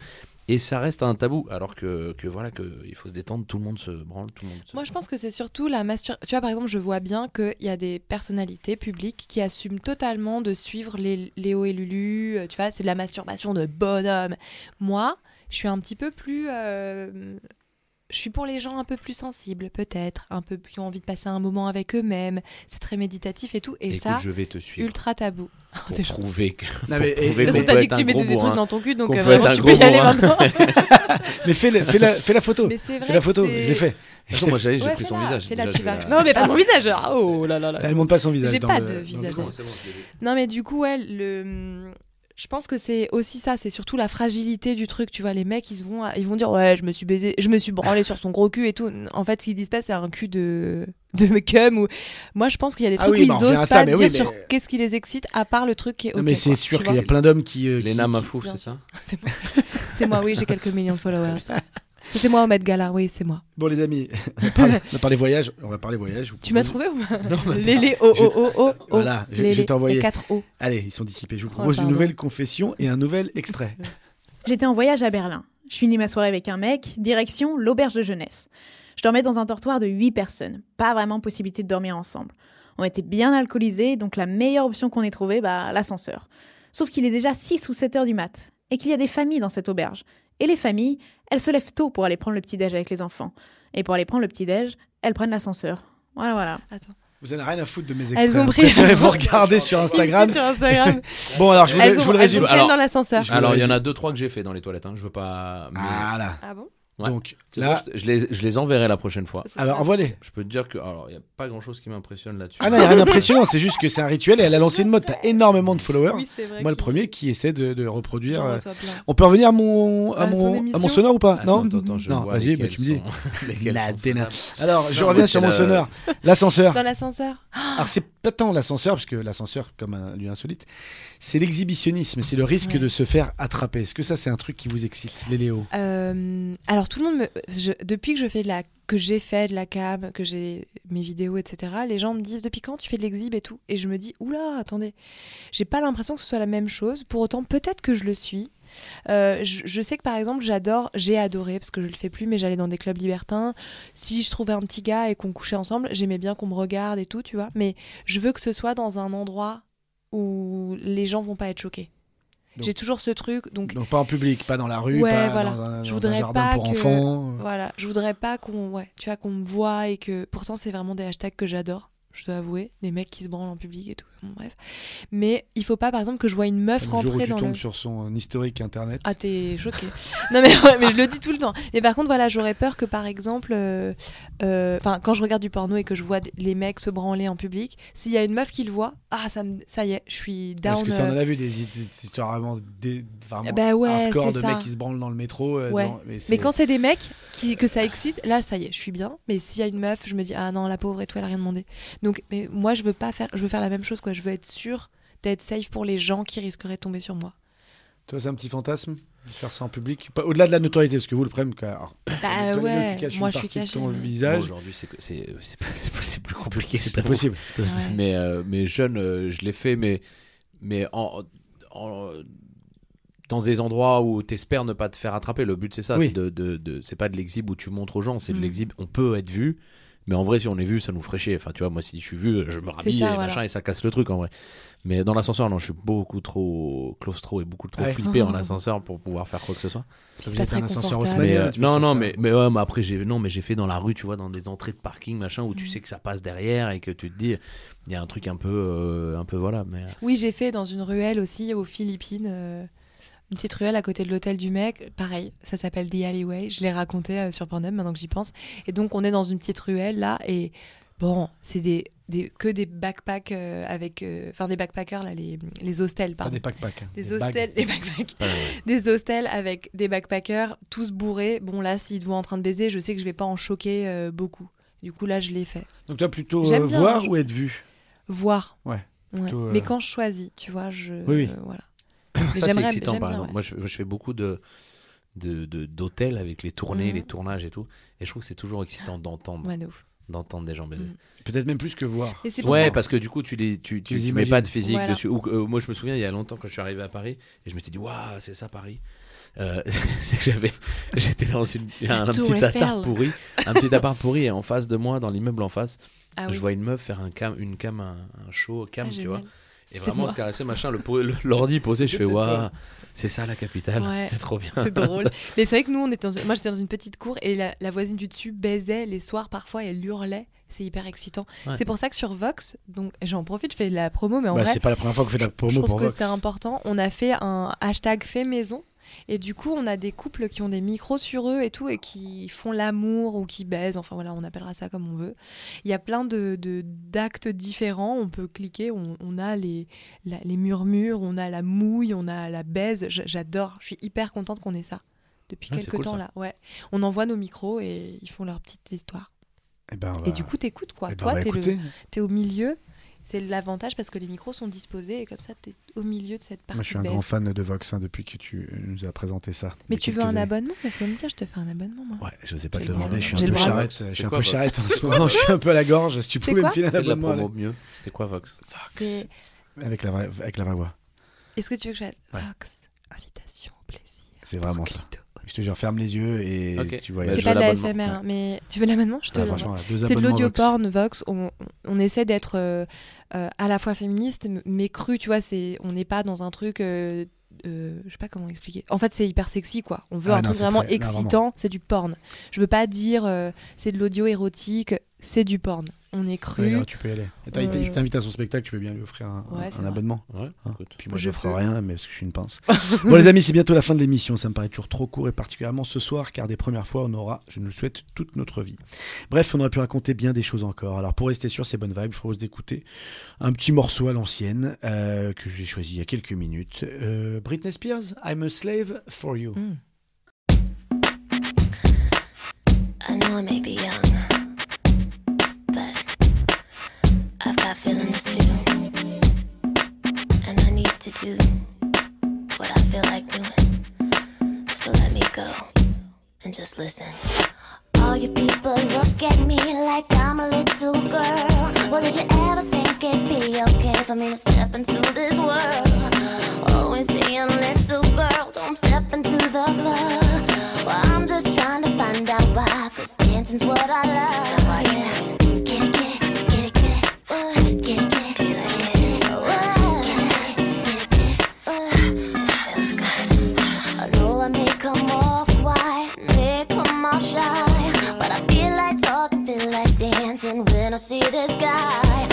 et ça reste un tabou alors que que voilà que il faut se détendre, tout le monde se branle, tout le monde. Se... Moi, je pense que c'est surtout la masturbation. Tu vois, par exemple, je vois bien qu'il y a des personnalités publiques qui assument totalement de suivre les Léo et Lulu. euh, Tu vois, c'est de la masturbation de bonhomme. Moi, je suis un petit peu plus. euh, Je suis pour les gens un peu plus sensibles, peut-être, un peu qui ont envie de passer un moment avec eux-mêmes. C'est très méditatif et tout. Et Écoute, ça, je vais te suivre ultra tabou. pour T'es gentil. prouver que. Non, mais- pour et- prouver de toute qu'on façon, t'as peut dit être que tu un mettais gros des trucs bourrin. dans ton cul, donc Qu'on euh, peut être vraiment, un tu gros peux y aller bourrin. maintenant. Mais fais, le- fais, la, fais la photo. Mais c'est vrai Fais la que photo, c'est- je l'ai fait. De toute façon, moi j'ai j'ai Ouais, pris son fais-la, visage. fais-la, Déjà, tu je vas- vais la- Non, mais pas de mon visage. Ah, oh là là là. Elle montre pas son visage. J'ai dans pas le- de dans le visage. coin. C'est bon, je l'ai vu. Non, mais du coup, ouais, le... je pense que c'est aussi ça, c'est surtout la fragilité du truc. Tu vois, les mecs, ils vont, ils vont dire, ouais, je me suis baisé, je me suis branlé sur son gros cul et tout. En fait, ce qu'ils disent pas, c'est un cul de, de cum. Ou... Moi, je pense qu'il y a des Ah trucs oui, où bah, on ils revient à osent ça, pas mais dire oui, mais- sur qu'est-ce qui les excite, à part le truc qui est ok. Non, mais c'est quoi, sûr tu qu'il y a vois. plein d'hommes qui. euh, qui- Léna qui- Mafouf, bien c'est ça C'est moi. C'est moi, oui, j'ai quelques millions de followers. C'était moi au Met Gala, oui, c'est moi. Bon, les amis, on parle, on parle des voyages. On va parler voyages. Vous Tu m'as pouvez- trouvé ou pas Non, mais- Lélé, oh, oh, oh, oh, oh. Voilà, je, je Lélé, vais t'envoyer. les quatre O. Allez, ils sont dissipés. Je vous Oh, propose une pardon. nouvelle confession et un nouvel extrait. J'étais en voyage à Berlin. Je finis ma soirée avec un mec, direction l'auberge de jeunesse. Je dormais dans un dortoir de huit personnes. Pas vraiment possibilité de dormir ensemble. On était bien alcoolisés, donc la meilleure option qu'on ait trouvée, bah, l'ascenseur. Sauf qu'il est déjà six ou sept heures du mat, et qu'il y a des familles dans cette auberge. Et les familles, elles se lèvent tôt pour aller prendre le petit-déj avec les enfants. Et pour aller prendre le petit-déj, elles prennent l'ascenseur. Voilà, voilà. Attends. Vous n'en avez rien à foutre de mes Elles extraits. ont hein. pris- Préférez vous regarder sur Instagram. Ici, sur Instagram. Bon, alors je vous, Elles le- je ont- vous le elles résume. ont pris dans l'ascenseur. Je vous Alors le il y en a résume. deux trois que j'ai fait dans les toilettes. Hein. Je veux pas. mais- Voilà. Ah bon Ouais. Donc C'est là, bon, je, je les, je les enverrai la prochaine fois. C'est alors ça. envoie-les. Je peux te dire que alors il y a pas grand chose qui m'impressionne là-dessus. Ah non, il n'y a rien d'impressionnant, c'est juste que c'est un rituel et elle a lancé une mode. T'as énormément de followers. Oui, c'est vrai. Moi, le qu'il- premier qui essaie de, de reproduire. J'en euh, reçois plein. On peut revenir à mon, à À son mon, à émission mon sonore ou pas? Attends, Non, attends, attends, je non, vois vas-y, bah, lesquels tu me dis. sont- lesquels La sont déna. faisables. Alors, je Non, reviens moi, sur c'est mon la- sonore. L'ascenseur. Dans l'ascenseur. Alors, c'est pas tant l'ascenseur, parce que l'ascenseur, comme un lieu insolite, c'est l'exhibitionnisme, c'est le risque Ouais. de se faire attraper. Est-ce que ça, c'est un truc qui vous excite, les Léo? Euh, alors tout le monde me, je- depuis que je fais de la, que j'ai fait de la cam, que j'ai mes vidéos, et cetera. Les gens me disent depuis quand tu fais de l'exhib et tout, et je me dis oula, attendez, j'ai pas l'impression que ce soit la même chose. Pour autant, peut-être que je le suis. Euh, je, je sais que par exemple, j'adore, j'ai adoré parce que je le fais plus, mais j'allais dans des clubs libertins. Si je trouvais un petit gars et qu'on couchait ensemble, j'aimais bien qu'on me regarde et tout, tu vois. Mais je veux que ce soit dans un endroit où les gens vont pas être choqués. Donc- J'ai toujours ce truc, donc Donc, pas en public, pas dans la rue, ouais, pas voilà. dans un, je dans un voudrais jardin pas pour que enfants. voilà, je voudrais pas qu'on ouais, tu vois qu'on me voit et que pourtant c'est vraiment des hashtags que j'adore je dois avouer, des mecs qui se branlent en public et tout, bon, bref. Mais il faut pas, par exemple, que je vois une meuf Le jour où rentrer tu dans tombes le... sur son historique internet. Ah, t'es choquée. Non, mais, ouais, mais je le dis tout le temps. Mais par contre, voilà, j'aurais peur que, par exemple, euh, euh, quand je regarde du porno et que je vois d- les mecs se branler en public, s'il y a une meuf qui le voit, ah, ça, me... ça y est, je suis down. Parce que ça, on en euh, a vu des, des histoires vraiment, des, vraiment Bah ouais, hardcore c'est de ça. mecs qui se branlent dans le métro. euh, Ouais. dans- mais, c'est- quand c'est des mecs qui, que ça excite, là, ça y est, je suis bien. Mais s'il y a une meuf, je me dis, ah non, la pauvre et tout, elle a rien demandé. Donc, mais moi, je veux pas faire, je veux faire la même chose, quoi. Je veux être sûre d'être safe pour les gens qui risqueraient de tomber sur moi. Toi, c'est un petit fantasme de faire ça en public. Pas- Au-delà de la notoriété, parce que vous, le problème, alors, Bah toi, les deux, ouais, tu caches moi, une je suis partie de cachée, ton mais- visage. Moi, aujourd'hui, c'est, c'est, c'est, c'est, plus- c'est plus compliqué. C'est je plus possible. Ouais. Mais, euh, mais jeune, euh, je l'ai fait, mais, mais en, en- dans des endroits où t'espères ne pas te faire attraper. Le but, c'est ça. Oui. C'est, de, de, de- c'est pas de l'exhib où tu montres aux gens, c'est de Mm. l'exhib. On peut être vu, mais en vrai, si on est vu, ça nous ferait chier. Enfin, tu vois, moi, si je suis vu, je me rhabille ça, et voilà. machin, et ça casse le truc, en vrai. Mais dans l'ascenseur, non, je suis beaucoup trop claustro et beaucoup trop Ouais. flippé en Oh. asceur pour pouvoir faire quoi que ce soit. C'est pas très un ascenseur confortable. Mais, haussmannien, euh, tu peux non, faire non, ça. mais, mais, ouais, mais après, j'ai, non, mais j'ai fait dans la rue, tu vois, dans des entrées de parking, machin, où tu Mm. sais que ça passe derrière et que tu te dis, il y a un truc un peu, euh, un peu voilà. Mais... Oui, j'ai fait dans une ruelle aussi aux Philippines, euh, une petite ruelle à côté de l'hôtel du mec. Pareil, ça s'appelle The Alleyway. Je l'ai raconté euh, sur Pornhub maintenant que j'y pense. Et donc, on est dans une petite ruelle là. Et bon, c'est des, des, que des backpacks euh, avec. Enfin, des backpackers là, les, les hostels, Pas pardon. des backpacks. Des Des hostels, bags. des backpacks. Ouais, ouais. Des hostels avec des backpackers, tous bourrés. Bon, là, s'ils doivent en train de baiser, je sais que je vais pas en choquer euh, beaucoup. Du coup, là, je l'ai fait. Donc, toi, plutôt J'aime euh, bien, voir je- ou être vu? Voir. Ouais. Ouais. Plutôt, euh, Mais quand je choisis, tu vois, je. Oui, oui. euh, voilà. Ça, Mais c'est j'aimerais- excitant, j'aime par bien, exemple. ouais. Moi, je, je fais beaucoup de, de, de- d'hôtels avec les tournées, Mhm. les tournages et tout. Et je trouve que c'est toujours excitant d'entendre, Ouais, de ouf. d'entendre des gens baiser. Mhm. Peut-être même plus que voir. Et c'est pour Ouais, ça parce que du coup, tu les, tu, tu, les tu mets imagines. pas de physique Voilà. dessus. Ou, euh, moi, je me souviens, il y a longtemps, quand je suis arrivé à Paris, et je m'étais dit, waouh, c'est ça Paris. Euh, c'est que j'avais, j'étais dans une, un, un Tour petit Eiffel. appart pourri, un petit appart pourri, et en face de moi, dans l'immeuble en face, Ah je oui. vois une meuf faire un cam, une cam, un, un show cam, Ah, tu vois. génial. Et C'était vraiment, moi. se caresser, machin, le, po- le- l'ordi posé, je fais, C'était waouh, toi. c'est ça la capitale, Ouais. c'est trop bien. C'est drôle. Mais c'est vrai que nous, on était dans... moi j'étais dans une petite cour et la, la voisine du dessus baisait les soirs parfois et elle hurlait. C'est hyper excitant. Ouais. C'est pour ça que sur Vox, donc j'en profite, je fais de la promo, mais en Bah, vrai, c'est pas la première fois qu'on fait de la je promo trouve pour que Vox. c'est important. On a fait un hashtag fait maison. Et du coup, on a des couples qui ont des micros sur eux et tout, et qui font l'amour ou qui baisent. Enfin voilà, on appellera ça comme on veut. Il y a plein de, de- d'actes différents. On peut cliquer. On, on a les, la- les murmures, on a la mouille, on a la baise. J- J'adore. Je suis hyper contente qu'on ait ça depuis Ah, c'est quelques cool, temps ça. là. Ouais. On envoie nos micros et ils font leur petite histoire. Eh ben, on Et va- du coup, t'écoutes quoi. Eh ben, on Toi, va t'es, le, écouter. t'es au milieu. C'est l'avantage parce que les micros sont disposés et comme ça, t'es au milieu de cette partie. Moi, je suis un baise. grand fan de Vox hein, depuis que tu nous as présenté ça. Mais il y a tu veux quelques un années. abonnement? Il faut me dire, je te fais un abonnement, moi. Ouais, je sais pas te J'ai le le demander, bras- je suis j'ai un le peu bras long. charrette, je C'est suis un quoi, peu Vox charrette en ce moment, je suis un peu à la gorge. Si tu C'est pouvais me quoi filer un Fais de la abonnement promo avec, mieux. C'est quoi Vox C'est... avec la vraie, avec la vraie voix. Est-ce que tu veux que je fasse Ouais. Vox, invitation au plaisir? C'est vraiment ça. Je te jure, ferme les yeux et Ok. tu vois. Bah, C'est je pas veux de la l'abonnement. S M R, Ouais. hein, mais tu veux l'abonnement? Je te Ah, le franchement, deux C'est de abonnements l'audio Vox. porn, Vox. On, on essaie d'être euh, euh, à la fois féministe, mais cru, tu vois. C'est, on n'est pas dans un truc. Euh, euh, je sais pas comment expliquer. En fait, c'est hyper sexy, quoi. On veut Ah un non, truc c'est vraiment très- non, excitant. C'est du porn. Je veux pas dire euh, c'est de l'audio érotique. C'est du porn. On est cru. Ouais, non, tu peux y aller. Attends, il Euh, il t'invite à son spectacle, tu peux bien lui offrir un, Ouais, un- c'est un vrai. abonnement. Ouais, Hein. écoute. Puis moi, Je je n'offre peux. rien, mais parce que je suis une pince. Bon, les amis, c'est bientôt la fin de l'émission. Ça me paraît toujours trop court, et particulièrement ce soir, car des premières fois, on aura, je nous le souhaite, toute notre vie. Bref, on aurait pu raconter bien des choses encore. Alors, pour rester sur ces bonnes vibes, je propose d'écouter un petit morceau à l'ancienne euh, que j'ai choisi il y a quelques minutes. Euh, Britney Spears, I'm a slave for you. Mm. I know I may be young, but I've got feelings too. And I need to do what I feel like doing. So let me go and just listen. All you people look at me like I'm a little girl. Well, did you ever think it'd be okay for me to step into this world? Always saying, little girl, don't step into the club. Well, I'm just trying to find out why, cause dancing's what I love. Oh, yeah. Get it, get it, get it, get it. Uh, get it, get it, get it, get it. Uh, get it, get it, get it. Uh, feels good. I know I may come off quiet, may come off shy, but I feel like talking, feel like dancing when I see this guy.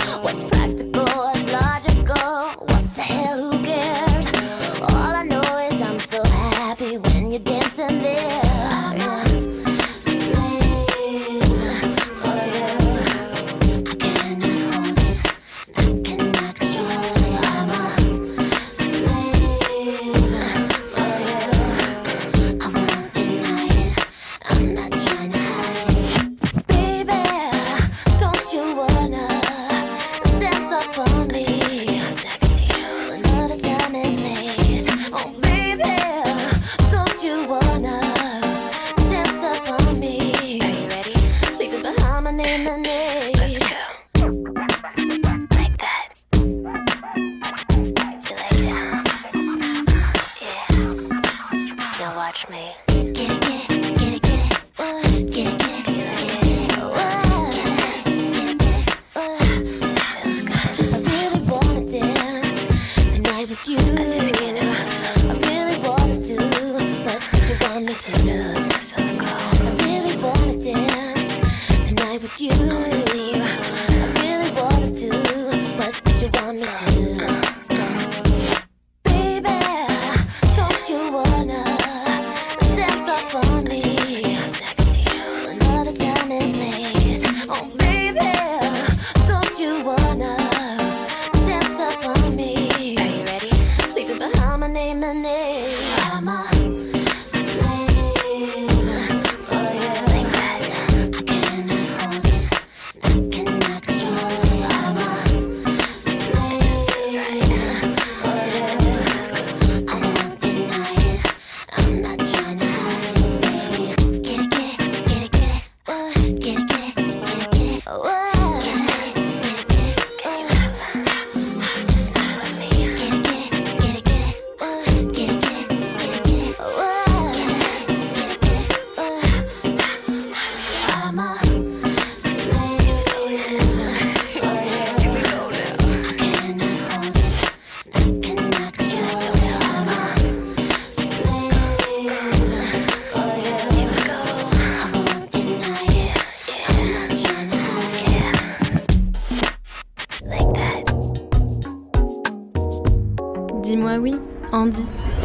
Dis-moi oui, Andy.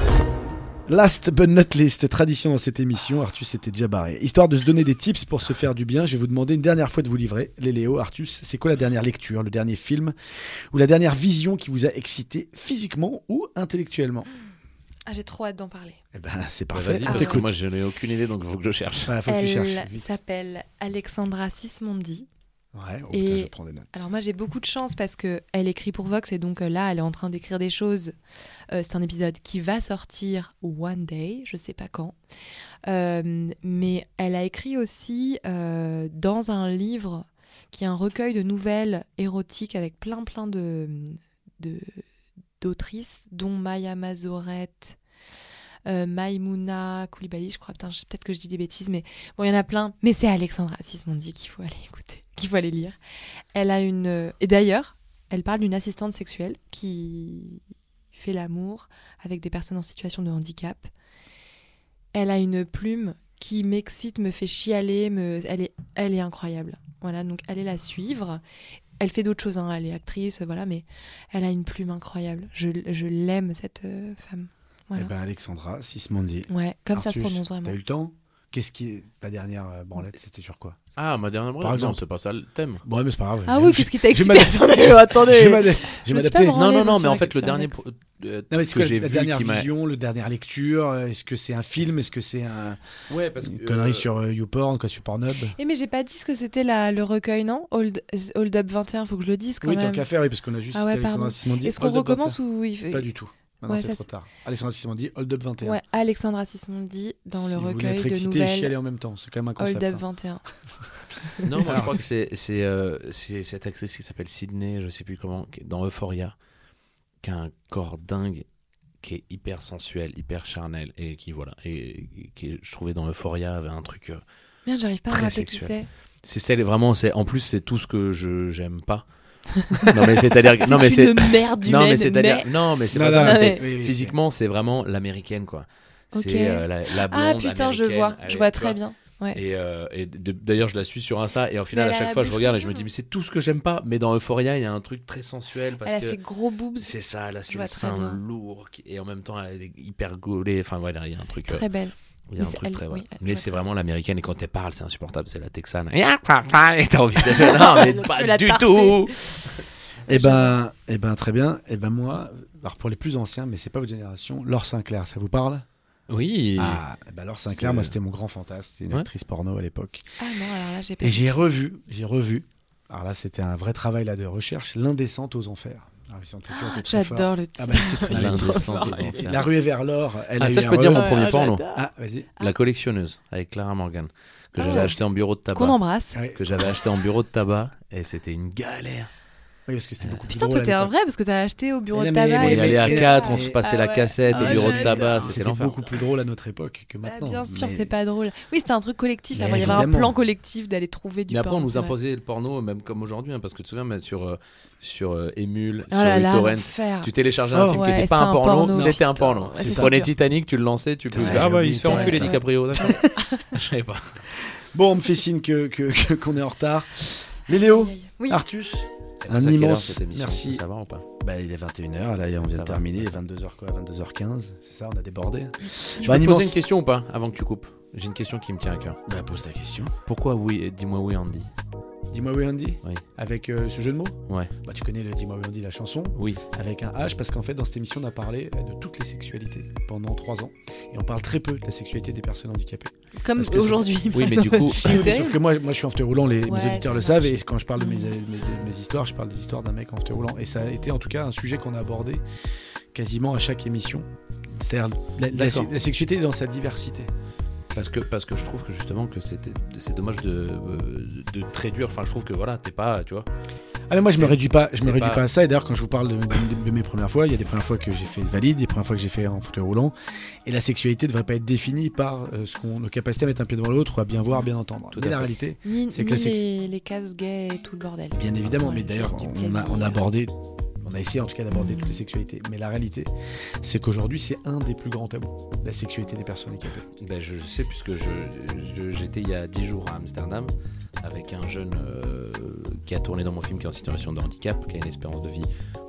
Last but not least, tradition dans cette émission, Artus s'était déjà barré. Histoire de se donner des tips pour se faire du bien, je vais vous demander une dernière fois de vous livrer. Les Léo, Artus, c'est quoi la dernière lecture, le dernier film ou la dernière vision qui vous a excité physiquement ou intellectuellement ? Ah, j'ai trop hâte d'en parler. Eh ben, c'est Bah, parfait. Vas-y, on parce que t'écoute. moi je n'ai aucune idée, donc il faut que je cherche. Voilà, faut que tu cherches. Elle Vite. s'appelle Alexandra Sismondi. Ouais, oh, Et putain, je prends des notes. alors moi j'ai beaucoup de chance parce que elle écrit pour Vox et donc euh, là elle est en train d'écrire des choses. Euh, c'est un épisode qui va sortir one day, je sais pas quand. Euh, mais elle a écrit aussi euh, dans un livre qui est un recueil de nouvelles érotiques avec plein plein de, de d'autrices, dont Maya Mazorette, euh, Maïmouna Koulibaly, je crois. Putain, je- peut-être que je dis des bêtises, mais bon, il y en a plein. Mais c'est Alexandra Sismondi qu'il faut aller écouter, qu'il faut aller lire. Elle a une... euh, Et d'ailleurs, elle parle d'une assistante sexuelle qui fait l'amour avec des personnes en situation de handicap. Elle a une plume qui m'excite, me fait chialer, me... elle, est... elle est incroyable. Voilà, donc allez la suivre. Elle fait d'autres choses, hein, elle est actrice, voilà, mais elle a une plume incroyable. Je, je l'aime, cette euh, femme. Voilà. Eh ben, Alexandra Sismondi. Ouais, comme ça se Artus, prononce vraiment. T'as eu le temps ? Qu'est-ce qui est ta dernière euh, branlette ? C'était sur quoi ? Ah, ma dernière Par branlette, non, exemple. c'est pas ça le thème. Bon, mais c'est pas grave. Ah Je- oui, je- qu'est-ce qui t'a je vais excité ? m'adapter. Attendez, je- attendez. Je vais m'adapter. Je Je vais me suis pas m'adapter. branlée, Non, non, non, moi, mais sur en la fait, le culture dernier Alex. pro- euh, Non, mais c'est que quoi j'ai la vu dernière qui m'a. vision, la dernière lecture ? Est-ce que c'est un film ? Est-ce que c'est un... Ouais, parce une que. connerie euh, sur euh, YouPorn, quoi, sur Pornhub ? Eh mais j'ai pas dit ce que c'était la- le recueil, non Hold, Hold Up vingt et un, faut que je le dise quand Oui, tant même. qu'à faire, oui, parce qu'on a juste Ah ouais, cité Alexandra pardon. Sismondi. Est-ce qu'on Hold Up recommence vingt et un. ou il fait... Pas du tout. Maintenant, Ouais, c'est ça, trop c'est- tard. Alexandra Sismondi, Hold Up vingt et un. Ouais, Alexandra Sismondi dans Si le vous voulez recueil être de excité et chialer nouvelles en même temps, c'est quand même un concept. Hold Up hein. vingt et un. Non, moi je Alors, crois que c'est c'est euh, c'est cette actrice qui s'appelle Sydney, je sais plus comment, qui est dans Euphoria, qui a un corps dingue, qui est hyper sensuel, hyper charnel et qui voilà et, et qui je trouvais dans Euphoria avait un truc euh, Merde, j'arrive pas à me très rappeler qui sexuel. c'est. C'est celle vraiment c'est en plus c'est tout ce que je j'aime pas. Non mais c'est-à-dire que- non mais C'est c'est une merde non mais humaine, c'est-à-dire mais- non mais c'est Non, pas non, ça, mais c'est- c'est- oui, oui, physiquement c'est vraiment l'américaine quoi. Ok. C'est euh, la, la blonde Ah putain, je américaine vois, je avec- vois tu très bien. Ouais. Et, euh, et de- d'ailleurs, je la suis sur Insta et au final, Mais à elle a chaque la fois, je bouche regarde et comme je me ça. dis, mais c'est tout ce que j'aime pas. Mais dans Euphoria, il y a un truc très sensuel parce Elle a que ses gros boobs. c'est ça, elle a Je ses vois très seins bien. lourds qui- et en même temps, elle est hyper gaulée. Enfin, voilà, il y a un truc. euh, Très belle. Il y a Mais un c'est- truc elle- très. oui, ouais. elle- Mais ouais, c'est très vraiment l'américaine et quand elle parle, c'est insupportable. C'est la texane. Et t'as envie de. Non, mais Tu pas la du tarter. tout. Eh ben, eh ben, très bien. Eh ben, moi, alors pour les plus anciens, mais c'est pas votre génération, Laure Sinclair, ça vous parle ? Oui. Ah, eh ben, Laure Sinclair, C'est- moi, c'était mon grand fantasme. C'était une Ouais. actrice porno à l'époque. Ah non, alors là, j'ai pas Et vu. j'ai revu, j'ai revu. Alors là, c'était un vrai travail là de recherche, L'Indécente aux enfers. Ah, ils ont toujours été très forts. J'adore le Ah bah, titre. le titre, il est L'Indécente trop fort. aux enfers. La ruée vers l'or. Elle Ah, a ça, eu je un peux te dire re- mon premier Ah, porno. j'adore. Ah, vas-y. La collectionneuse avec Clara Morgan que Ah. j'avais acheté en bureau de tabac. Qu'on embrasse. Ouais. Que j'avais acheté en bureau de tabac et c'était une galère. Oui, parce que c'était beaucoup plus Putain, drôle. toi à t'es un l'époque. vrai parce que t'as acheté au bureau Mais de non, mais- tabac. On mais- y allait à mais- quatre, on mais- se passait Ah la ouais. cassette Ah au ouais, bureau de j'avais tabac, ça. c'était C'était l'enfer. beaucoup plus drôle à notre époque que Bah, maintenant. bien sûr, Mais- c'est pas drôle. Oui, c'était un truc collectif. Mais Avant, il y avait un évidemment. plan collectif d'aller trouver du Mais après, on porn, nous c'est vrai. imposait le porno, même comme aujourd'hui, hein, parce que tu te souviens, mais sur, euh, sur euh, Emule, Oh sur là là, torrent, l'enfer. tu téléchargeais un Oh. film qui Ouais, n'était pas c'était un un porno, porno. c'était un Putain, porno. ouais, Tu c'est prenais sûr. Titanic, tu le lançais, tu Putain, pouvais. j'ai Ah bah, oublié il se fait enculer Titanic. DiCaprio, d'accord. Je savais pas. Bon, on me fait signe que, que, que- qu'on est en retard. Les Léo, Aïe, aïe. Oui. Artus, Elle un passe à quelle heure, immense cette émission, merci. faut savoir ou pas Bah, il est vingt et une heures, là on vient Ça de va. terminer, il est vingt-deux heures quoi, vingt-deux heures quinze, c'est ça, on a débordé. Je Bah, peux te un poser immense- une question ou pas, avant que tu coupes? J'ai une question qui me tient à cœur. Bah, pose ta question. Pourquoi oui, dis-moi oui, Andy? Dis-moi oui Andy, Oui. avec euh, ce jeu de mots. Ouais. Bah, tu connais le Dis-moi oui Andy, la chanson, Oui. avec un H, parce qu'en fait dans cette émission on a parlé euh, de toutes les sexualités pendant trois ans, et on parle très peu de la sexualité des personnes handicapées. Comme Parce que c'est- aujourd'hui. Oui, mais du coup- C'est Oui, mais terrible. sauf que moi, moi je suis en fauteuil roulant, les, mes Ouais, auditeurs le ça savent, marche. et quand je parle de mes, Mm. mes, mes- mes histoires, je parle des histoires d'un mec en fauteuil roulant. Et ça a été en tout cas un sujet qu'on a abordé quasiment à chaque émission. C'est-à-dire la, la, D'accord. la sexualité dans sa diversité. Parce que, parce que je trouve que justement que c'était, c'est dommage de, euh, de très dur. Enfin, je trouve que voilà, t'es pas, tu vois. Ah mais moi je me C'est- réduis pas, je me c'est réduis pas- pas à ça. Et d'ailleurs quand je vous parle de, de- de mes premières fois, il y a des premières fois que j'ai fait valide, des premières fois que j'ai fait en fauteuil roulant. Et la sexualité ne devrait pas être définie par euh, ce qu'on, nos capacités à mettre un pied devant l'autre ou à bien voir, bien entendre. Tout mais à la fait. réalité, Ni, c'est que ni la sex- les, les cases gays et tout le bordel. bien évidemment, Ouais, mais d'ailleurs juste du on a, plaisir. on a abordé, on a essayé en tout cas d'aborder toutes les sexualités. Mais la réalité, c'est qu'aujourd'hui c'est un des plus grands tabous, la sexualité des personnes handicapées. Ben, je sais, puisque je, je- j'étais il y a dix jours à Amsterdam avec un jeune euh, qui a tourné dans mon film, qui est en situation de handicap, qui a une espérance de vie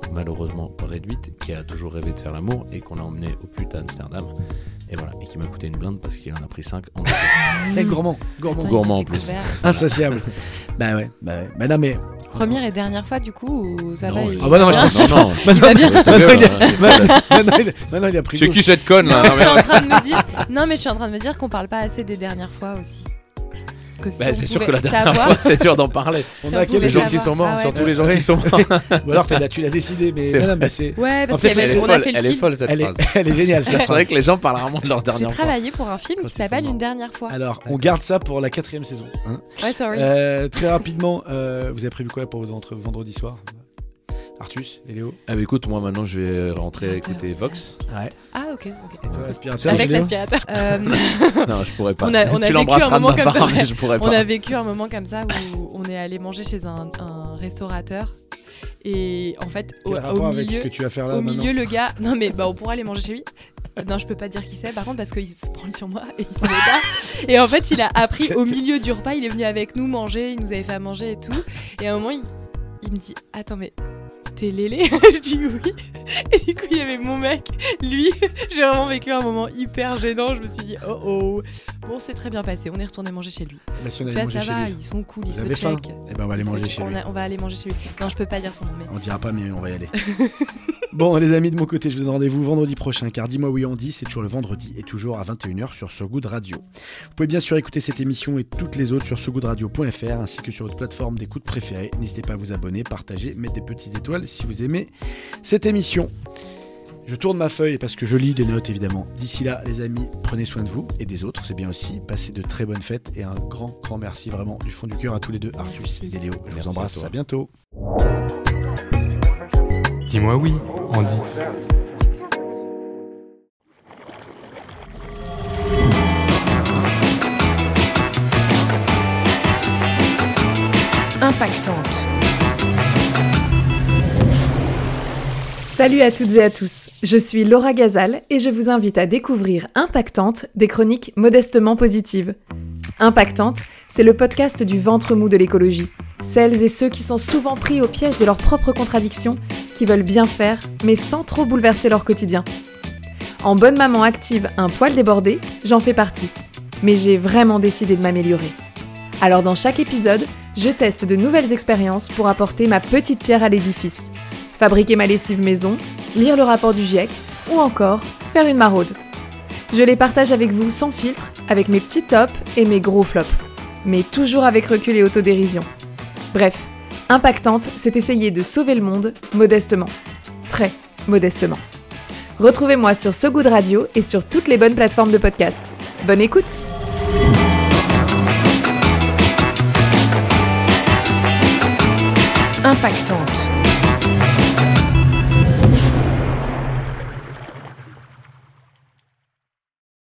malheureusement réduite, qui a toujours rêvé de faire l'amour et qu'on a emmené au pute à Amsterdam. Et voilà, et qui m'a coûté une blinde parce qu'il en a pris cinq en deux. Et gourmand, gourmand. Attends, gourmand en plus. Insatiable. Bah ouais, bah ouais. Bah non mais. Première et dernière fois du coup ou ça non, va il... Ah bah non, je pense non, non. Il va bien. Maintenant il a pris. C'est qui cette conne là? Non, je suis en train de me dire. Non mais je suis en train de me dire qu'on parle pas assez des dernières fois aussi. Que si Bah, on c'est sûr pouvait que la dernière savoir- fois, c'est dur d'en parler. On Si a on quel- pouvait les gens qui savoir. sont morts, Ah ouais. surtout les gens Ouais. qui sont morts. Ou alors t'as- tu l'as décidé, mais C'est non, non, vrai. mais c'est. Ouais, parce En fait, qu'il y avait- elle est on a folle, fait le elle est film. folle cette Elle est, phrase. elle est géniale cette C'est phrase. vrai que les gens parlent rarement de leur J'ai dernière fois. travaillé pour un film Quand qui ils sont s'appelle morts. Une dernière fois. Alors, on garde ça pour la quatrième saison. Hein. Ouais, sorry. Euh, très rapidement, euh, vous avez prévu quoi pour vos entre vendredi soir? Artus et Léo? Ah bah écoute, moi maintenant je vais rentrer écouter Vox. Ouais. Ah ok, ok. Et toi, l'aspirateur? Avec Léo l'aspirateur. Euh, Non, je pourrais pas. On a, on a Tu vécu un l'embrasseras de moment ma comme part, ça. mais je pourrais On pas. a vécu un moment comme ça où on est allé manger chez un, un restaurateur et en fait au, Quel au rapport avec milieu, ce que tu vas faire là au maintenant milieu le gars, non mais bah on pourra aller manger chez lui. Non, je peux pas dire qui c'est par contre parce qu'il se prend sur moi et il savait pas. Et en fait, il a appris au milieu du repas, il est venu avec nous manger, il nous avait fait à manger et tout. Et à un moment, il, il me dit "Attends mais t'es Lélé?" Je dis oui. Et du coup, il y avait mon mec, lui. J'ai vraiment vécu un moment hyper gênant. Je me suis dit "Oh oh." Bon, c'est très bien passé. On est retourné manger chez lui. Bah, si on allait Là, manger ça chez va, lui. ils sont cool, ils Vous se avez faim check. Eh ben, on va aller manger chez on lui. a- on va aller manger chez lui. Non, je peux pas dire son nom, mais. On dira pas, mais on va y aller. Bon, les amis, de mon côté, je vous donne rendez-vous vendredi prochain, car Dis-moi oui on dit, c'est toujours le vendredi et toujours à vingt et une heures sur So Good Radio. Vous pouvez bien sûr écouter cette émission et toutes les autres sur so good radio point f r ainsi que sur votre plateforme d'écoute préférée. N'hésitez pas à vous abonner, partager, mettre des petites étoiles si vous aimez cette émission. Je tourne ma feuille parce que je lis des notes évidemment. D'ici là, les amis, prenez soin de vous et des autres, c'est bien aussi. Passez de très bonnes fêtes et un grand, grand merci vraiment du fond du cœur à tous les deux, Artus et Léo. Je Merci vous embrasse, à toi. à bientôt. Dis-moi oui, Andy. Impactante. Salut à toutes et à tous, je suis Laura Gazal et je vous invite à découvrir Impactante, des chroniques modestement positives. Impactante, c'est le podcast du ventre mou de l'écologie. Celles et ceux qui sont souvent pris au piège de leurs propres contradictions, qui veulent bien faire, mais sans trop bouleverser leur quotidien. En bonne maman active, un poil débordé, j'en fais partie. Mais j'ai vraiment décidé de m'améliorer. Alors dans chaque épisode, je teste de nouvelles expériences pour apporter ma petite pierre à l'édifice. Fabriquer ma lessive maison, lire le rapport du GIEC ou encore faire une maraude. Je les partage avec vous sans filtre, avec mes petits tops et mes gros flops. Mais toujours avec recul et autodérision. Bref, Impactante, c'est essayer de sauver le monde modestement. Très modestement. Retrouvez-moi sur So Good Radio et sur toutes les bonnes plateformes de podcast. Bonne écoute! Impactante.